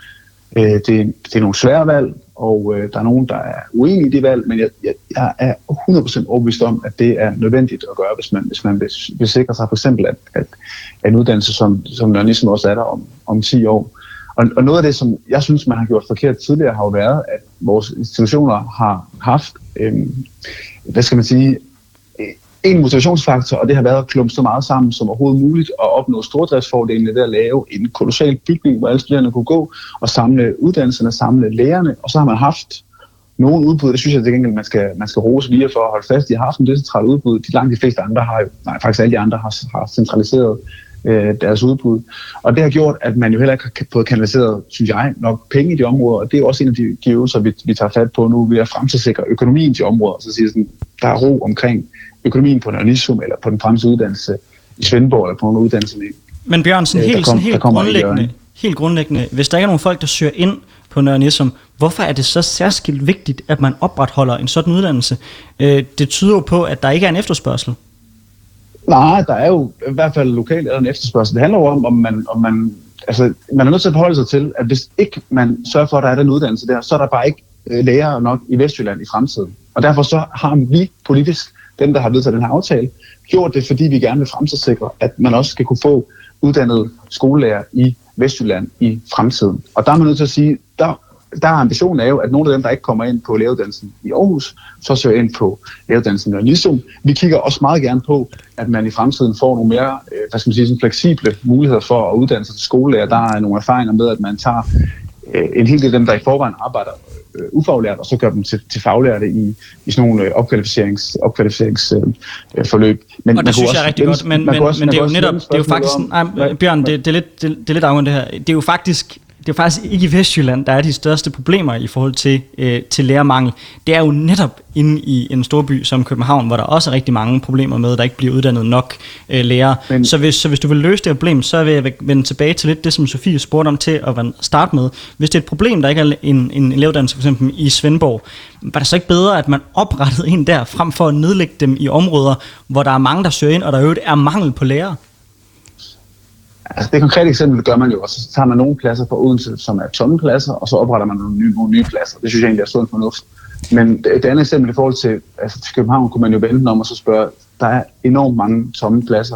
nogle svære valg, og der er nogen, der er uenige i de valg, men jeg er 100% overbevist om, at det er nødvendigt at gøre, hvis man vil sikre sig for eksempel, at en uddannelse som Nørre Nissum også er der om 10 år. Og noget af det, som jeg synes, man har gjort forkert tidligere, har jo været, at vores institutioner har haft, en motivationsfaktor, og det har været at klumpe så meget sammen som overhovedet muligt og opnå stordriftsfordelene ved at lave en kolossal bygning, hvor alle studerende kunne gå og samle uddannelserne, samle lærerne, og så har man haft nogle udbud, det synes jeg til gengæld, man skal rose VIA for at holde fast. De har haft en decentralt udbud. Langt de fleste andre har jo, faktisk alle de andre har centraliseret deres udbud. Og det har gjort, at man jo heller ikke har fået kanaliseret, synes jeg, nok penge i de områder, og det er også en af de øvelser, vi tager fat på nu ved at fremtidssikre økonomien til områder. Så siger sådan, der er ro omkring økonomien på Nørre Nissum eller på den fremtidige uddannelse i Svendborg eller på nogle uddannelser. Men Bjørn, helt grundlæggende, hvis der ikke er nogen folk, der søger ind på Nørre Nissum, hvorfor er det så særskilt vigtigt, at man opretholder en sådan uddannelse? Det tyder jo på, at der ikke er en efterspørgsel. Nej, der er jo i hvert fald lokalt en efterspørgsel. Det handler jo om man er nødt til at forholde sig til, at hvis ikke man sørger for, at der er den uddannelse der, så er der bare ikke lærere nok i Vestjylland i fremtiden. Og derfor så har vi politisk, dem der har vedtaget den her aftale, gjort det, fordi vi gerne vil fremtidssikre, at man også skal kunne få uddannede skolelærer i Vestjylland i fremtiden. Og der er man nødt til at sige, der er ambitionen er jo, at nogle af dem, der ikke kommer ind på læreruddannelsen i Aarhus, så søger ind på læreruddannelsen i Nissum. Vi kigger også meget gerne på, at man i fremtiden får nogle mere sådan fleksible muligheder for at uddanne sig til skolelærer. Der er nogle erfaringer med, at man tager en hel del af dem, der i forvejen arbejder ufaglært, og så gør dem til faglærte i sådan nogle opkvalificeringsforløb. Og det synes jeg er rigtig godt, men det er jo netop, det er jo faktisk, Bjørn, det er lidt afgørende det her. Det er jo faktisk ikke i Vestjylland, der er de største problemer i forhold til lærermangel. Det er jo netop inde i en storby som København, hvor der også er rigtig mange problemer med, at der ikke bliver uddannet nok lærere. Så hvis du vil løse det problem, så vil jeg vende tilbage til lidt det, som Sofie spurgte om til at starte med. Hvis det er et problem, der ikke er en elevuddannelse for eksempel i Svendborg, var det så ikke bedre, at man oprettede en der, frem for at nedlægge dem i områder, hvor der er mange, der søger ind, og der jo er mangel på lærere? Altså det konkrete eksempel gør man jo også. Så tager man nogle pladser på Odense, som er tomme pladser, og så opretter man nogle nye pladser. Det synes jeg egentlig er sund fornuft. Men det andet eksempel i forhold til København, kunne man jo vente om og så spørge, der er enormt mange tomme pladser.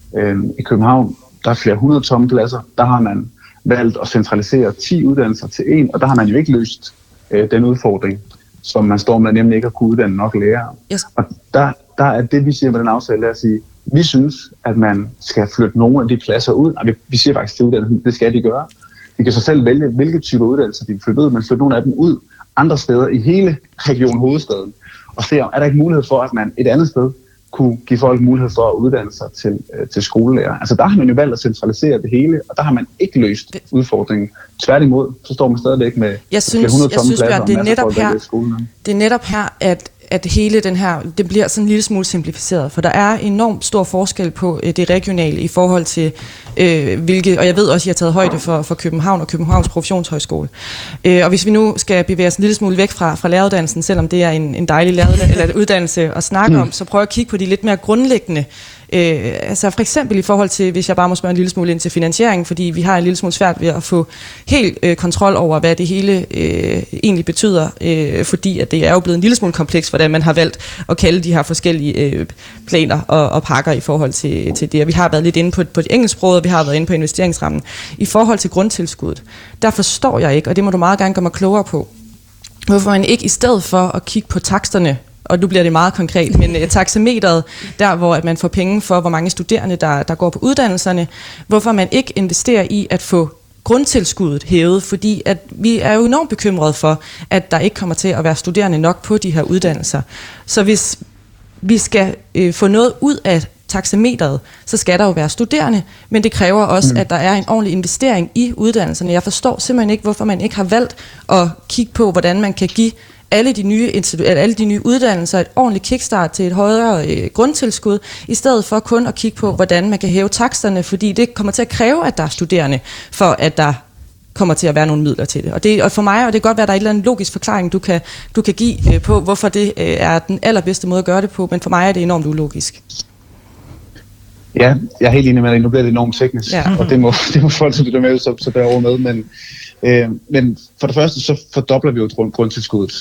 I København, der er flere 100 tomme pladser. Der har man valgt at centralisere 10 uddannelser til en, og der har man jo ikke løst den udfordring, som man står med, nemlig ikke at kunne uddanne nok lærere. Yes. Og der er det, vi siger med den aftale, at sige, vi synes, at man skal flytte nogle af de pladser ud. Og vi siger faktisk til uddannelsen, det skal de gøre. De kan så selv vælge, hvilke typer uddannelser de vil flytte ud, men flytte nogle af dem ud andre steder i hele Region Hovedstaden. Og se, er der ikke mulighed for, at man et andet sted kunne give folk mulighed for at uddanne sig til skolelærer. Altså der har man jo valgt at centralisere det hele, og der har man ikke løst udfordringen. Tværtimod, så står man stadigvæk med 100 tomme pladser og masser af folk i skolen. Det er netop her, at hele den her, det bliver sådan en lille smule simplificeret, for der er enormt stor forskel på det regionale i forhold til hvilke, og jeg ved også, at I har taget højde for København og Københavns Professionshøjskole. Og hvis vi nu skal bevæge os en lille smule væk fra læreruddannelsen, selvom det er en dejlig uddannelse at snakke om, så prøv at kigge på de lidt mere grundlæggende. Altså for eksempel i forhold til, hvis jeg bare må spørge en lille smule ind til finansiering, fordi vi har en lille smule svært ved at få helt kontrol over, hvad det hele egentlig betyder, fordi at det er jo blevet en lille smule kompleks, hvordan man har valgt at kalde de her forskellige planer og pakker i forhold til det. Og vi har været lidt inde på de engelsksprogede, og vi har været inde på investeringsrammen. I forhold til grundtilskuddet, der forstår jeg ikke, og det må du meget gerne gøre mig klogere på, hvorfor man ikke i stedet for at kigge på taksterne, og nu bliver det meget konkret, men taxameteret, der hvor at man får penge for, hvor mange studerende, der går på uddannelserne, hvorfor man ikke investerer i at få grundtilskuddet hævet, fordi at vi er jo enormt bekymrede for, at der ikke kommer til at være studerende nok på de her uddannelser. Så hvis vi skal få noget ud af taxameteret, så skal der jo være studerende, men det kræver også, at der er en ordentlig investering i uddannelserne. Jeg forstår simpelthen ikke, hvorfor man ikke har valgt at kigge på, hvordan man kan give alle de nye uddannelser et ordentligt kickstart til et højere grundtilskud, i stedet for kun at kigge på, hvordan man kan hæve taksterne, fordi det kommer til at kræve, at der er studerende, for at der kommer til at være nogle midler til det. Og for mig, og det kan godt være, at der er en eller anden logisk forklaring, du kan give på, hvorfor det er den allerbedste måde at gøre det på, men for mig er det enormt ulogisk. Ja, jeg er helt enig med dig. Nu bliver det enormt teknisk, og det må folk så lytte med, så der over med, men for det første, så fordobler vi jo grundtilskuddet,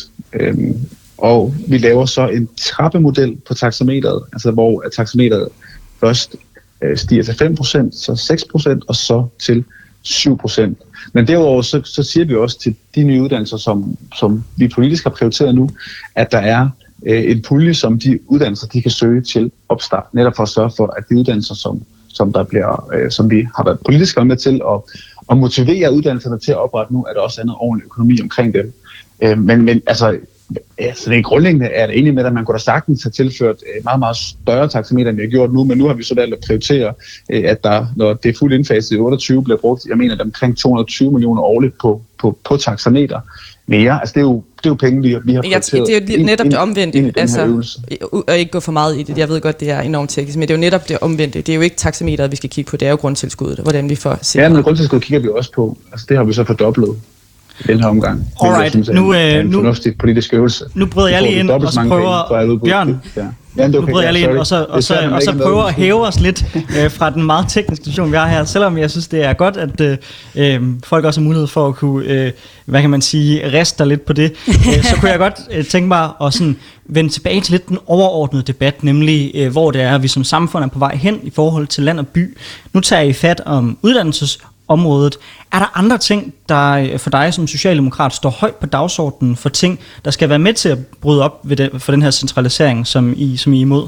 og vi laver så en trappemodel på taxameteret, altså hvor taxameteret først stiger til 5%, så 6%, og så til 7%. Men derudover så siger vi også til de nye uddannelser, som vi politisk har prioriteret nu, at der er en pulje, som de uddannelser de kan søge til opstart, netop for at sørge for, at de uddannelser, som vi har været politisk med til at motivere uddannelserne til at oprette nu, at der også er noget ordentlig økonomi omkring dem. Men altså det er grundlæggende, er det enig med, at man kunne da sagtens have tilført meget, meget større taxameter, end vi har gjort nu, men nu har vi så valgt at prioritere, at der, når det er fuldt indfaset i 28, bliver brugt, jeg mener, det er omkring 220 millioner årligt på taxameter mere. Altså det er jo penge, vi har prioriteret. Det er jo netop det omvendte, altså, og ikke gå for meget i det. Jeg ved godt, det er enormt teknisk, men det er jo netop det omvendte. Det er jo ikke taxameteret, vi skal kigge på, det er jo grundtilskuddet, hvordan vi får sikret. Ja, men grundtilskuddet kigger vi også på. Altså det har vi så fordoblet i den her omgang. Alright, synes, nu en fornuftig politisk øvelse. Nu bryder jeg lige ind og så prøver Bjørn. Ja, nu bryder jeg lige ind og så prøver at hæve os lidt fra den meget tekniske diskussion, vi har her. Selvom jeg synes, det er godt, at folk også har mulighed for at kunne, hvad kan man sige, riste lidt på det. Så kunne jeg godt tænke mig at sådan vende tilbage til lidt den overordnede debat, nemlig hvor det er, at vi som samfund er på vej hen i forhold til land og by. Nu tager I fat om uddannelsesområdet. Er der andre ting, der for dig som socialdemokrat står højt på dagsordenen for ting, der skal være med til at bryde op for den her centralisering, som I er imod?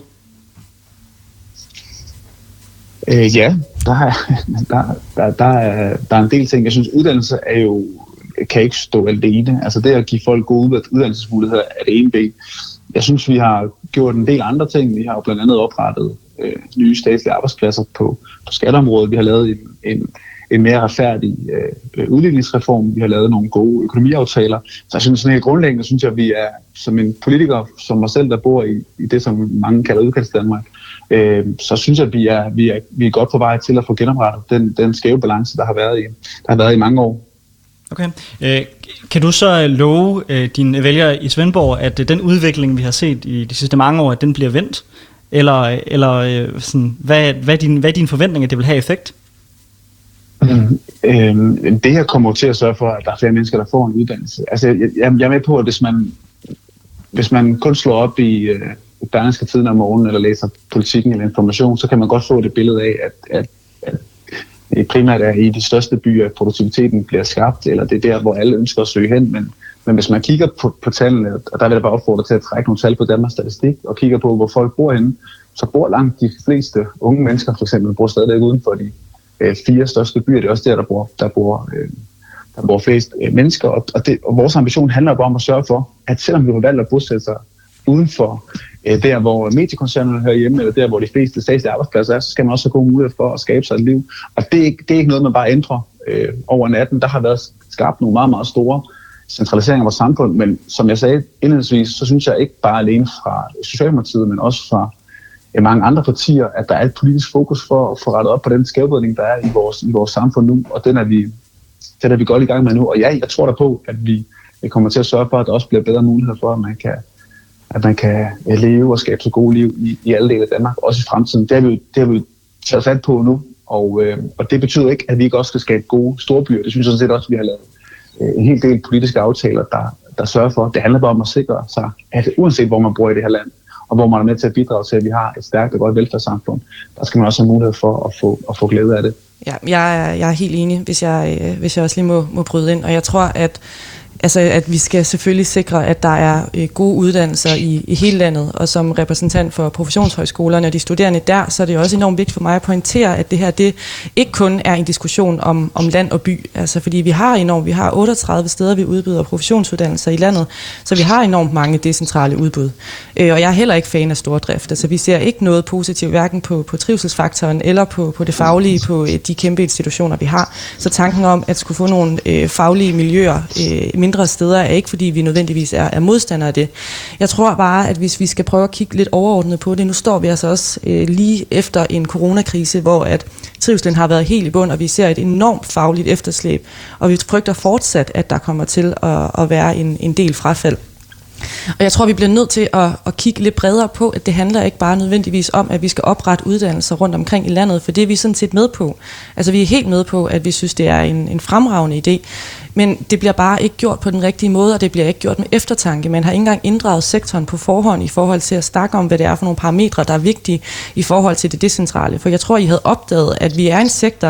Ja, der er en del ting. Jeg synes, uddannelse kan ikke stå alene. Altså det at give folk gode uddannelsesmuligheder er det ene ben. Jeg synes, vi har gjort en del andre ting. Vi har jo blandt andet oprettet nye statslige arbejdspladser på skatteområdet. Vi har lavet en mere retfærdig udligningsreform. Vi har lavet nogle gode økonomiaftaler. Så jeg synes, sådan helt grundlæggende, synes jeg, at vi er som en politiker, som mig selv, der bor i det, som mange kalder Udkantsdanmark, så synes jeg, at vi er godt på vej til at få genoprettet den skæve balance, der har været i mange år. Okay. Kan du så love dine vælgere i Svendborg, at den udvikling, vi har set i de sidste mange år, at den bliver vendt? Eller sådan, hvad er din forventning, at det vil have effekt? Det her kommer til at sørge for, at der er flere mennesker, der får en uddannelse. Altså, jeg er med på, at hvis man kun slår op i Berlingske Tidende om morgenen, eller læser Politikken eller Information, så kan man godt få det billede af, at primært er i de største byer, at produktiviteten bliver skabt, eller det er der, hvor alle ønsker at søge hen. Men hvis man kigger på tallene, og der vil jeg bare opfordre til at trække nogle tal på Danmarks Statistik, og kigger på, hvor folk bor henne, så bor langt de fleste unge mennesker, for eksempel, bor stadigvæk uden for de 4 største byer. Det er også der bor flest mennesker, og vores ambition handler bare om at sørge for, at selvom vi har valgt at bosætte sig uden for der, hvor mediekoncernerne hører hjemme, eller der, hvor de fleste statslige arbejdspladser er, så skal man også have gode muligheder for at skabe sig et liv. Og det er ikke noget, man bare ændrer over natten. Der har været skabt nogle meget, meget store centraliseringer af vores samfund, men som jeg sagde indledningsvis, så synes jeg ikke bare alene fra Socialdemokratiet, men også fra mange andre partier, at der er et politisk fokus for at få rettet op på den skævvridning, der er i vores samfund nu, og den er vi godt i gang med nu. Og ja, jeg tror da på, at vi kommer til at sørge for, at der også bliver bedre muligheder for, at man kan leve og skabe så gode liv i alle dele af Danmark, også i fremtiden. Det har vi taget fat på nu, og det betyder ikke, at vi ikke også skal skabe gode storbyer. Det synes jeg sådan set også, at vi har lavet en hel del politiske aftaler, der sørger for. Det handler bare om at sikre sig, at uanset hvor man bor i det her land, og hvor man er med til at bidrage til, at vi har et stærkt og godt velfærdssamfund, der skal man også have mulighed for at få glæde af det. Ja, jeg er helt enig, hvis jeg også lige må bryde ind, og jeg tror, at vi skal selvfølgelig sikre, at der er gode uddannelser i hele landet, og som repræsentant for professionshøjskolerne og de studerende der, så er det også enormt vigtigt for mig at pointere, at det her det ikke kun er en diskussion om land og by, altså fordi vi har 38 steder, vi udbyder professionsuddannelser i landet, så vi har enormt mange decentrale udbud. Og jeg er heller ikke fan af stordrift, altså vi ser ikke noget positivt, hverken på trivselsfaktoren eller på det faglige, på de kæmpe institutioner, vi har. Så tanken om at skulle få nogle faglige miljøer mindre steder er ikke, fordi vi nødvendigvis er modstandere af det. Jeg tror bare, at hvis vi skal prøve at kigge lidt overordnet på det, nu står vi altså også lige efter en coronakrise, hvor at trivslen har været helt i bund, og vi ser et enormt fagligt efterslæb, og vi frygter fortsat, at der kommer til at være en del frafald. Og jeg tror, vi bliver nødt til at kigge lidt bredere på, at det handler ikke bare nødvendigvis om, at vi skal oprette uddannelser rundt omkring i landet, for det er vi sådan set med på. Altså vi er helt med på, at vi synes, det er en fremragende idé, men det bliver bare ikke gjort på den rigtige måde, og det bliver ikke gjort med eftertanke. Man har ikke engang inddraget sektoren på forhånd i forhold til at snakke om, hvad det er for nogle parametre, der er vigtige i forhold til det decentrale. For jeg tror, I havde opdaget, at vi er en sektor,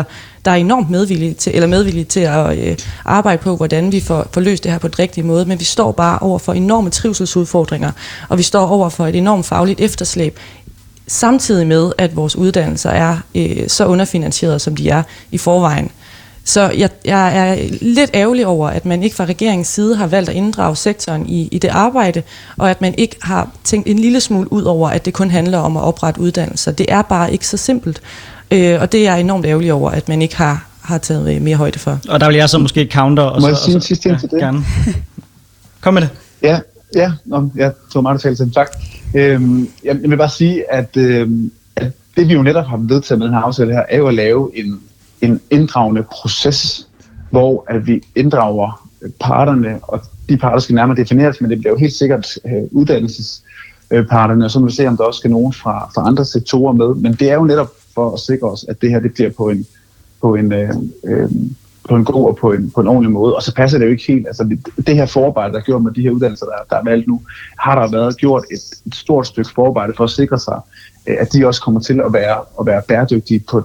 der er enormt medvillige til at arbejde på, hvordan vi får løst det her på den rigtige måde, men vi står bare over for enorme trivselsudfordringer, og vi står over for et enormt fagligt efterslæb, samtidig med, at vores uddannelser er så underfinansieret, som de er i forvejen. Så jeg er lidt ærgerlig over, at man ikke fra regeringens side har valgt at inddrage sektoren i det arbejde, og at man ikke har tænkt en lille smule ud over, at det kun handler om at oprette uddannelser. Det er bare ikke så simpelt, og det er jeg enormt ærgerlig over, at man ikke har taget mere højde for. Og der vil jeg så måske counter. Og må jeg sige en sidste ting til det? Gerne. Kom med det. Ja, jeg tog meget tale til. Tak. Jeg vil bare sige, at det vi jo netop har vedtaget med den her aftale her, er jo at lave en inddragende proces, hvor at vi inddrager parterne, og de parter skal nærmere defineres, men det bliver jo helt sikkert uddannelsesparterne, og så må vi se, om der også skal nogen fra andre sektorer med. Men det er jo netop for at sikre os, at det her det bliver på en god og på en ordentlig måde. Og så passer det jo ikke helt. Altså det her forarbejde, der er gjort med de her uddannelser, der er valgt nu, har der været gjort et stort stykke forarbejde for at sikre sig, at de også kommer til at være bæredygtige på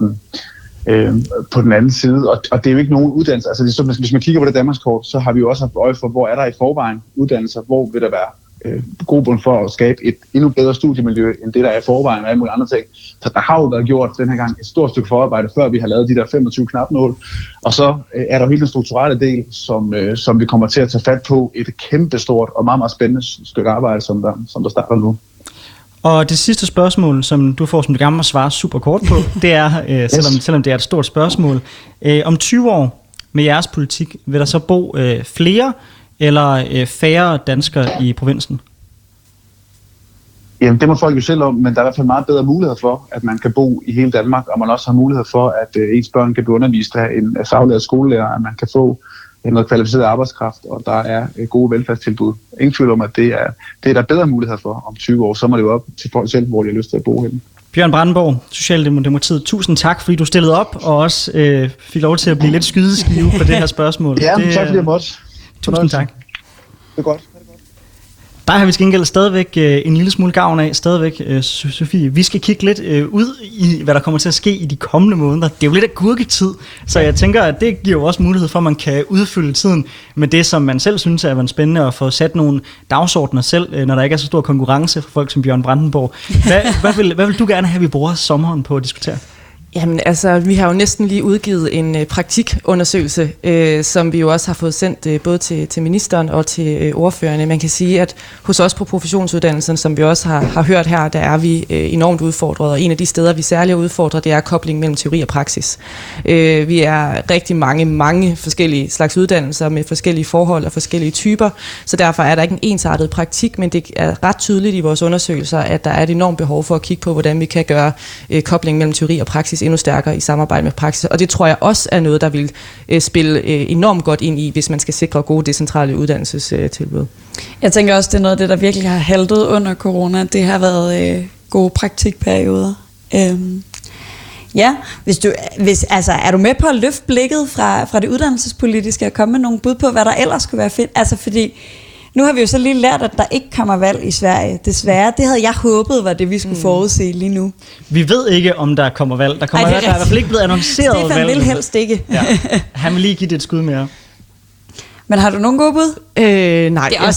den anden side. Og det er jo ikke nogen uddannelse. Altså hvis man kigger på det Danmarkskort, så har vi jo også haft øje for, hvor er der i forvejen uddannelser, hvor vil der være grobund for at skabe et endnu bedre studiemiljø, end det der er i forvejen og alle mulige andre ting. Så der har jo været gjort den her gang et stort stykke forarbejde, før vi har lavet de der 25 knapnål. Og så er der jo hele den strukturelle del, som vi kommer til at tage fat på. Et kæmpestort og meget, meget spændende stykke arbejde, som der starter nu. Og det sidste spørgsmål, som du får, som du gerne må svare super kort på, det er, selvom det er et stort spørgsmål, om 20 år med jeres politik, vil der så bo flere eller færre danskere i provinsen? Jamen, det må folk jo selv om, men der er i hvert fald meget bedre mulighed for, at man kan bo i hele Danmark, og man også har mulighed for, at ens børn kan blive undervist af en faglært skolelærer, at man kan få noget kvalificeret arbejdskraft, og der er gode velfærdstilbud. Ingen tvivl om, at det er der bedre muligheder for om 20 år. Så må det jo op til folk selv, hvor de har lyst til at bo henne. Bjørn Brandenborg, Socialdemokratiet, tusind tak, fordi du stillede op, og også fik lov til at blive lidt skydeskive på det her spørgsmål. Ja, tak fordi jeg måtte. Tusind tak. Det er godt. Der har vi til gengæld stadigvæk en lille smule gavn af, Sofie. Vi skal kigge lidt ud i, hvad der kommer til at ske i de kommende måneder. Det er jo lidt af gurketid, så jeg tænker, at det giver jo også mulighed for, at man kan udfylde tiden med det, som man selv synes er spændende, at få sat nogle dagsordner selv, når der ikke er så stor konkurrence for folk som Bjørn Brandenborg. Hvad vil du gerne have, vi bruger sommeren på at diskutere? Jamen altså, vi har jo næsten lige udgivet en praktikundersøgelse, som vi jo også har fået sendt både til ministeren og til ordførerne. Man kan sige, at hos os på professionsuddannelsen, som vi også har hørt her, der er vi enormt udfordret, og en af de steder, vi særligt er udfordret, det er koblingen mellem teori og praksis. Vi er rigtig mange forskellige slags uddannelser med forskellige forhold og forskellige typer, så derfor er der ikke en ensartet praktik, men det er ret tydeligt i vores undersøgelser, at der er et enormt behov for at kigge på, hvordan vi kan gøre koblingen mellem teori og praksis endnu stærkere i samarbejde med praksis. Og det tror jeg også er noget, der vil spille enormt godt ind i, hvis man skal sikre gode decentrale uddannelsestilbud. Jeg tænker også, det er noget af det, der virkelig har haltet under corona. Det har været gode praktikperioder. Ja, er du med på at løfte blikket fra det uddannelsespolitiske og komme med nogle bud på, hvad der ellers skulle være fedt? Altså fordi nu har vi jo så lige lært, at der ikke kommer valg i Sverige. Desværre, det havde jeg håbet var det, vi skulle forudse lige nu. Vi ved ikke, om der kommer valg. Der er i hvert fald ikke blevet annonceret valg. Stefan vil helst ikke. Ja. Han vil lige give det et skud mere. Men har du nogen gode bud? Nej, jeg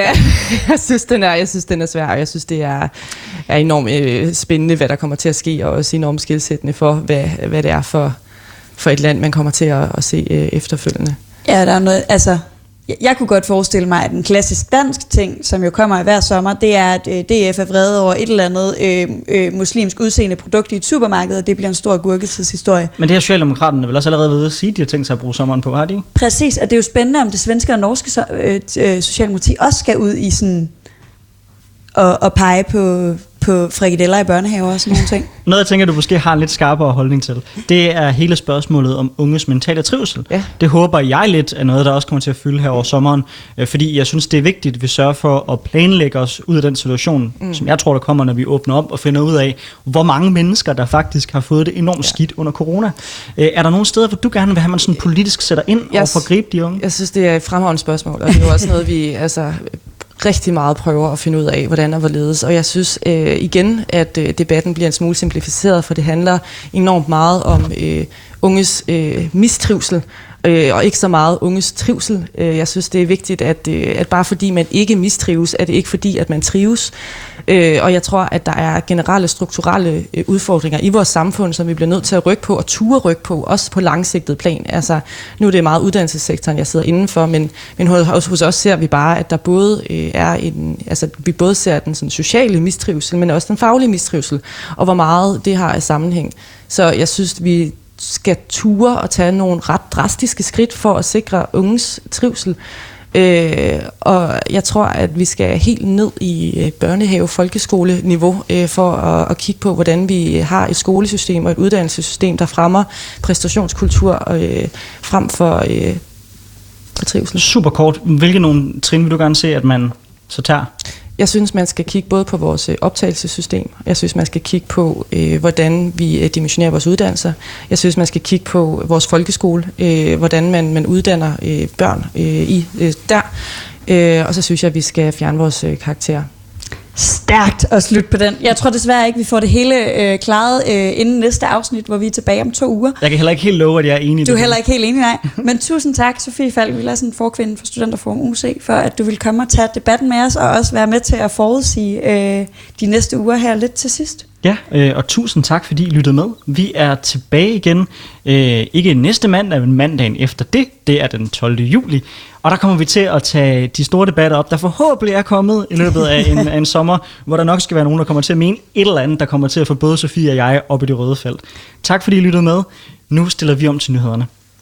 synes, den er svær, og jeg synes, det er enormt spændende, hvad der kommer til at ske, og også enormt skilsættende for, hvad det er for et land, man kommer til at se efterfølgende. Ja, der er noget, altså jeg kunne godt forestille mig, at en klassisk dansk ting, som jo kommer i hver sommer, det er, at DF er vrede over et eller andet muslimsk udseende produkt i et supermarked, og det bliver en stor gurketidshistorie. Men det har Socialdemokraterne vel også allerede ved at sige, de har tænkt sig at bruge sommeren på, har de? Præcis, og det er jo spændende, om det svenske og norske Socialdemokrati også skal ud i sådan og pege på frikadeller i børnehaver og sådan nogle ting. Noget, jeg tænker, du måske har en lidt skarpere holdning til, det er hele spørgsmålet om unges mentale trivsel. Ja. Det håber jeg lidt er noget, der også kommer til at fylde her over sommeren, fordi jeg synes, det er vigtigt, at vi sørger for at planlægge os ud af den situation, som jeg tror, der kommer, når vi åbner op og finder ud af, hvor mange mennesker, der faktisk har fået det enormt skidt under corona. Er der nogle steder, hvor du gerne vil have, man sådan politisk sætter ind og får gribe de unge? Jeg synes, det er et fremragende spørgsmål, og det er jo også noget, vi rigtig meget prøver at finde ud af, hvordan og hvorledes. Og jeg synes igen, at debatten bliver en smule simplificeret, for det handler enormt meget om unges mistrivsel, og ikke så meget unges trivsel. Jeg synes, det er vigtigt, at bare fordi man ikke mistrives, er det ikke fordi, at man trives. Og jeg tror, at der er generelle strukturelle udfordringer i vores samfund, som vi bliver nødt til at rykke på og ture rykke på, også på langsigtet plan. Altså, nu er det meget uddannelsessektoren, jeg sidder indenfor, men hos os ser vi bare, at der både vi både ser den sådan sociale mistrivsel, men også den faglige mistrivsel, og hvor meget det har af sammenhæng. Så jeg synes, vi skal ture og tage nogle ret drastiske skridt for at sikre unges trivsel. Og jeg tror, at vi skal helt ned i børnehave-folkeskole-niveau for at kigge på, hvordan vi har et skolesystem og et uddannelsessystem, der fremmer præstationskultur frem for trivsel. Super kort. Hvilke nogle trin vil du gerne se, at man så tager? Jeg synes, man skal kigge både på vores optagelsessystem. Jeg synes, man skal kigge på, hvordan vi dimensionerer vores uddannelser. Jeg synes, man skal kigge på vores folkeskole, hvordan man uddanner børn der. Og så synes jeg, at vi skal fjerne vores karakterer. Stærkt at slutte på den. Jeg tror desværre ikke, vi får det hele klaret inden næste afsnit, hvor vi er tilbage om 2 uger. Jeg kan heller ikke helt love, at jeg er enig i det. Du er heller ikke helt enig, nej. Men tusind tak, Sofie Falk, Villadsen, forkvinde for Studenterforum UC, for at du vil komme og tage debatten med os, og også være med til at forudsige de næste uger her lidt til sidst. Ja, og tusind tak, fordi I lyttede med. Vi er tilbage igen, ikke næste mandag, men mandagen efter det. Det er den 12. juli. Og der kommer vi til at tage de store debatter op, der forhåbentlig er kommet i løbet af en sommer, hvor der nok skal være nogen, der kommer til at mene et eller andet, der kommer til at få både Sofie og jeg op i det røde felt. Tak fordi I lyttede med. Nu stiller vi om til nyhederne.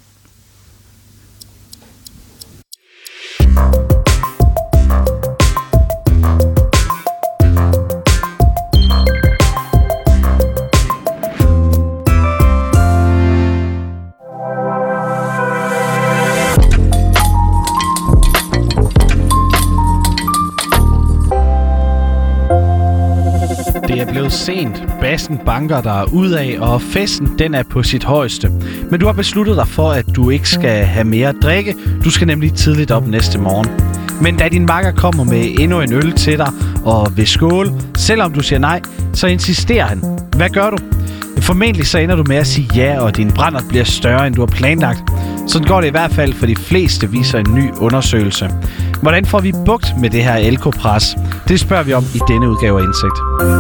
Det er blevet sent, bassen banker der ud af, og festen den er på sit højeste. Men du har besluttet dig for, at du ikke skal have mere at drikke. Du skal nemlig tidligt op næste morgen. Men da din makker kommer med endnu en øl til dig og vil skåle, selvom du siger nej, så insisterer han. Hvad gør du? Formentlig så ender du med at sige ja, og din brændert bliver større, end du har planlagt. Sådan går det i hvert fald for de fleste, viser en ny undersøgelse. Hvordan får vi bugt med det her alkopres? Det spørger vi om i denne udgave af Indsigt.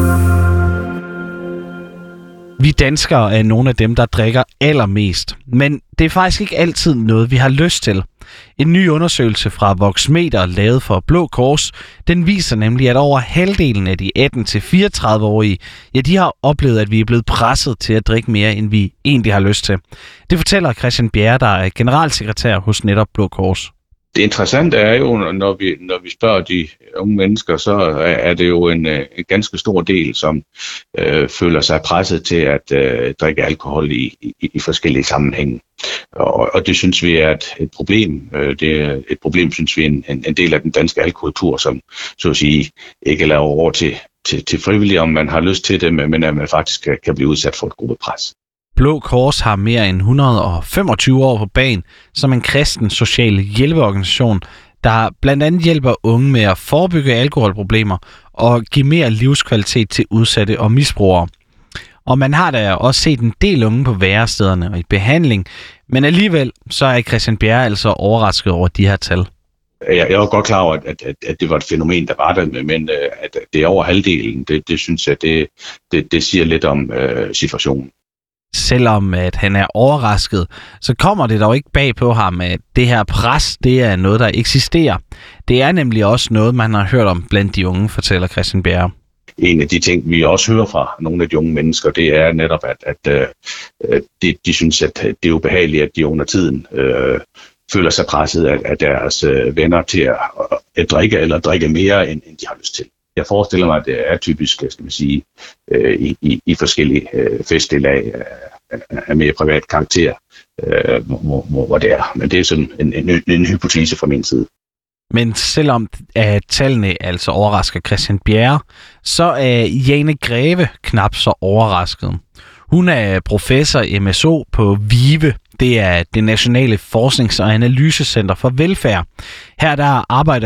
Vi danskere er nogle af dem, der drikker allermest. Men det er faktisk ikke altid noget, vi har lyst til. En ny undersøgelse fra Voxmeter, lavet for Blå Kors, den viser nemlig, at over halvdelen af de 18-34-årige, ja, de har oplevet, at vi er blevet presset til at drikke mere, end vi egentlig har lyst til. Det fortæller Christian Bjerre, der er generalsekretær hos netop Blå Kors. Det interessante er jo, når vi spørger de unge mennesker, så er det jo en ganske stor del, som føler sig presset til at drikke alkohol i forskellige sammenhænge. Og det synes vi er et problem. Det er et problem, synes vi, en del af den danske alkoholkultur, som så at sige ikke laver over til frivillige, om man har lyst til det, men at man faktisk kan blive udsat for et gruppepres. Blå Kors har mere end 125 år på bagen som en kristen social hjælpeorganisation, der blandt andet hjælper unge med at forebygge alkoholproblemer og give mere livskvalitet til udsatte og misbrugere. Og man har da også set en del unge på værestederne og i behandling, men alligevel så er Christian Bjerre altså overrasket over de her tal. Jeg var godt klar over, at det var et fænomen, der var der, men at det er over halvdelen, det synes jeg, det siger lidt om situationen. Selvom at han er overrasket, så kommer det dog ikke bag på ham, at det her pres, det er noget, der eksisterer. Det er nemlig også noget, man har hørt om blandt de unge, fortæller Christian Bjerre. En af de ting, vi også hører fra nogle af de unge mennesker, det er netop, at de synes, at det er ubehageligt, at de under tiden føler sig presset af deres venner til at drikke eller drikke mere, end de har lyst til. Jeg forestiller mig, at det er typisk, skal man sige, i forskellige festdelag af mere privat karakter, hvor det er. Men det er sådan en hypotese fra min side. Men selvom at tallene altså overrasker Christian Bjerre, så er Jane Greve knap så overrasket. Hun er professor i MSO på VIVE. Det er det Nationale Forsknings- og Analysecenter for Velfærd. Her der arbejder